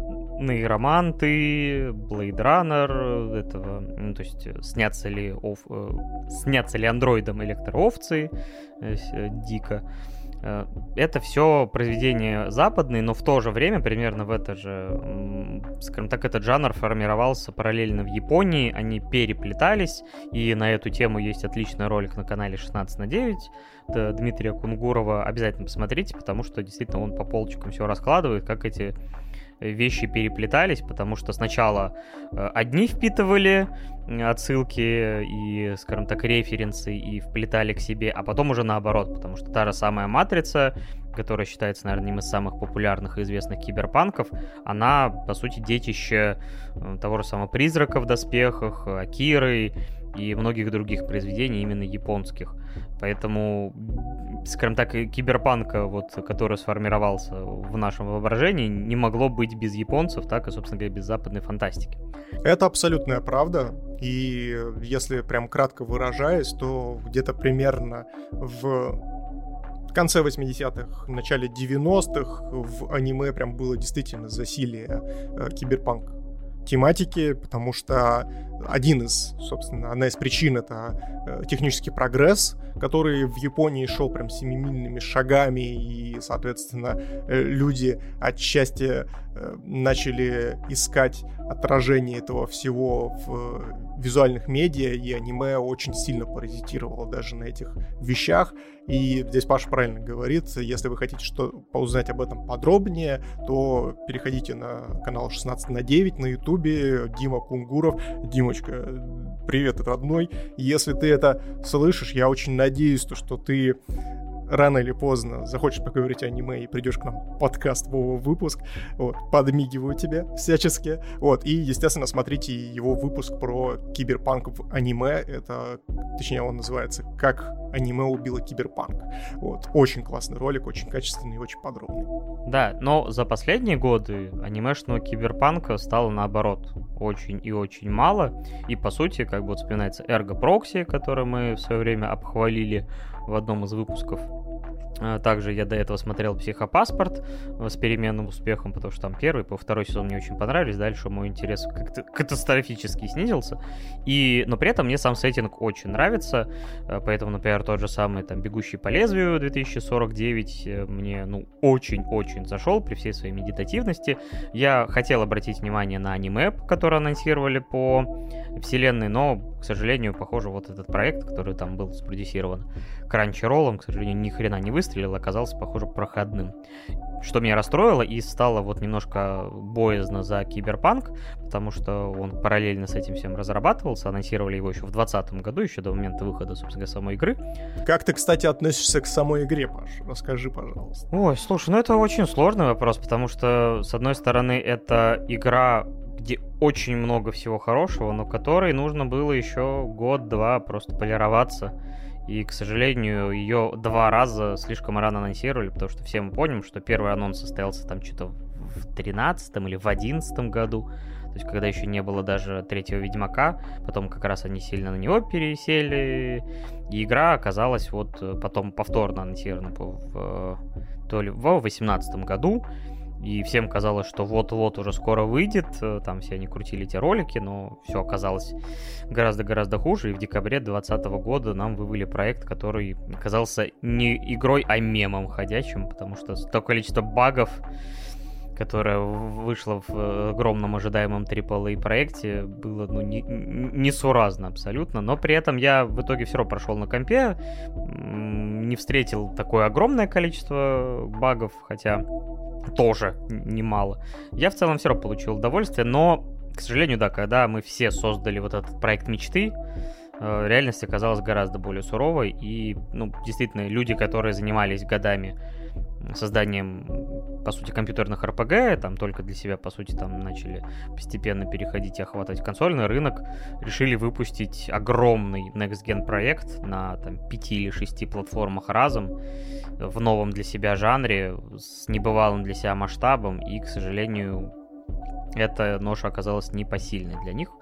нейроманты, Blade Runner, этого, ну, то есть снятся ли, оф, э, снятся ли андроидом электроовцы, э, дико. Это все произведения западные, но в то же время, примерно в это же, скажем так, этот жанр формировался параллельно в Японии, они переплетались, и на эту тему есть отличный ролик на канале шестнадцать на девять Дмитрия Кунгурова, обязательно посмотрите, потому что действительно он по полочкам все раскладывает, как эти вещи переплетались, потому что сначала одни впитывали отсылки и, скажем так, референсы и вплетали к себе, а потом уже наоборот, потому что та же самая «Матрица», которая считается, наверное, одним из самых популярных и известных киберпанков, она, по сути, детище того же самого «Призрака в доспехах», «Акиры» и многих других произведений, именно японских. Поэтому, скажем так, киберпанка, вот, который сформировался в нашем воображении, не могло быть без японцев, так и, собственно говоря, без западной фантастики. Это абсолютная правда. И если прям кратко выражаясь, то где-то примерно в конце восьмидесятых, в начале девяностых в аниме прям было действительно засилие э, киберпанк тематики, потому что один из, собственно, одна из причин — это э, технический прогресс, который в Японии шел прям семимильными шагами, и, соответственно, э, люди отчасти э, начали искать отражение этого всего в визуальных медиа, и аниме очень сильно паразитировало даже на этих вещах. И здесь Паша правильно говорит, если вы хотите что узнать об этом подробнее, то переходите на канал шестнадцать на девять на ютубе, Дима Кунгуров. Димочка, привет, родной. Если ты это слышишь, я очень надеюсь, что ты рано или поздно захочешь поговорить о аниме и придешь к нам в подкаст, в выпуск. Вот, подмигиваю тебе всячески. Вот, и, естественно, смотрите его выпуск про киберпанк в аниме. Это, точнее, он называется «Как аниме убило киберпанк. Вот. Очень классный ролик, очень качественный и очень подробный. Да, но за последние годы анимешного киберпанка стало наоборот очень и очень мало. И по сути, как бы вот вспоминается Ergo Proxy, который мы в свое время обхвалили в одном из выпусков. Также я до этого смотрел «Психопаспорт» с переменным успехом, потому что там первый, по второй сезон мне очень понравились, дальше мой интерес как-то катастрофически снизился. И, но при этом мне сам сеттинг очень нравится, поэтому, например, тот же самый там «Бегущий по лезвию» две тысячи сорок девять мне, ну, очень-очень зашел при всей своей медитативности. Я хотел обратить внимание на аниме, которое анонсировали по вселенной, но, к сожалению, похоже, вот этот проект, который там был спродюсирован Crunchyroll'ом, к сожалению, ни хрена не выстрелил, оказался, похоже, проходным. Что меня расстроило и стало вот немножко боязно за Киберпанк, потому что он параллельно с этим всем разрабатывался, анонсировали его еще в двадцатом году, еще до момента выхода, собственно, самой игры. Как ты, кстати, относишься к самой игре, Паш? Расскажи, пожалуйста. Ой, слушай, ну это очень сложный вопрос, потому что, с одной стороны, это игра, где очень много всего хорошего, но которой нужно было еще год-два просто полироваться. И, к сожалению, ее два раза слишком рано анонсировали, потому что все мы помним, что первый анонс состоялся там что-то в тринадцатом или в одиннадцатом году, то есть когда еще не было даже третьего Ведьмака, потом как раз они сильно на него пересели, и игра оказалась вот потом повторно анонсирована в, то ли в восемнадцатом году, и всем казалось, что вот-вот уже скоро выйдет, там все они крутили эти ролики, но все оказалось гораздо-гораздо хуже, и в декабре двадцатого года нам вывели проект, который оказался не игрой, а мемом ходячим, потому что то количество багов, которое вышло в огромном ожидаемом три эй проекте, было ну, не, несуразно абсолютно, но при этом я в итоге все равно прошел на компе, не встретил такое огромное количество багов, хотя тоже немало. Я в целом все равно получил удовольствие, но, к сожалению, да, когда мы все создали вот этот проект мечты, реальность оказалась гораздо более суровой, и, ну, действительно, люди, которые занимались годами созданием, по сути, компьютерных эр пи джи, там только для себя, по сути, там начали постепенно переходить и охватывать консольный рынок, решили выпустить огромный next-gen проект на там пяти или шести платформах разом, в новом для себя жанре, с небывалым для себя масштабом, и, к сожалению, эта ноша оказалась непосильной для них.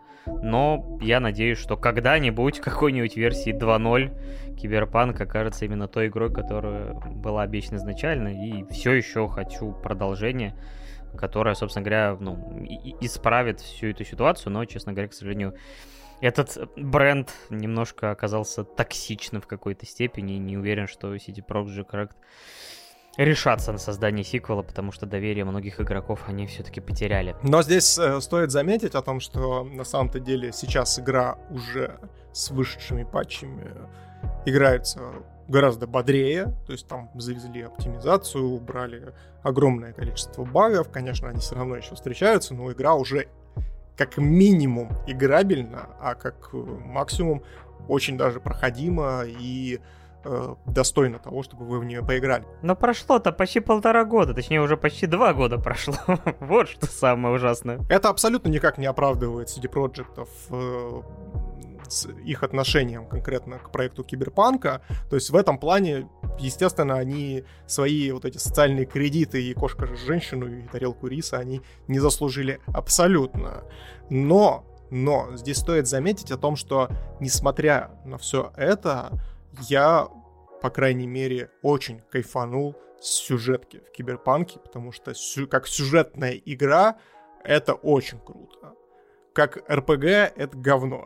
Но я надеюсь, что когда-нибудь в какой-нибудь версии два ноль Киберпанк окажется именно той игрой, которая была обещана изначально, и все еще хочу продолжение, которое, собственно говоря, ну, и- исправит всю эту ситуацию, но, честно говоря, к сожалению, этот бренд немножко оказался токсичным в какой-то степени, и не уверен, что си ди Projekt Red решаться на создание сиквела, потому что доверие многих игроков они все-таки потеряли. Но здесь э, стоит заметить о том, что на самом-то деле сейчас игра уже с вышедшими патчами играется гораздо бодрее, то есть там завезли оптимизацию, убрали огромное количество багов, конечно, они все равно еще встречаются, но игра уже как минимум играбельна, а как максимум очень даже проходима и достойно того, чтобы вы в нее поиграли. Но прошло-то почти полтора года, точнее уже почти два года прошло. Вот что самое ужасное. Это абсолютно никак не оправдывает си ди Projekt'ов э, с их отношением конкретно к проекту Киберпанка. То есть в этом плане, естественно, они свои вот эти социальные кредиты и кошка же женщину, и тарелку риса они не заслужили абсолютно. Но, но здесь стоит заметить о том, что несмотря на все это, я, по крайней мере, очень кайфанул с сюжетки в Киберпанке, потому что сю- как сюжетная игра это очень круто. Как эр пи джи это говно.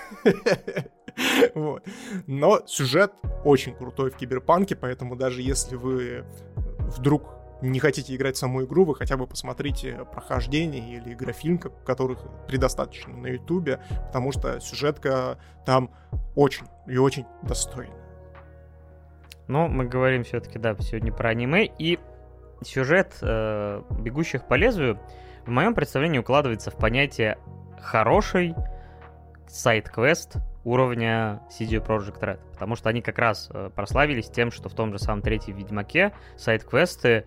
Вот. Но сюжет очень крутой в Киберпанке, поэтому даже если вы вдруг не хотите играть в саму игру, вы хотя бы посмотрите прохождение или игрофильм, которых предостаточно на Ютубе, потому что сюжетка там очень и очень достойная. Ну, мы говорим все-таки, да, сегодня про аниме, и сюжет э, «Бегущих по лезвию» в моем представлении укладывается в понятие «хороший сайд-квест» уровня си ди Projekt Red, потому что они как раз э, прославились тем, что в том же самом третьем Ведьмаке сайд-квесты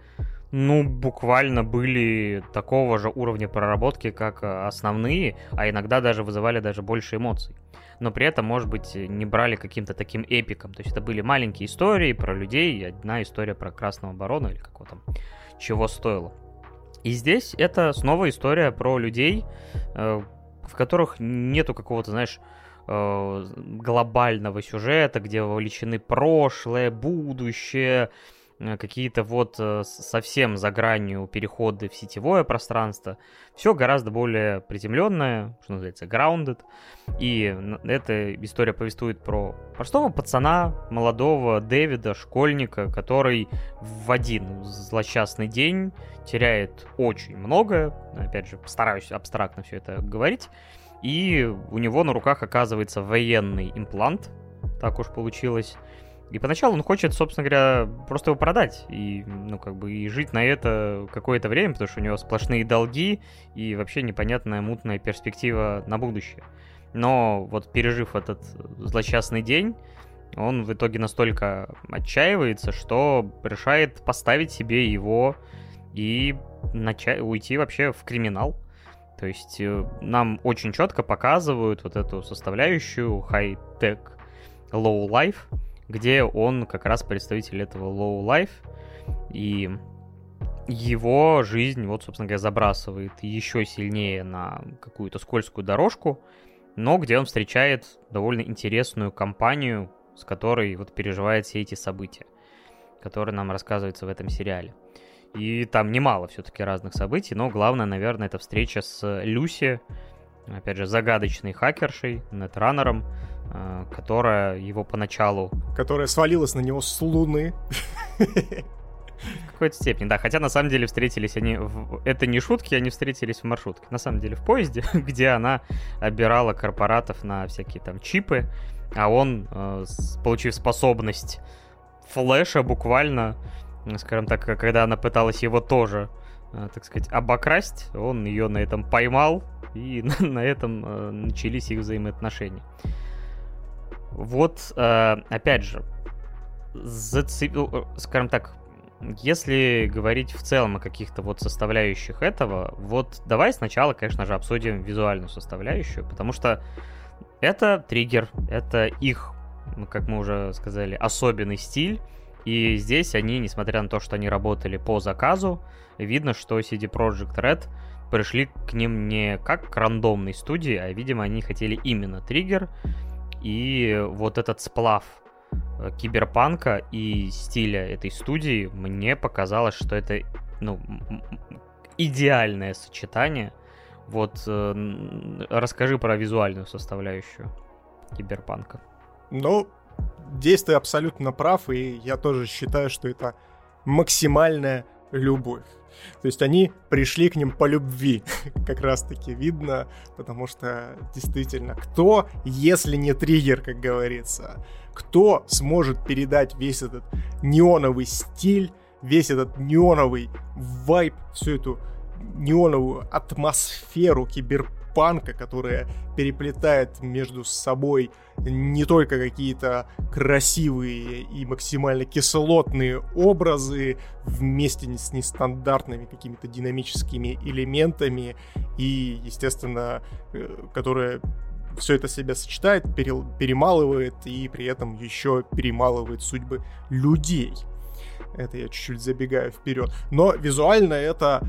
Ну, буквально были такого же уровня проработки, как основные, а иногда даже вызывали даже больше эмоций. Но при этом, может быть, не брали каким-то таким эпиком. То есть это были маленькие истории про людей, и одна история про Красного Барона, или как его там, чего стоило. И здесь это снова история про людей, в которых нету какого-то, знаешь, глобального сюжета, где вовлечены прошлое, будущее, какие-то вот совсем за гранью переходы в сетевое пространство. Все гораздо более приземленное, что называется, grounded. И эта история повествует про простого пацана, молодого Дэвида, школьника, который в один злосчастный день теряет очень многое. Опять же, стараюсь абстрактно все это говорить. И у него на руках оказывается военный имплант. Так уж получилось. И поначалу он хочет, собственно говоря, просто его продать и, ну, как бы, и жить на это какое-то время, потому что у него сплошные долги и вообще непонятная мутная перспектива на будущее. Но вот пережив этот злосчастный день, он в итоге настолько отчаивается, что решает поставить себе его и начать уйти вообще в криминал. То есть нам очень четко показывают вот эту составляющую high-tech, low-life, где он как раз представитель этого low life, и его жизнь, вот, собственно говоря, забрасывает еще сильнее на какую-то скользкую дорожку, но где он встречает довольно интересную компанию, с которой вот переживает все эти события, которые нам рассказываются в этом сериале. И там немало все-таки разных событий, но главное, наверное, это встреча с Люси, опять же, загадочной хакершей, нетранером, которая его поначалу... Которая свалилась на него с луны. В какой-то степени, да. Хотя, на самом деле, встретились они... В... Это не шутки, они встретились в маршрутке. На самом деле, в поезде, где она обирала корпоратов на всякие там чипы, а он, получив способность флэша, буквально, скажем так, когда она пыталась его тоже, так сказать, обокрасть, он ее на этом поймал, и на этом начались их взаимоотношения. Вот, э, опять же, зацепил, скажем так, если говорить в целом о каких-то вот составляющих этого, вот давай сначала, конечно же, обсудим визуальную составляющую, потому что это триггер, это их, как мы уже сказали, особенный стиль, и здесь они, несмотря на то, что они работали по заказу, видно, что си ди Projekt Red пришли к ним не как к рандомной студии, а, видимо, они хотели именно триггер. И вот этот сплав киберпанка и стиля этой студии, мне показалось, что это, ну, идеальное сочетание. Вот э, расскажи про визуальную составляющую киберпанка. Ну, здесь ты абсолютно прав, и я тоже считаю, что это максимальная любовь. То есть они пришли к ним по любви, как раз-таки видно, потому что действительно, кто, если не триггер, как говорится, кто сможет передать весь этот неоновый стиль, весь этот неоновый вайб, всю эту неоновую атмосферу киберпанка, которая переплетает между собой не только какие-то красивые и максимально кислотные образы вместе с нестандартными какими-то динамическими элементами и, естественно, которая все это себя сочетает, перемалывает и при этом еще перемалывает судьбы людей. Это я чуть-чуть забегаю вперед. Но визуально это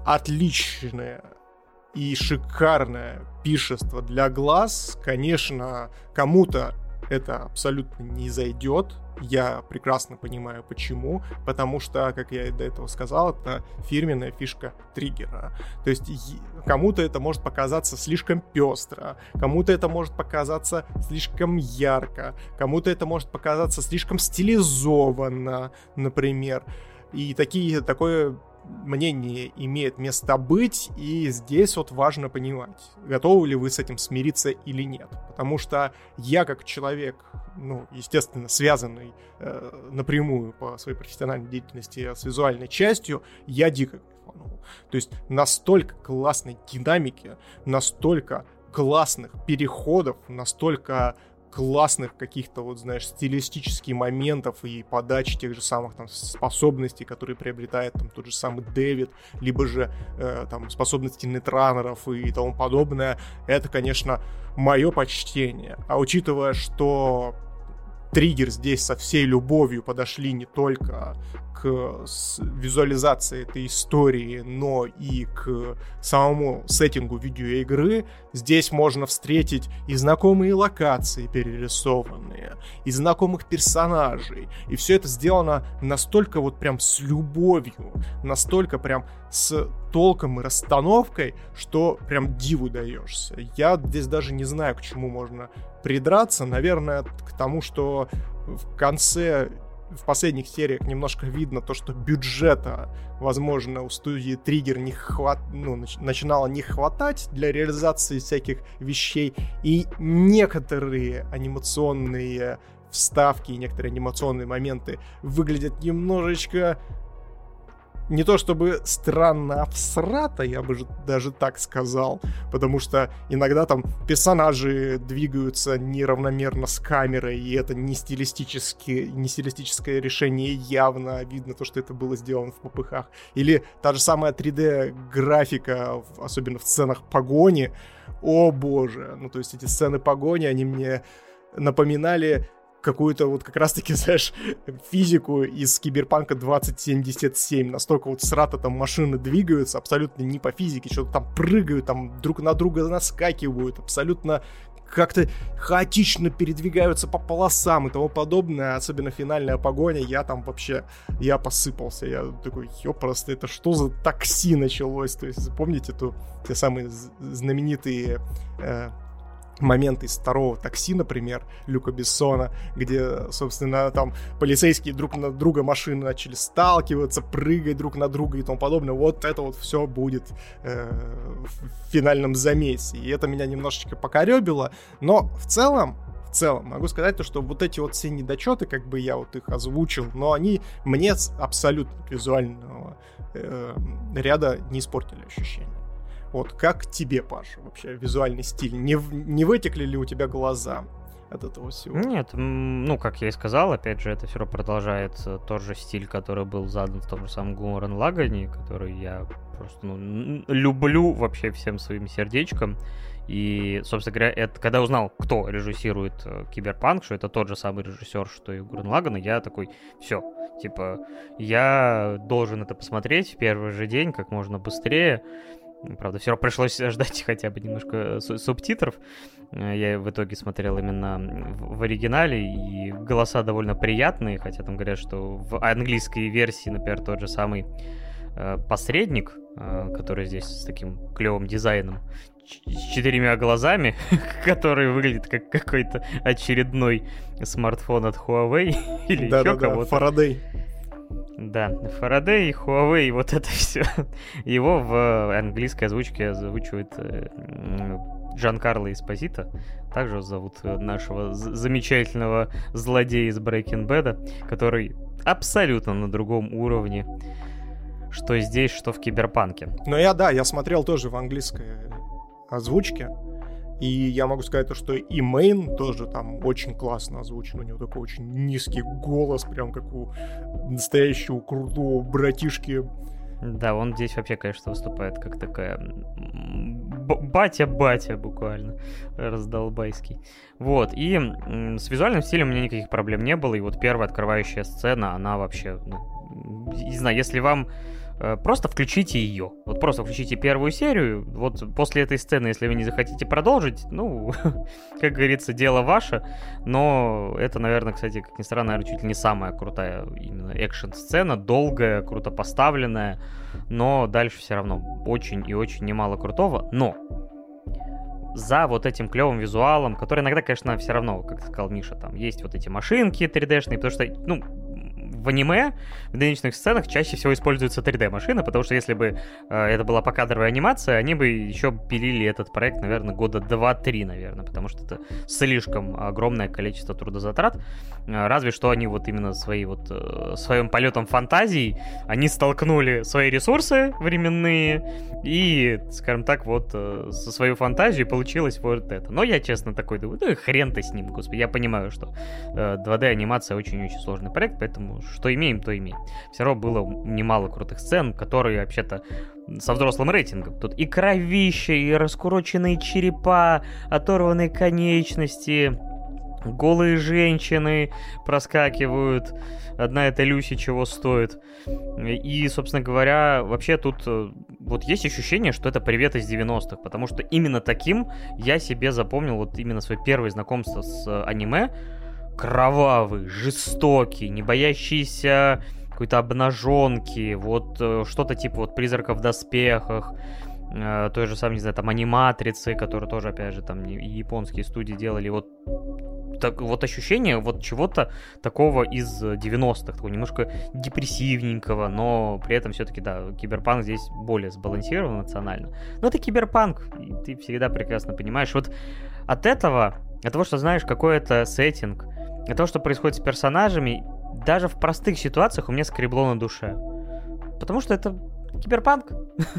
отличное и шикарное пиршество для глаз. Конечно, кому-то это абсолютно не зайдет. Я прекрасно понимаю, почему. Потому что, как я до этого сказал, это фирменная фишка триггера. То есть кому-то это может показаться слишком пестро, кому-то это может показаться слишком ярко, кому-то это может показаться слишком стилизованно, например. И такие, такое мнение имеет место быть, и здесь вот важно понимать, готовы ли вы с этим смириться или нет. Потому что я, как человек, ну, естественно, связанный э, напрямую по своей профессиональной деятельности с визуальной частью, я дико кайфанул. То есть настолько классной динамики, настолько классных переходов, настолько классных каких-то, вот знаешь, стилистических моментов и подачи тех же самых там способностей, которые приобретает там тот же самый Дэвид, либо же э, там способности нетранеров и тому подобное, это, конечно, мое почтение. А учитывая, что Триггер здесь со всей любовью подошли не только к визуализации этой истории, но и к самому сеттингу видеоигры, здесь можно встретить и знакомые локации перерисованные, и знакомых персонажей. И все это сделано настолько вот прям с любовью, настолько прям с толком и расстановкой, что прям диву даешься. Я здесь даже не знаю, к чему можно придраться. Наверное, к тому, что в конце, в последних сериях немножко видно то, что бюджета, возможно, у студии Trigger не хват... ну, нач... начинало не хватать для реализации всяких вещей, и некоторые анимационные вставки и некоторые анимационные моменты выглядят немножечко не то чтобы странно, а всрато, я бы даже так сказал, потому что иногда там персонажи двигаются неравномерно с камерой, и это не стилистически, не стилистическое решение, явно видно то, что это было сделано в попыхах. Или та же самая три дэ-графика, особенно в сценах погони, о боже, ну то есть эти сцены погони, они мне напоминали какую-то вот как раз-таки, знаешь, физику из Киберпанка двадцать семьдесят семь. Настолько вот срато там машины двигаются, абсолютно не по физике, что-то там прыгают, там друг на друга наскакивают, абсолютно как-то хаотично передвигаются по полосам и тому подобное. Особенно финальная погоня, я там вообще, я посыпался. Я такой, ёпросто, это что за такси началось? То есть, помните ту, те самые знаменитые... Э, моменты из второго такси, например, Люка Бессона, где, собственно, там полицейские друг на друга машины начали сталкиваться, прыгать друг на друга и тому подобное. Вот это вот все будет э, в финальном замесе. И это меня немножечко покорёбило. Но в целом, в целом, могу сказать то, что вот эти вот все недочеты, как бы я вот их озвучил, но они мне абсолютно визуального э, ряда не испортили ощущения. Вот, как тебе, Паша, вообще визуальный стиль? Не, не вытекли ли у тебя глаза от этого всего? Нет, ну, как я и сказал, опять же, это все равно продолжает тот же стиль, который был задан в том же самом Гуррен Лаганне, который я просто, ну, люблю вообще всем своим сердечком. И, собственно говоря, это, когда узнал, кто режиссирует э, Киберпанк, что это тот же самый режиссер, что и Гуррен Лаганн, я такой, все, типа, я должен это посмотреть в первый же день, как можно быстрее. Правда, все равно пришлось ждать хотя бы немножко субтитров. Я в итоге смотрел именно в оригинале, и голоса довольно приятные, хотя там говорят, что в английской версии, например, тот же самый э, посредник, э, который здесь с таким клевым дизайном, ч- с четырьмя глазами, который выглядит как какой-то очередной смартфон от Huawei или еще кого-то. Фарадей. Да, Фарадей, Huawei, вот это все. Его в английской озвучке озвучивает Джанкарло Эспозито. Также зовут нашего замечательного злодея из Breaking Bad, который абсолютно на другом уровне, что здесь, что в Киберпанке. Ну я, да, я смотрел тоже в английской озвучке. И я могу сказать то, что и Мэйн тоже там очень классно озвучен. У него такой очень низкий голос, прям как у настоящего крутого братишки. Да, он здесь вообще, конечно, выступает как такая батя-батя буквально, раздолбайский. Вот, и м- с визуальным стилем у меня никаких проблем не было. И вот первая открывающая сцена, она вообще, ну, не знаю, если вам... Просто включите ее. Вот просто включите первую серию. Вот после этой сцены, если вы не захотите продолжить, ну, как говорится, дело ваше. Но это, наверное, кстати, как ни странно, наверное, чуть ли не самая крутая именно экшн-сцена. Долгая, круто поставленная. Но дальше все равно очень и очень немало крутого. Но за вот этим клевым визуалом, который иногда, конечно, все равно, как сказал Миша, там есть вот эти машинки три дэ-шные, потому что, ну, в аниме, в динамичных сценах чаще всего используется три дэ-машина, потому что если бы э, это была покадровая анимация, они бы еще пилили этот проект, наверное, года два-три, наверное, потому что это слишком огромное количество трудозатрат. Э, разве что они вот именно свои вот, э, своим полетом фантазий, они столкнули свои ресурсы временные и, скажем так, вот э, со свою фантазию получилось вот это. Но я, честно, такой думаю, да хрен ты с ним, господи, я понимаю, что э, два дэ-анимация очень-очень сложный проект, поэтому что имеем, то имеем. Все равно было немало крутых сцен, которые вообще-то со взрослым рейтингом. Тут и кровища, и раскуроченные черепа, оторванные конечности, голые женщины проскакивают. Одна эта Люси чего стоит. И, собственно говоря, вообще тут вот есть ощущение, что это привет из девяностых, потому что именно таким я себе запомнил вот именно свое первое знакомство с аниме. Кровавый, жестокий, не боящийся какой-то обнаженки, вот э, что-то типа вот «Призрака в доспехах», э, той же самой, не знаю, там, «Аниматрицы», которые тоже, опять же, там, японские студии делали, вот, так, вот ощущение вот чего-то такого из девяностых, такого немножко депрессивненького, но при этом все-таки, да, киберпанк здесь более сбалансирован эмоционально. Но это киберпанк, и ты всегда прекрасно понимаешь, вот от этого, от того, что знаешь, какой это сеттинг, от того, что происходит с персонажами, даже в простых ситуациях у меня скребло на душе. Потому что это киберпанк.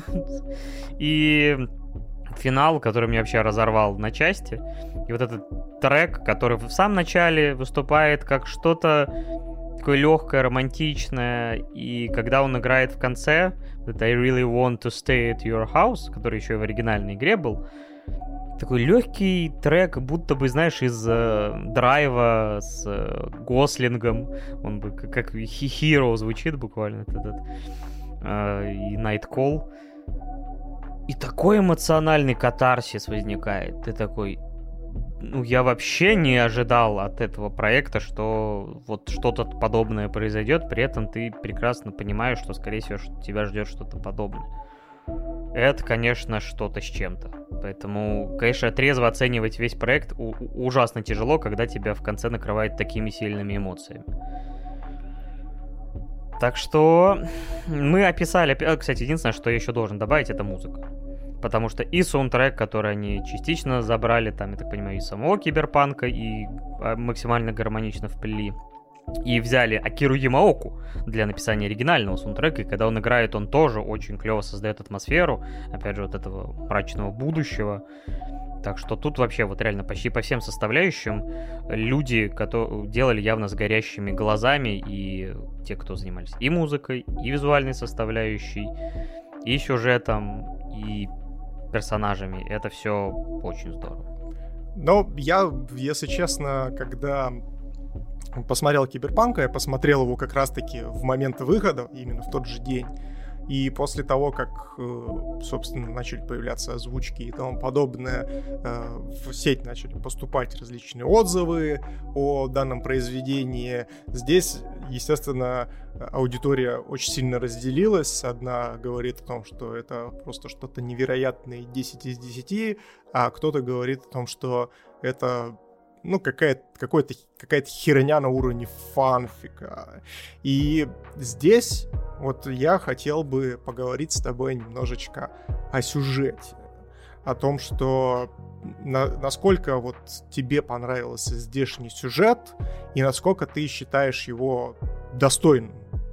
И финал, который меня вообще разорвал на части, и вот этот трек, который в самом начале выступает как что-то такое легкое, романтичное, и когда он играет в конце, это I really want to stay at your house, который еще и в оригинальной игре был, такой легкий трек, будто бы, знаешь, из э, драйва с э, Гослингом. Он бы как, как Hero звучит буквально. Этот, э, и Nightcall. И такой эмоциональный катарсис возникает. Ты такой... Ну, я вообще не ожидал от этого проекта, что вот что-то подобное произойдет. При этом ты прекрасно понимаешь, что, скорее всего, тебя ждет что-то подобное. Это, конечно, что-то с чем-то. Поэтому, конечно, трезво оценивать весь проект у- ужасно тяжело, когда тебя в конце накрывает такими сильными эмоциями. Так что мы описали... Кстати, единственное, что я еще должен добавить, это музыка. Потому что и саундтрек, который они частично забрали, там, я так понимаю, и самого киберпанка, и максимально гармонично вплели. И взяли Акиру Ямаоку для написания оригинального саундтрека, и когда он играет, он тоже очень клево создает атмосферу, опять же, вот этого мрачного будущего. Так что тут вообще вот реально почти по всем составляющим люди, которые делали явно с горящими глазами, и те, кто занимались и музыкой, и визуальной составляющей, и сюжетом, и персонажами. Это все очень здорово. Но я, если честно, когда посмотрел Киберпанка, я посмотрел его как раз-таки в момент выхода, именно в тот же день. И после того, как, собственно, начали появляться озвучки и тому подобное, в сеть начали поступать различные отзывы о данном произведении. Здесь, естественно, аудитория очень сильно разделилась. Одна говорит о том, что это просто что-то невероятное, десять из десяти, а кто-то говорит о том, что это... ну, какая-то, какая-то, какая-то херня на уровне фанфика. И здесь вот я хотел бы поговорить с тобой немножечко о сюжете. О том, что на, насколько вот тебе понравился здешний сюжет, и насколько ты считаешь его достойным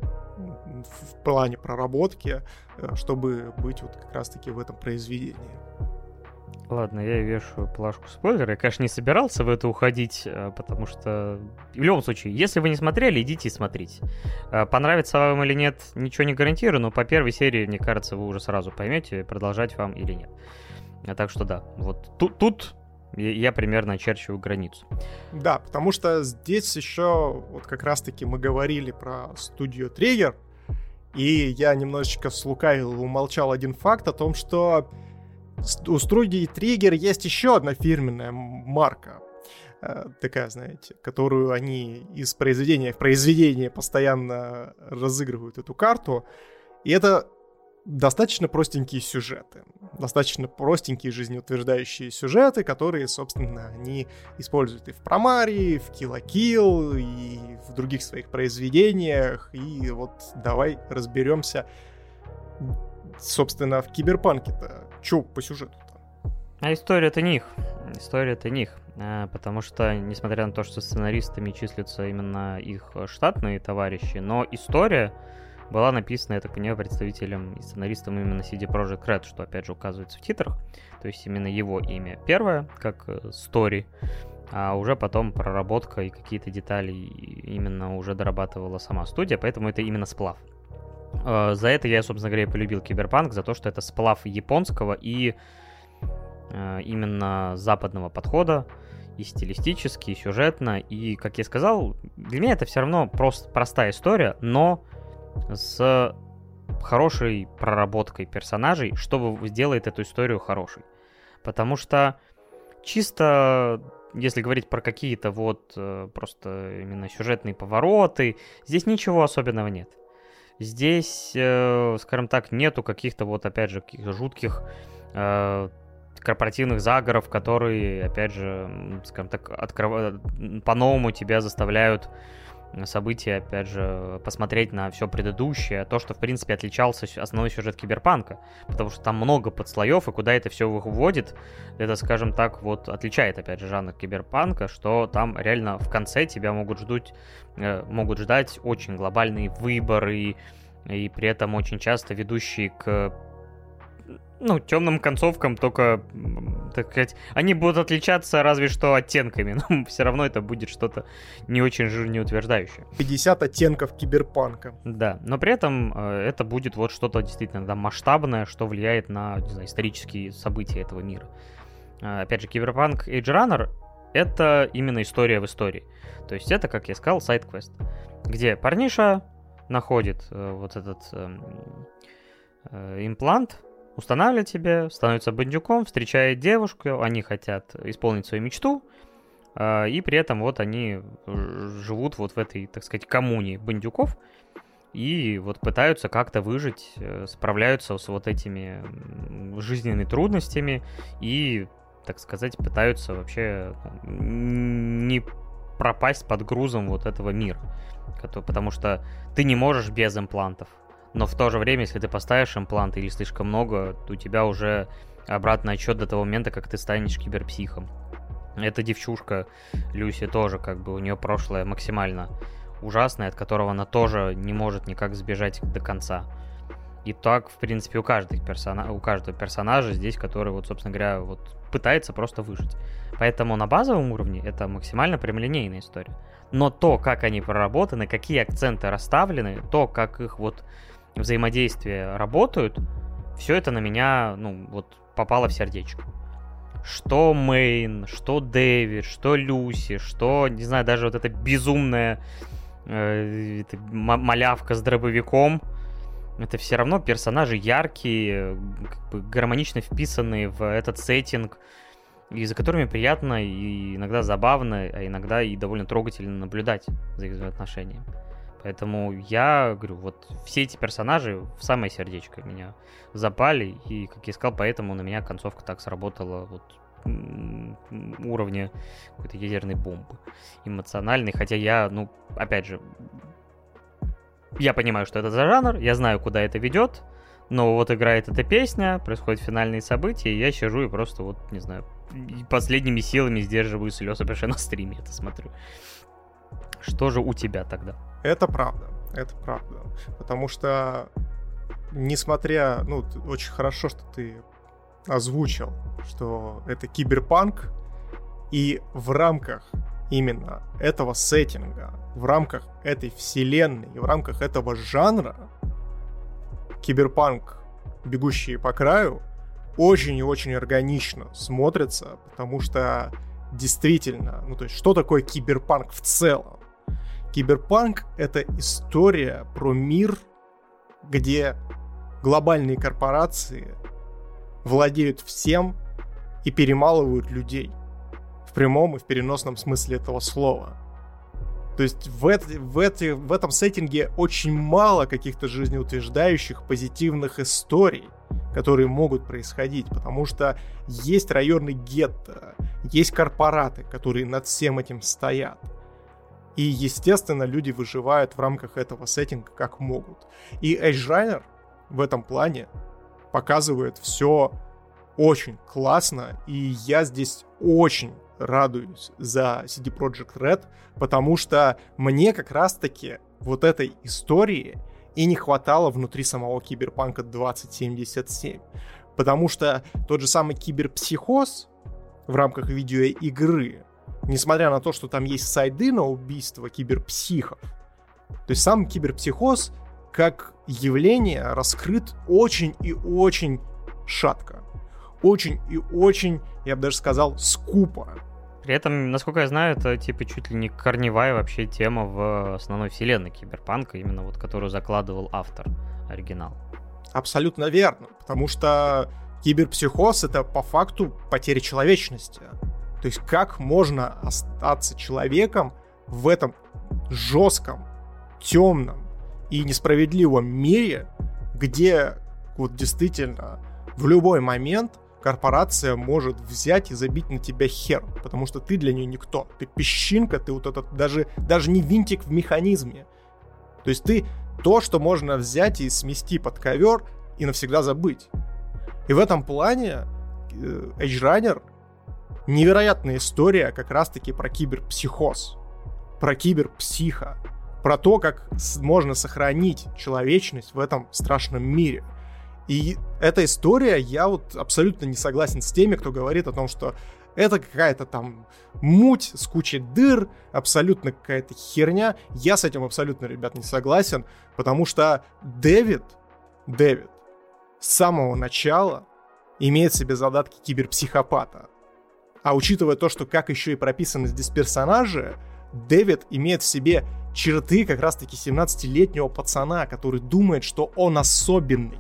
в плане проработки, чтобы быть вот как раз-таки в этом произведении. Ладно, я вешаю плашку спойлера. Я, конечно, не собирался в это уходить, потому что... В любом случае, если вы не смотрели, идите и смотрите. Понравится вам или нет, ничего не гарантирую, но по первой серии, мне кажется, вы уже сразу поймете, продолжать вам или нет. Так что да, вот тут, тут я примерно очерчиваю границу. Да, потому что здесь еще вот как раз-таки мы говорили про студию Trigger, и я немножечко слукавил и умолчал один факт о том, что у студии Trigger есть еще одна фирменная марка, такая, знаете, которую они из произведения в произведение постоянно разыгрывают эту карту. И это достаточно простенькие сюжеты. Достаточно простенькие жизнеутверждающие сюжеты, которые, собственно, они используют и в Промари, и в Kill la Kill, и в других своих произведениях. И вот давай разберемся, собственно, в Киберпанке-то. Чё по сюжету-то? А история-то не их. История-то не их. Потому что, несмотря на то, что сценаристами числятся именно их штатные товарищи, но история была написана, я так понимаю, представителем и сценаристом именно си ди Projekt Red, что опять же указывается в титрах. То есть именно его имя первое, как story, а уже потом проработка и какие-то детали именно уже дорабатывала сама студия, поэтому это именно сплав. За это я, собственно говоря, и полюбил Киберпанк, за то, что это сплав японского и именно западного подхода, и стилистически, и сюжетно, и, как я сказал, для меня это все равно просто простая история, но с хорошей проработкой персонажей, что сделает эту историю хорошей. Потому что чисто, если говорить про какие-то вот просто именно сюжетные повороты, здесь ничего особенного нет. Здесь, скажем так, нету каких-то вот, опять же, каких-то жутких корпоративных заговоров, которые, опять же, скажем так, открыв... по-новому тебя заставляют события, опять же, посмотреть на все предыдущее, то, что, в принципе, отличался основной сюжет Киберпанка, потому что там много подслоев, и куда это все выводит, это, скажем так, вот отличает, опять же, жанр Киберпанка, что там реально в конце тебя могут ждать, могут ждать очень глобальные выборы, и при этом очень часто ведущие к ну, темным концовкам, только, так сказать, они будут отличаться разве что оттенками, но все равно это будет что-то не очень жизнеутверждающее. пятьдесят оттенков Киберпанка. Да, но при этом э, это будет вот что-то действительно да, масштабное, что влияет на, не знаю, исторические события этого мира. Э, опять же, Киберпанк Edge Runner — это именно история в истории. То есть это, как я сказал, сайд-квест, где парниша находит э, вот этот э, э, имплант, устанавливает себе, становится бандюком, встречает девушку, они хотят исполнить свою мечту, э, и при этом вот они живут вот в этой, так сказать, коммуне бандюков, и вот пытаются как-то выжить, э, справляются с вот этими жизненными трудностями, и, так сказать, пытаются вообще не пропасть под грузом вот этого мира, потому что ты не можешь без имплантов. Но в то же время, если ты поставишь импланты или слишком много, то у тебя уже обратный отсчет до того момента, как ты станешь киберпсихом. Эта девчушка Люси тоже, как бы, у нее прошлое максимально ужасное, от которого она тоже не может никак сбежать до конца. И так, в принципе, у, каждой персона... у каждого персонажа здесь, который, вот, собственно говоря, вот, пытается просто выжить. Поэтому на базовом уровне это максимально прямолинейная история. Но то, как они проработаны, какие акценты расставлены, то, как их вот взаимодействия работают, все это на меня, ну, вот, попало в сердечко. Что Мэйн, что Дэвид, что Люси, что, не знаю, даже вот эта безумная э, эта малявка с дробовиком, это все равно персонажи яркие, как бы гармонично вписанные в этот сеттинг, и за которыми приятно и иногда забавно, а иногда и довольно трогательно наблюдать за их отношениями. Поэтому я говорю, вот все эти персонажи в самое сердечко меня запали, и, как я сказал, поэтому на меня концовка так сработала вот уровня какой-то ядерной бомбы эмоциональной, хотя я, ну, опять же, я понимаю, что это за жанр, я знаю, куда это ведет, но вот играет эта песня, происходят финальные события, и я сижу и просто вот, не знаю, последними силами сдерживаю слезы, потому что я на стриме это смотрю. Что же у тебя тогда? Это правда, это правда. Потому что, несмотря... Ну, очень хорошо, что ты озвучил, что это киберпанк, и в рамках именно этого сеттинга, в рамках этой вселенной, и в рамках этого жанра киберпанк «Бегущие по краю» очень и очень органично смотрится, потому что действительно, ну то есть что такое киберпанк в целом? Киберпанк — это история про мир, где глобальные корпорации владеют всем и перемалывают людей. В прямом и в переносном смысле этого слова. То есть в, это, в, это, в этом сеттинге очень мало каких-то жизнеутверждающих, позитивных историй, которые могут происходить, потому что есть районы гетто, есть корпораты, которые над всем этим стоят. И, естественно, люди выживают в рамках этого сеттинга как могут. И Edge в этом плане показывает все очень классно, и я здесь очень радуюсь за си ди Projekt Red, потому что мне как раз-таки вот этой истории и не хватало внутри самого Киберпанка двадцать семьдесят семь. Потому что тот же самый Киберпсихоз в рамках видеоигры, несмотря на то, что там есть сайды на убийство киберпсихов, то есть сам Киберпсихоз как явление раскрыт очень и очень шатко. Очень и очень, я бы даже сказал, скупо. При этом, насколько я знаю, это типа чуть ли не корневая вообще тема в основной вселенной Киберпанка, именно вот которую закладывал автор оригинал. Абсолютно верно, потому что Киберпсихоз — это по факту потеря человечности. То есть как можно остаться человеком в этом жестком, темном и несправедливом мире, где вот действительно в любой момент корпорация может взять и забить на тебя хер, потому что ты для нее никто. Ты песчинка, ты вот этот даже, даже не винтик в механизме. То есть ты то, что можно взять и смести под ковер и навсегда забыть. И в этом плане Edge Runner невероятная история как раз-таки про киберпсихоз, про киберпсиха, про то, как можно сохранить человечность в этом страшном мире. И эта история, я вот абсолютно не согласен с теми, кто говорит о том, что это какая-то там муть с кучей дыр, абсолютно какая-то херня. Я с этим абсолютно, ребят, не согласен, потому что Дэвид, Дэвид с самого начала имеет в себе задатки киберпсихопата. А учитывая то, что как еще и прописаны здесь персонажи, Дэвид имеет в себе черты как раз-таки семнадцатилетнего пацана, который думает, что он особенный.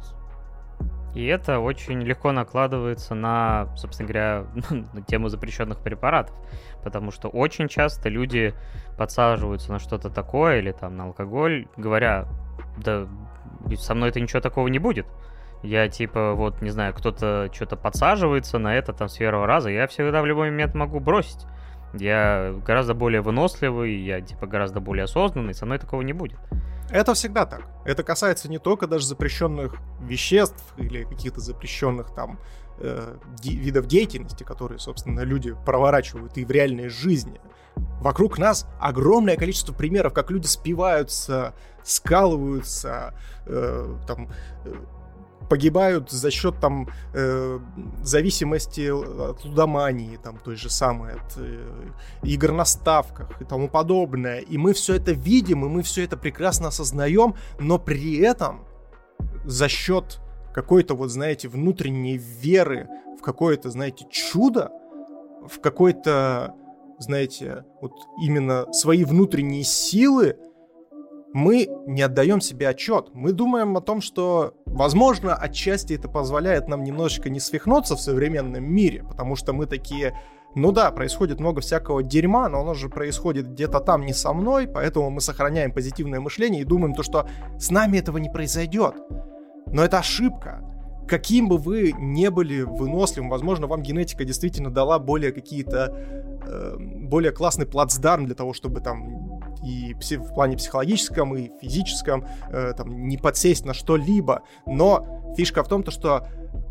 И это очень легко накладывается на, собственно говоря, на тему запрещенных препаратов, потому что очень часто люди подсаживаются на что-то такое или там на алкоголь, говоря, да со мной это ничего такого не будет. Я типа, вот, не знаю, кто-то что-то подсаживается на это там с первого раза, я всегда в любой момент могу бросить. Я гораздо более выносливый, я типа гораздо более осознанный, со мной такого не будет. Это всегда так. Это касается не только даже запрещенных веществ или каких-то запрещенных там э, ди- видов деятельности, которые, собственно, люди проворачивают и в реальной жизни. Вокруг нас огромное количество примеров, как люди спиваются, скалываются, э, там... Э, погибают за счет там э, зависимости от лудомании, там той же самой, от э, игр на ставках и тому подобное. И мы все это видим, и мы все это прекрасно осознаем, но при этом за счет какой-то, вот знаете, внутренней веры в какое-то, знаете, чудо, в какой-то, знаете, вот именно свои внутренние силы, мы не отдаем себе отчет. Мы думаем о том, что, возможно, отчасти это позволяет нам немножечко не свихнуться в современном мире, потому что мы такие, ну да, происходит много всякого дерьма, но оно же происходит где-то там не со мной, поэтому мы сохраняем позитивное мышление и думаем то, что с нами этого не произойдет. Но это ошибка. Каким бы вы не были выносливым, возможно, вам генетика действительно дала более какие-то, э, более классный плацдарм для того, чтобы там и в плане психологическом, и физическом э, там, не подсесть на что-либо. Но фишка в том, то, что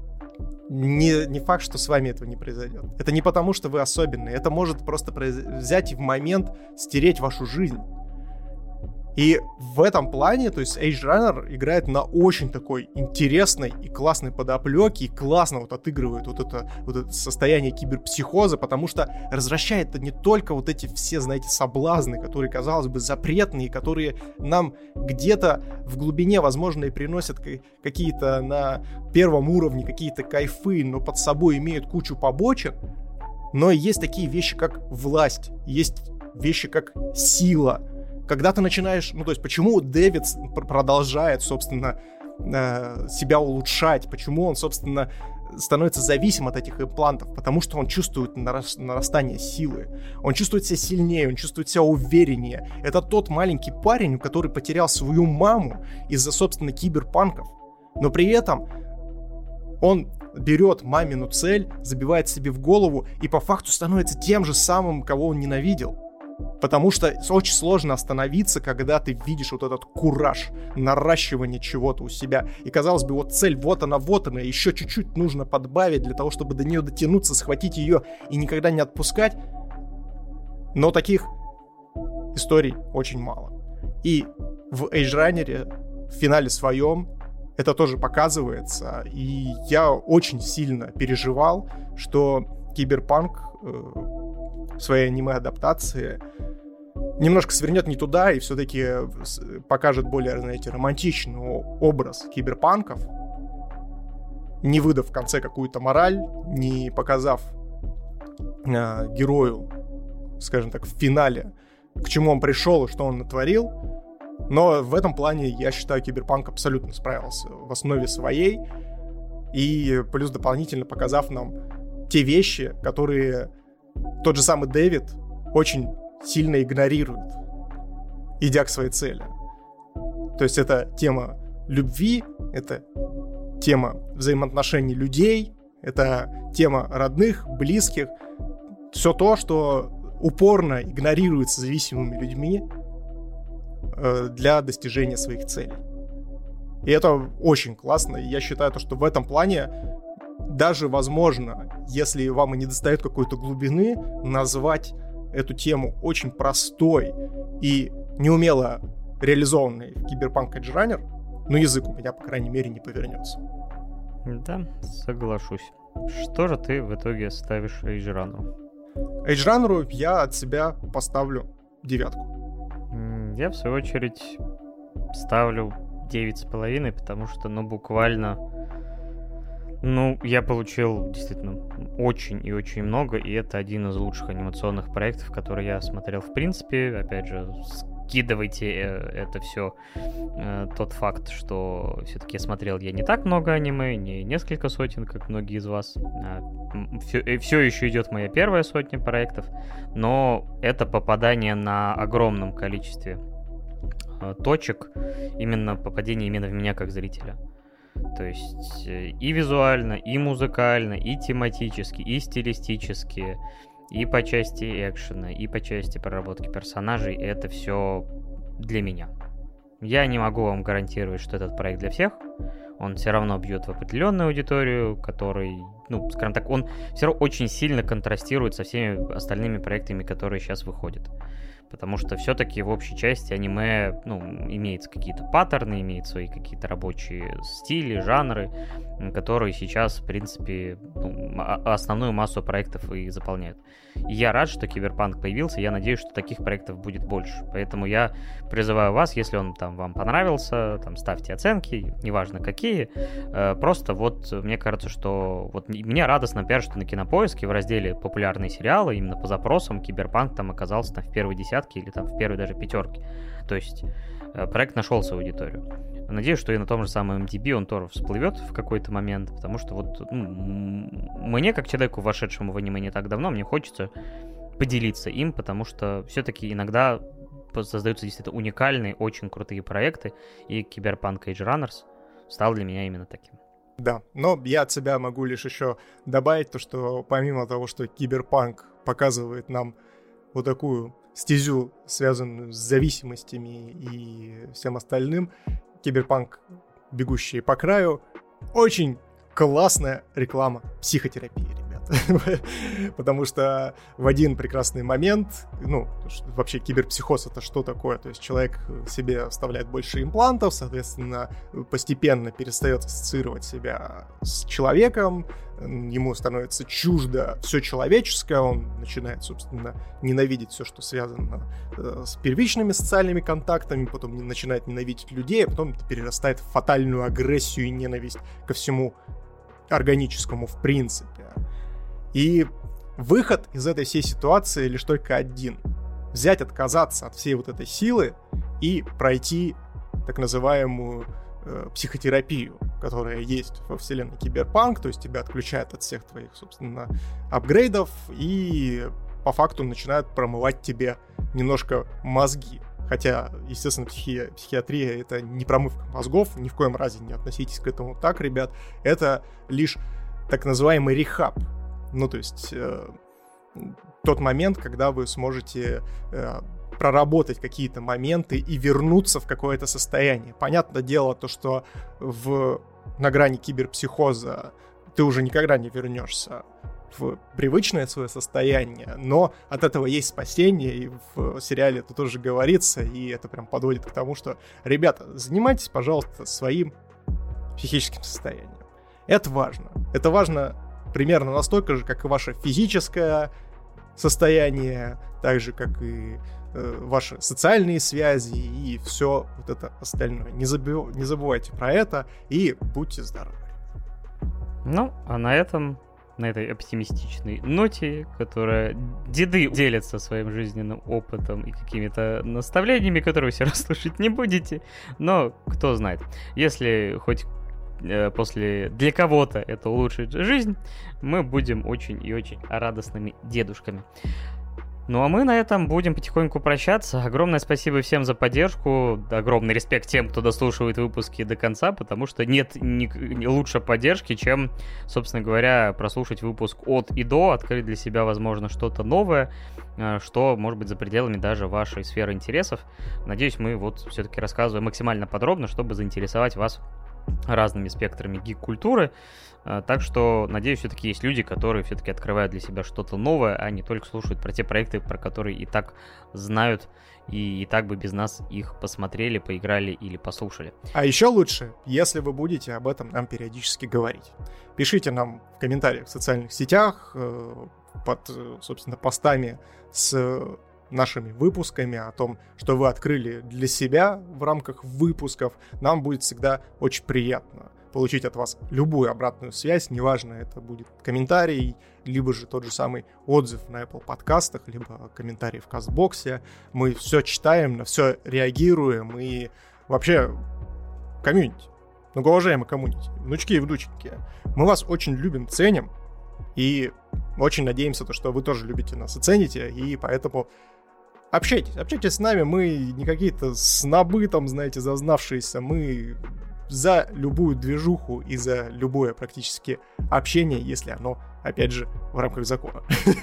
не, не факт, что с вами этого не произойдет. Это не потому, что вы особенные. Это может просто произ... взять и в момент стереть вашу жизнь. И в этом плане, то есть Edge Runner играет на очень такой интересной и классной подоплеке, и классно вот отыгрывает вот это, вот это состояние киберпсихоза, потому что развращает это не только вот эти все, знаете, соблазны, которые, казалось бы, запретные, которые нам где-то в глубине, возможно, и приносят какие-то на первом уровне какие-то кайфы, но под собой имеют кучу побочек, но есть такие вещи, как власть, есть вещи, как сила. Когда ты начинаешь... Ну, то есть, почему Дэвид продолжает, собственно, себя улучшать? Почему он, собственно, становится зависим от этих имплантов, потому что он чувствует нарастание силы, он чувствует себя сильнее, он чувствует себя увереннее. Это тот маленький парень, который потерял свою маму из-за, собственно, киберпанков, но при этом он берет мамину цель, забивает себе в голову и по факту становится тем же самым, кого он ненавидел. Потому что очень сложно остановиться, когда ты видишь вот этот кураж, наращивание чего-то у себя. И, казалось бы, вот цель, вот она, вот она, еще чуть-чуть нужно подбавить для того, чтобы до нее дотянуться, схватить ее и никогда не отпускать. Но таких историй очень мало. И в Эйджранере, в финале своем, это тоже показывается. И я очень сильно переживал, что Киберпанк в своей аниме-адаптации немножко свернет не туда и все-таки покажет более, знаете, романтичный образ киберпанков, не выдав в конце какую-то мораль, не показав э, герою, скажем так, в финале, к чему он пришел и что он натворил. Но в этом плане, я считаю, Киберпанк абсолютно справился в основе своей. И плюс дополнительно показав нам те вещи, которые тот же самый Дэвид очень сильно игнорирует, идя к своей цели. То есть это тема любви, это тема взаимоотношений людей, это тема родных, близких. Все то, что упорно игнорируется зависимыми людьми э, для достижения своих целей. И это очень классно. И я считаю, то, что в этом плане даже возможно, если вам и не достает какой-то глубины, назвать эту тему очень простой и неумело реализованной в Киберпанк Эйджранер, но язык у меня, по крайней мере, не повернется. Да, соглашусь. Что же ты в итоге ставишь Эйджранеру? Эйджранеру я от себя поставлю девятку. Я, в свою очередь, ставлю девять с половиной, потому что, ну, буквально... Ну, я получил действительно очень и очень много, и это один из лучших анимационных проектов, которые я смотрел в принципе. Опять же, скидывайте это все, тот факт, что все-таки смотрел я не так много аниме, не несколько сотен, как многие из вас. Все, все еще идет моя первая сотня проектов, но это попадание на огромном количестве точек, именно попадение именно в меня как зрителя. То есть и визуально, и музыкально, и тематически, и стилистически, и по части экшена, и по части проработки персонажей. Это все для меня. Я не могу вам гарантировать, что этот проект для всех. Он все равно бьет в определенную аудиторию, который, ну, скажем так, он все равно очень сильно контрастирует со всеми остальными проектами, которые сейчас выходят. Потому что все-таки в общей части аниме, ну, имеется какие-то паттерны, имеет свои какие-то рабочие стили, жанры, которые сейчас, в принципе, ну, основную массу проектов и заполняют. И я рад, что Киберпанк появился, я надеюсь, что таких проектов будет больше. Поэтому я призываю вас, если он там вам понравился, там ставьте оценки, неважно какие. Просто вот мне кажется, что вот мне радостно, например, что на Кинопоиске в разделе «Популярные сериалы» именно по запросам Киберпанк там оказался там, в первой десятке или там в первой даже пятерке. То есть проект нашел свою аудиторию. Надеюсь, что и на том же самом эм ди би он тоже всплывет в какой-то момент, потому что вот ну, мне, как человеку, вошедшему в аниме не так давно, мне хочется поделиться им, потому что все-таки иногда создаются действительно уникальные, очень крутые проекты, и Киберпанк Эйджранерс стал для меня именно таким. Да, но я от себя могу лишь еще добавить то, что помимо того, что Киберпанк показывает нам вот такую стезю, связанную с зависимостями и всем остальным, Киберпанк «Бегущие по краю» очень классная реклама психотерапии, ребят. Потому что в один прекрасный момент, ну, вообще киберпсихоз — это что такое? То есть человек себе вставляет больше имплантов, соответственно, постепенно перестает ассоциировать себя с человеком, ему становится чуждо все человеческое, он начинает, собственно, ненавидеть все, что связано с первичными социальными контактами, потом начинает ненавидеть людей, а потом это перерастает в фатальную агрессию и ненависть ко всему органическому в принципе. И выход из этой всей ситуации лишь только один. Взять, отказаться от всей вот этой силы и пройти так называемую э, психотерапию. которая есть во вселенной Киберпанк, то есть тебя отключают от всех твоих, собственно, апгрейдов и по факту начинают промывать тебе немножко мозги. Хотя, естественно, психи... психиатрия — это не промывка мозгов, ни в коем разе не относитесь к этому так, ребят. Это лишь так называемый рехаб. Ну, то есть э, тот момент, когда вы сможете э, проработать какие-то моменты и вернуться в какое-то состояние. Понятное дело, то, что в... на грани киберпсихоза ты уже никогда не вернешься в привычное свое состояние, но от этого есть спасение, и в сериале это тоже говорится, и это прям подводит к тому, что, ребята, занимайтесь, пожалуйста, своим психическим состоянием. Это важно. Это важно примерно настолько же, как и ваше физическое состояние, так же, как и э, ваши социальные связи и все вот это остальное. Не, забив... не забывайте про это и будьте здоровы. Ну, а на этом... на этой оптимистичной ноте, которая деды делятся своим жизненным опытом и какими-то наставлениями, которые вы все равно слушать не будете, но кто знает. Если хоть э, после для кого-то это улучшит жизнь, мы будем очень и очень радостными дедушками. Ну а мы на этом будем потихоньку прощаться. Огромное спасибо всем за поддержку. Огромный респект тем, кто дослушивает выпуски до конца, потому что нет ни, ни лучше поддержки, чем, собственно говоря, прослушать выпуск от и до, открыть для себя, возможно, что-то новое, что может быть за пределами даже вашей сферы интересов. Надеюсь, мы вот все-таки рассказываем максимально подробно, чтобы заинтересовать вас разными спектрами гик-культуры. Так что, надеюсь, все-таки есть люди, которые все-таки открывают для себя что-то новое, а не только слушают про те проекты, про которые и так знают, и, и так бы без нас их посмотрели, поиграли или послушали. А еще лучше, если вы будете об этом нам периодически говорить. Пишите нам в комментариях в социальных сетях, под, собственно, постами с нашими выпусками о том, что вы открыли для себя в рамках выпусков. Нам будет всегда очень приятно получить от вас любую обратную связь, неважно, это будет комментарий, либо же тот же самый отзыв на Apple подкастах, либо комментарий в Кастбоксе. Мы все читаем, на все реагируем, и вообще комьюнити, многоуважаемый комьюнити, внучки и внученьки, мы вас очень любим, ценим, и очень надеемся, что вы тоже любите нас и цените, и поэтому общайтесь, общайтесь с нами, мы не какие-то снобы там, знаете, зазнавшиеся, мы за любую движуху и за любое практически общение, если оно, опять же, в рамках закона.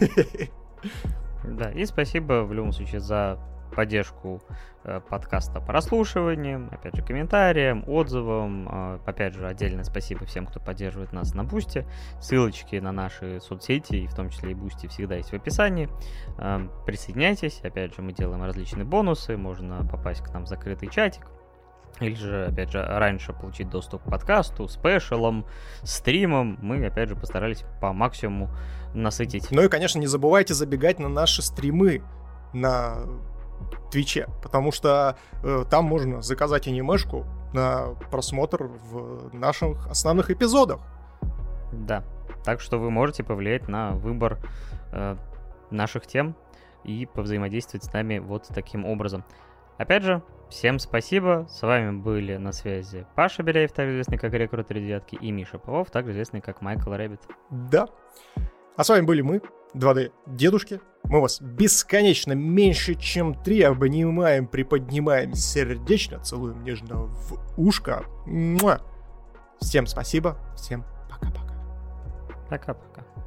Да, и спасибо в любом случае за поддержку э, подкаста прослушиванием, опять же, комментариям, отзывам. Э, опять же, отдельное спасибо всем, кто поддерживает нас на Бусти. Ссылочки на наши соцсети, и в том числе и Бусти, всегда есть в описании. Э, присоединяйтесь. Опять же, мы делаем различные бонусы. Можно попасть к нам в закрытый чатик. Или же, опять же, раньше получить доступ к подкасту, спешалам, стримам. Мы, опять же, постарались по максимуму насытить. Ну и, конечно, не забывайте забегать на наши стримы на Твиче, потому что э, там можно заказать анимешку на просмотр в наших основных эпизодах. Да, так что вы можете повлиять на выбор э, наших тем и повзаимодействовать с нами вот таким образом. Опять же, всем спасибо. С вами были на связи Паша Беляев, также известный как Рекрут три девятки, и Миша Павлов, также известный как Майкл Рэббит. Да. А с вами были мы, два дэ-дедушки. Мы вас бесконечно меньше, чем три обнимаем, приподнимаем сердечно, целуем нежно в ушко. Муа! Всем спасибо, всем пока-пока. Пока-пока.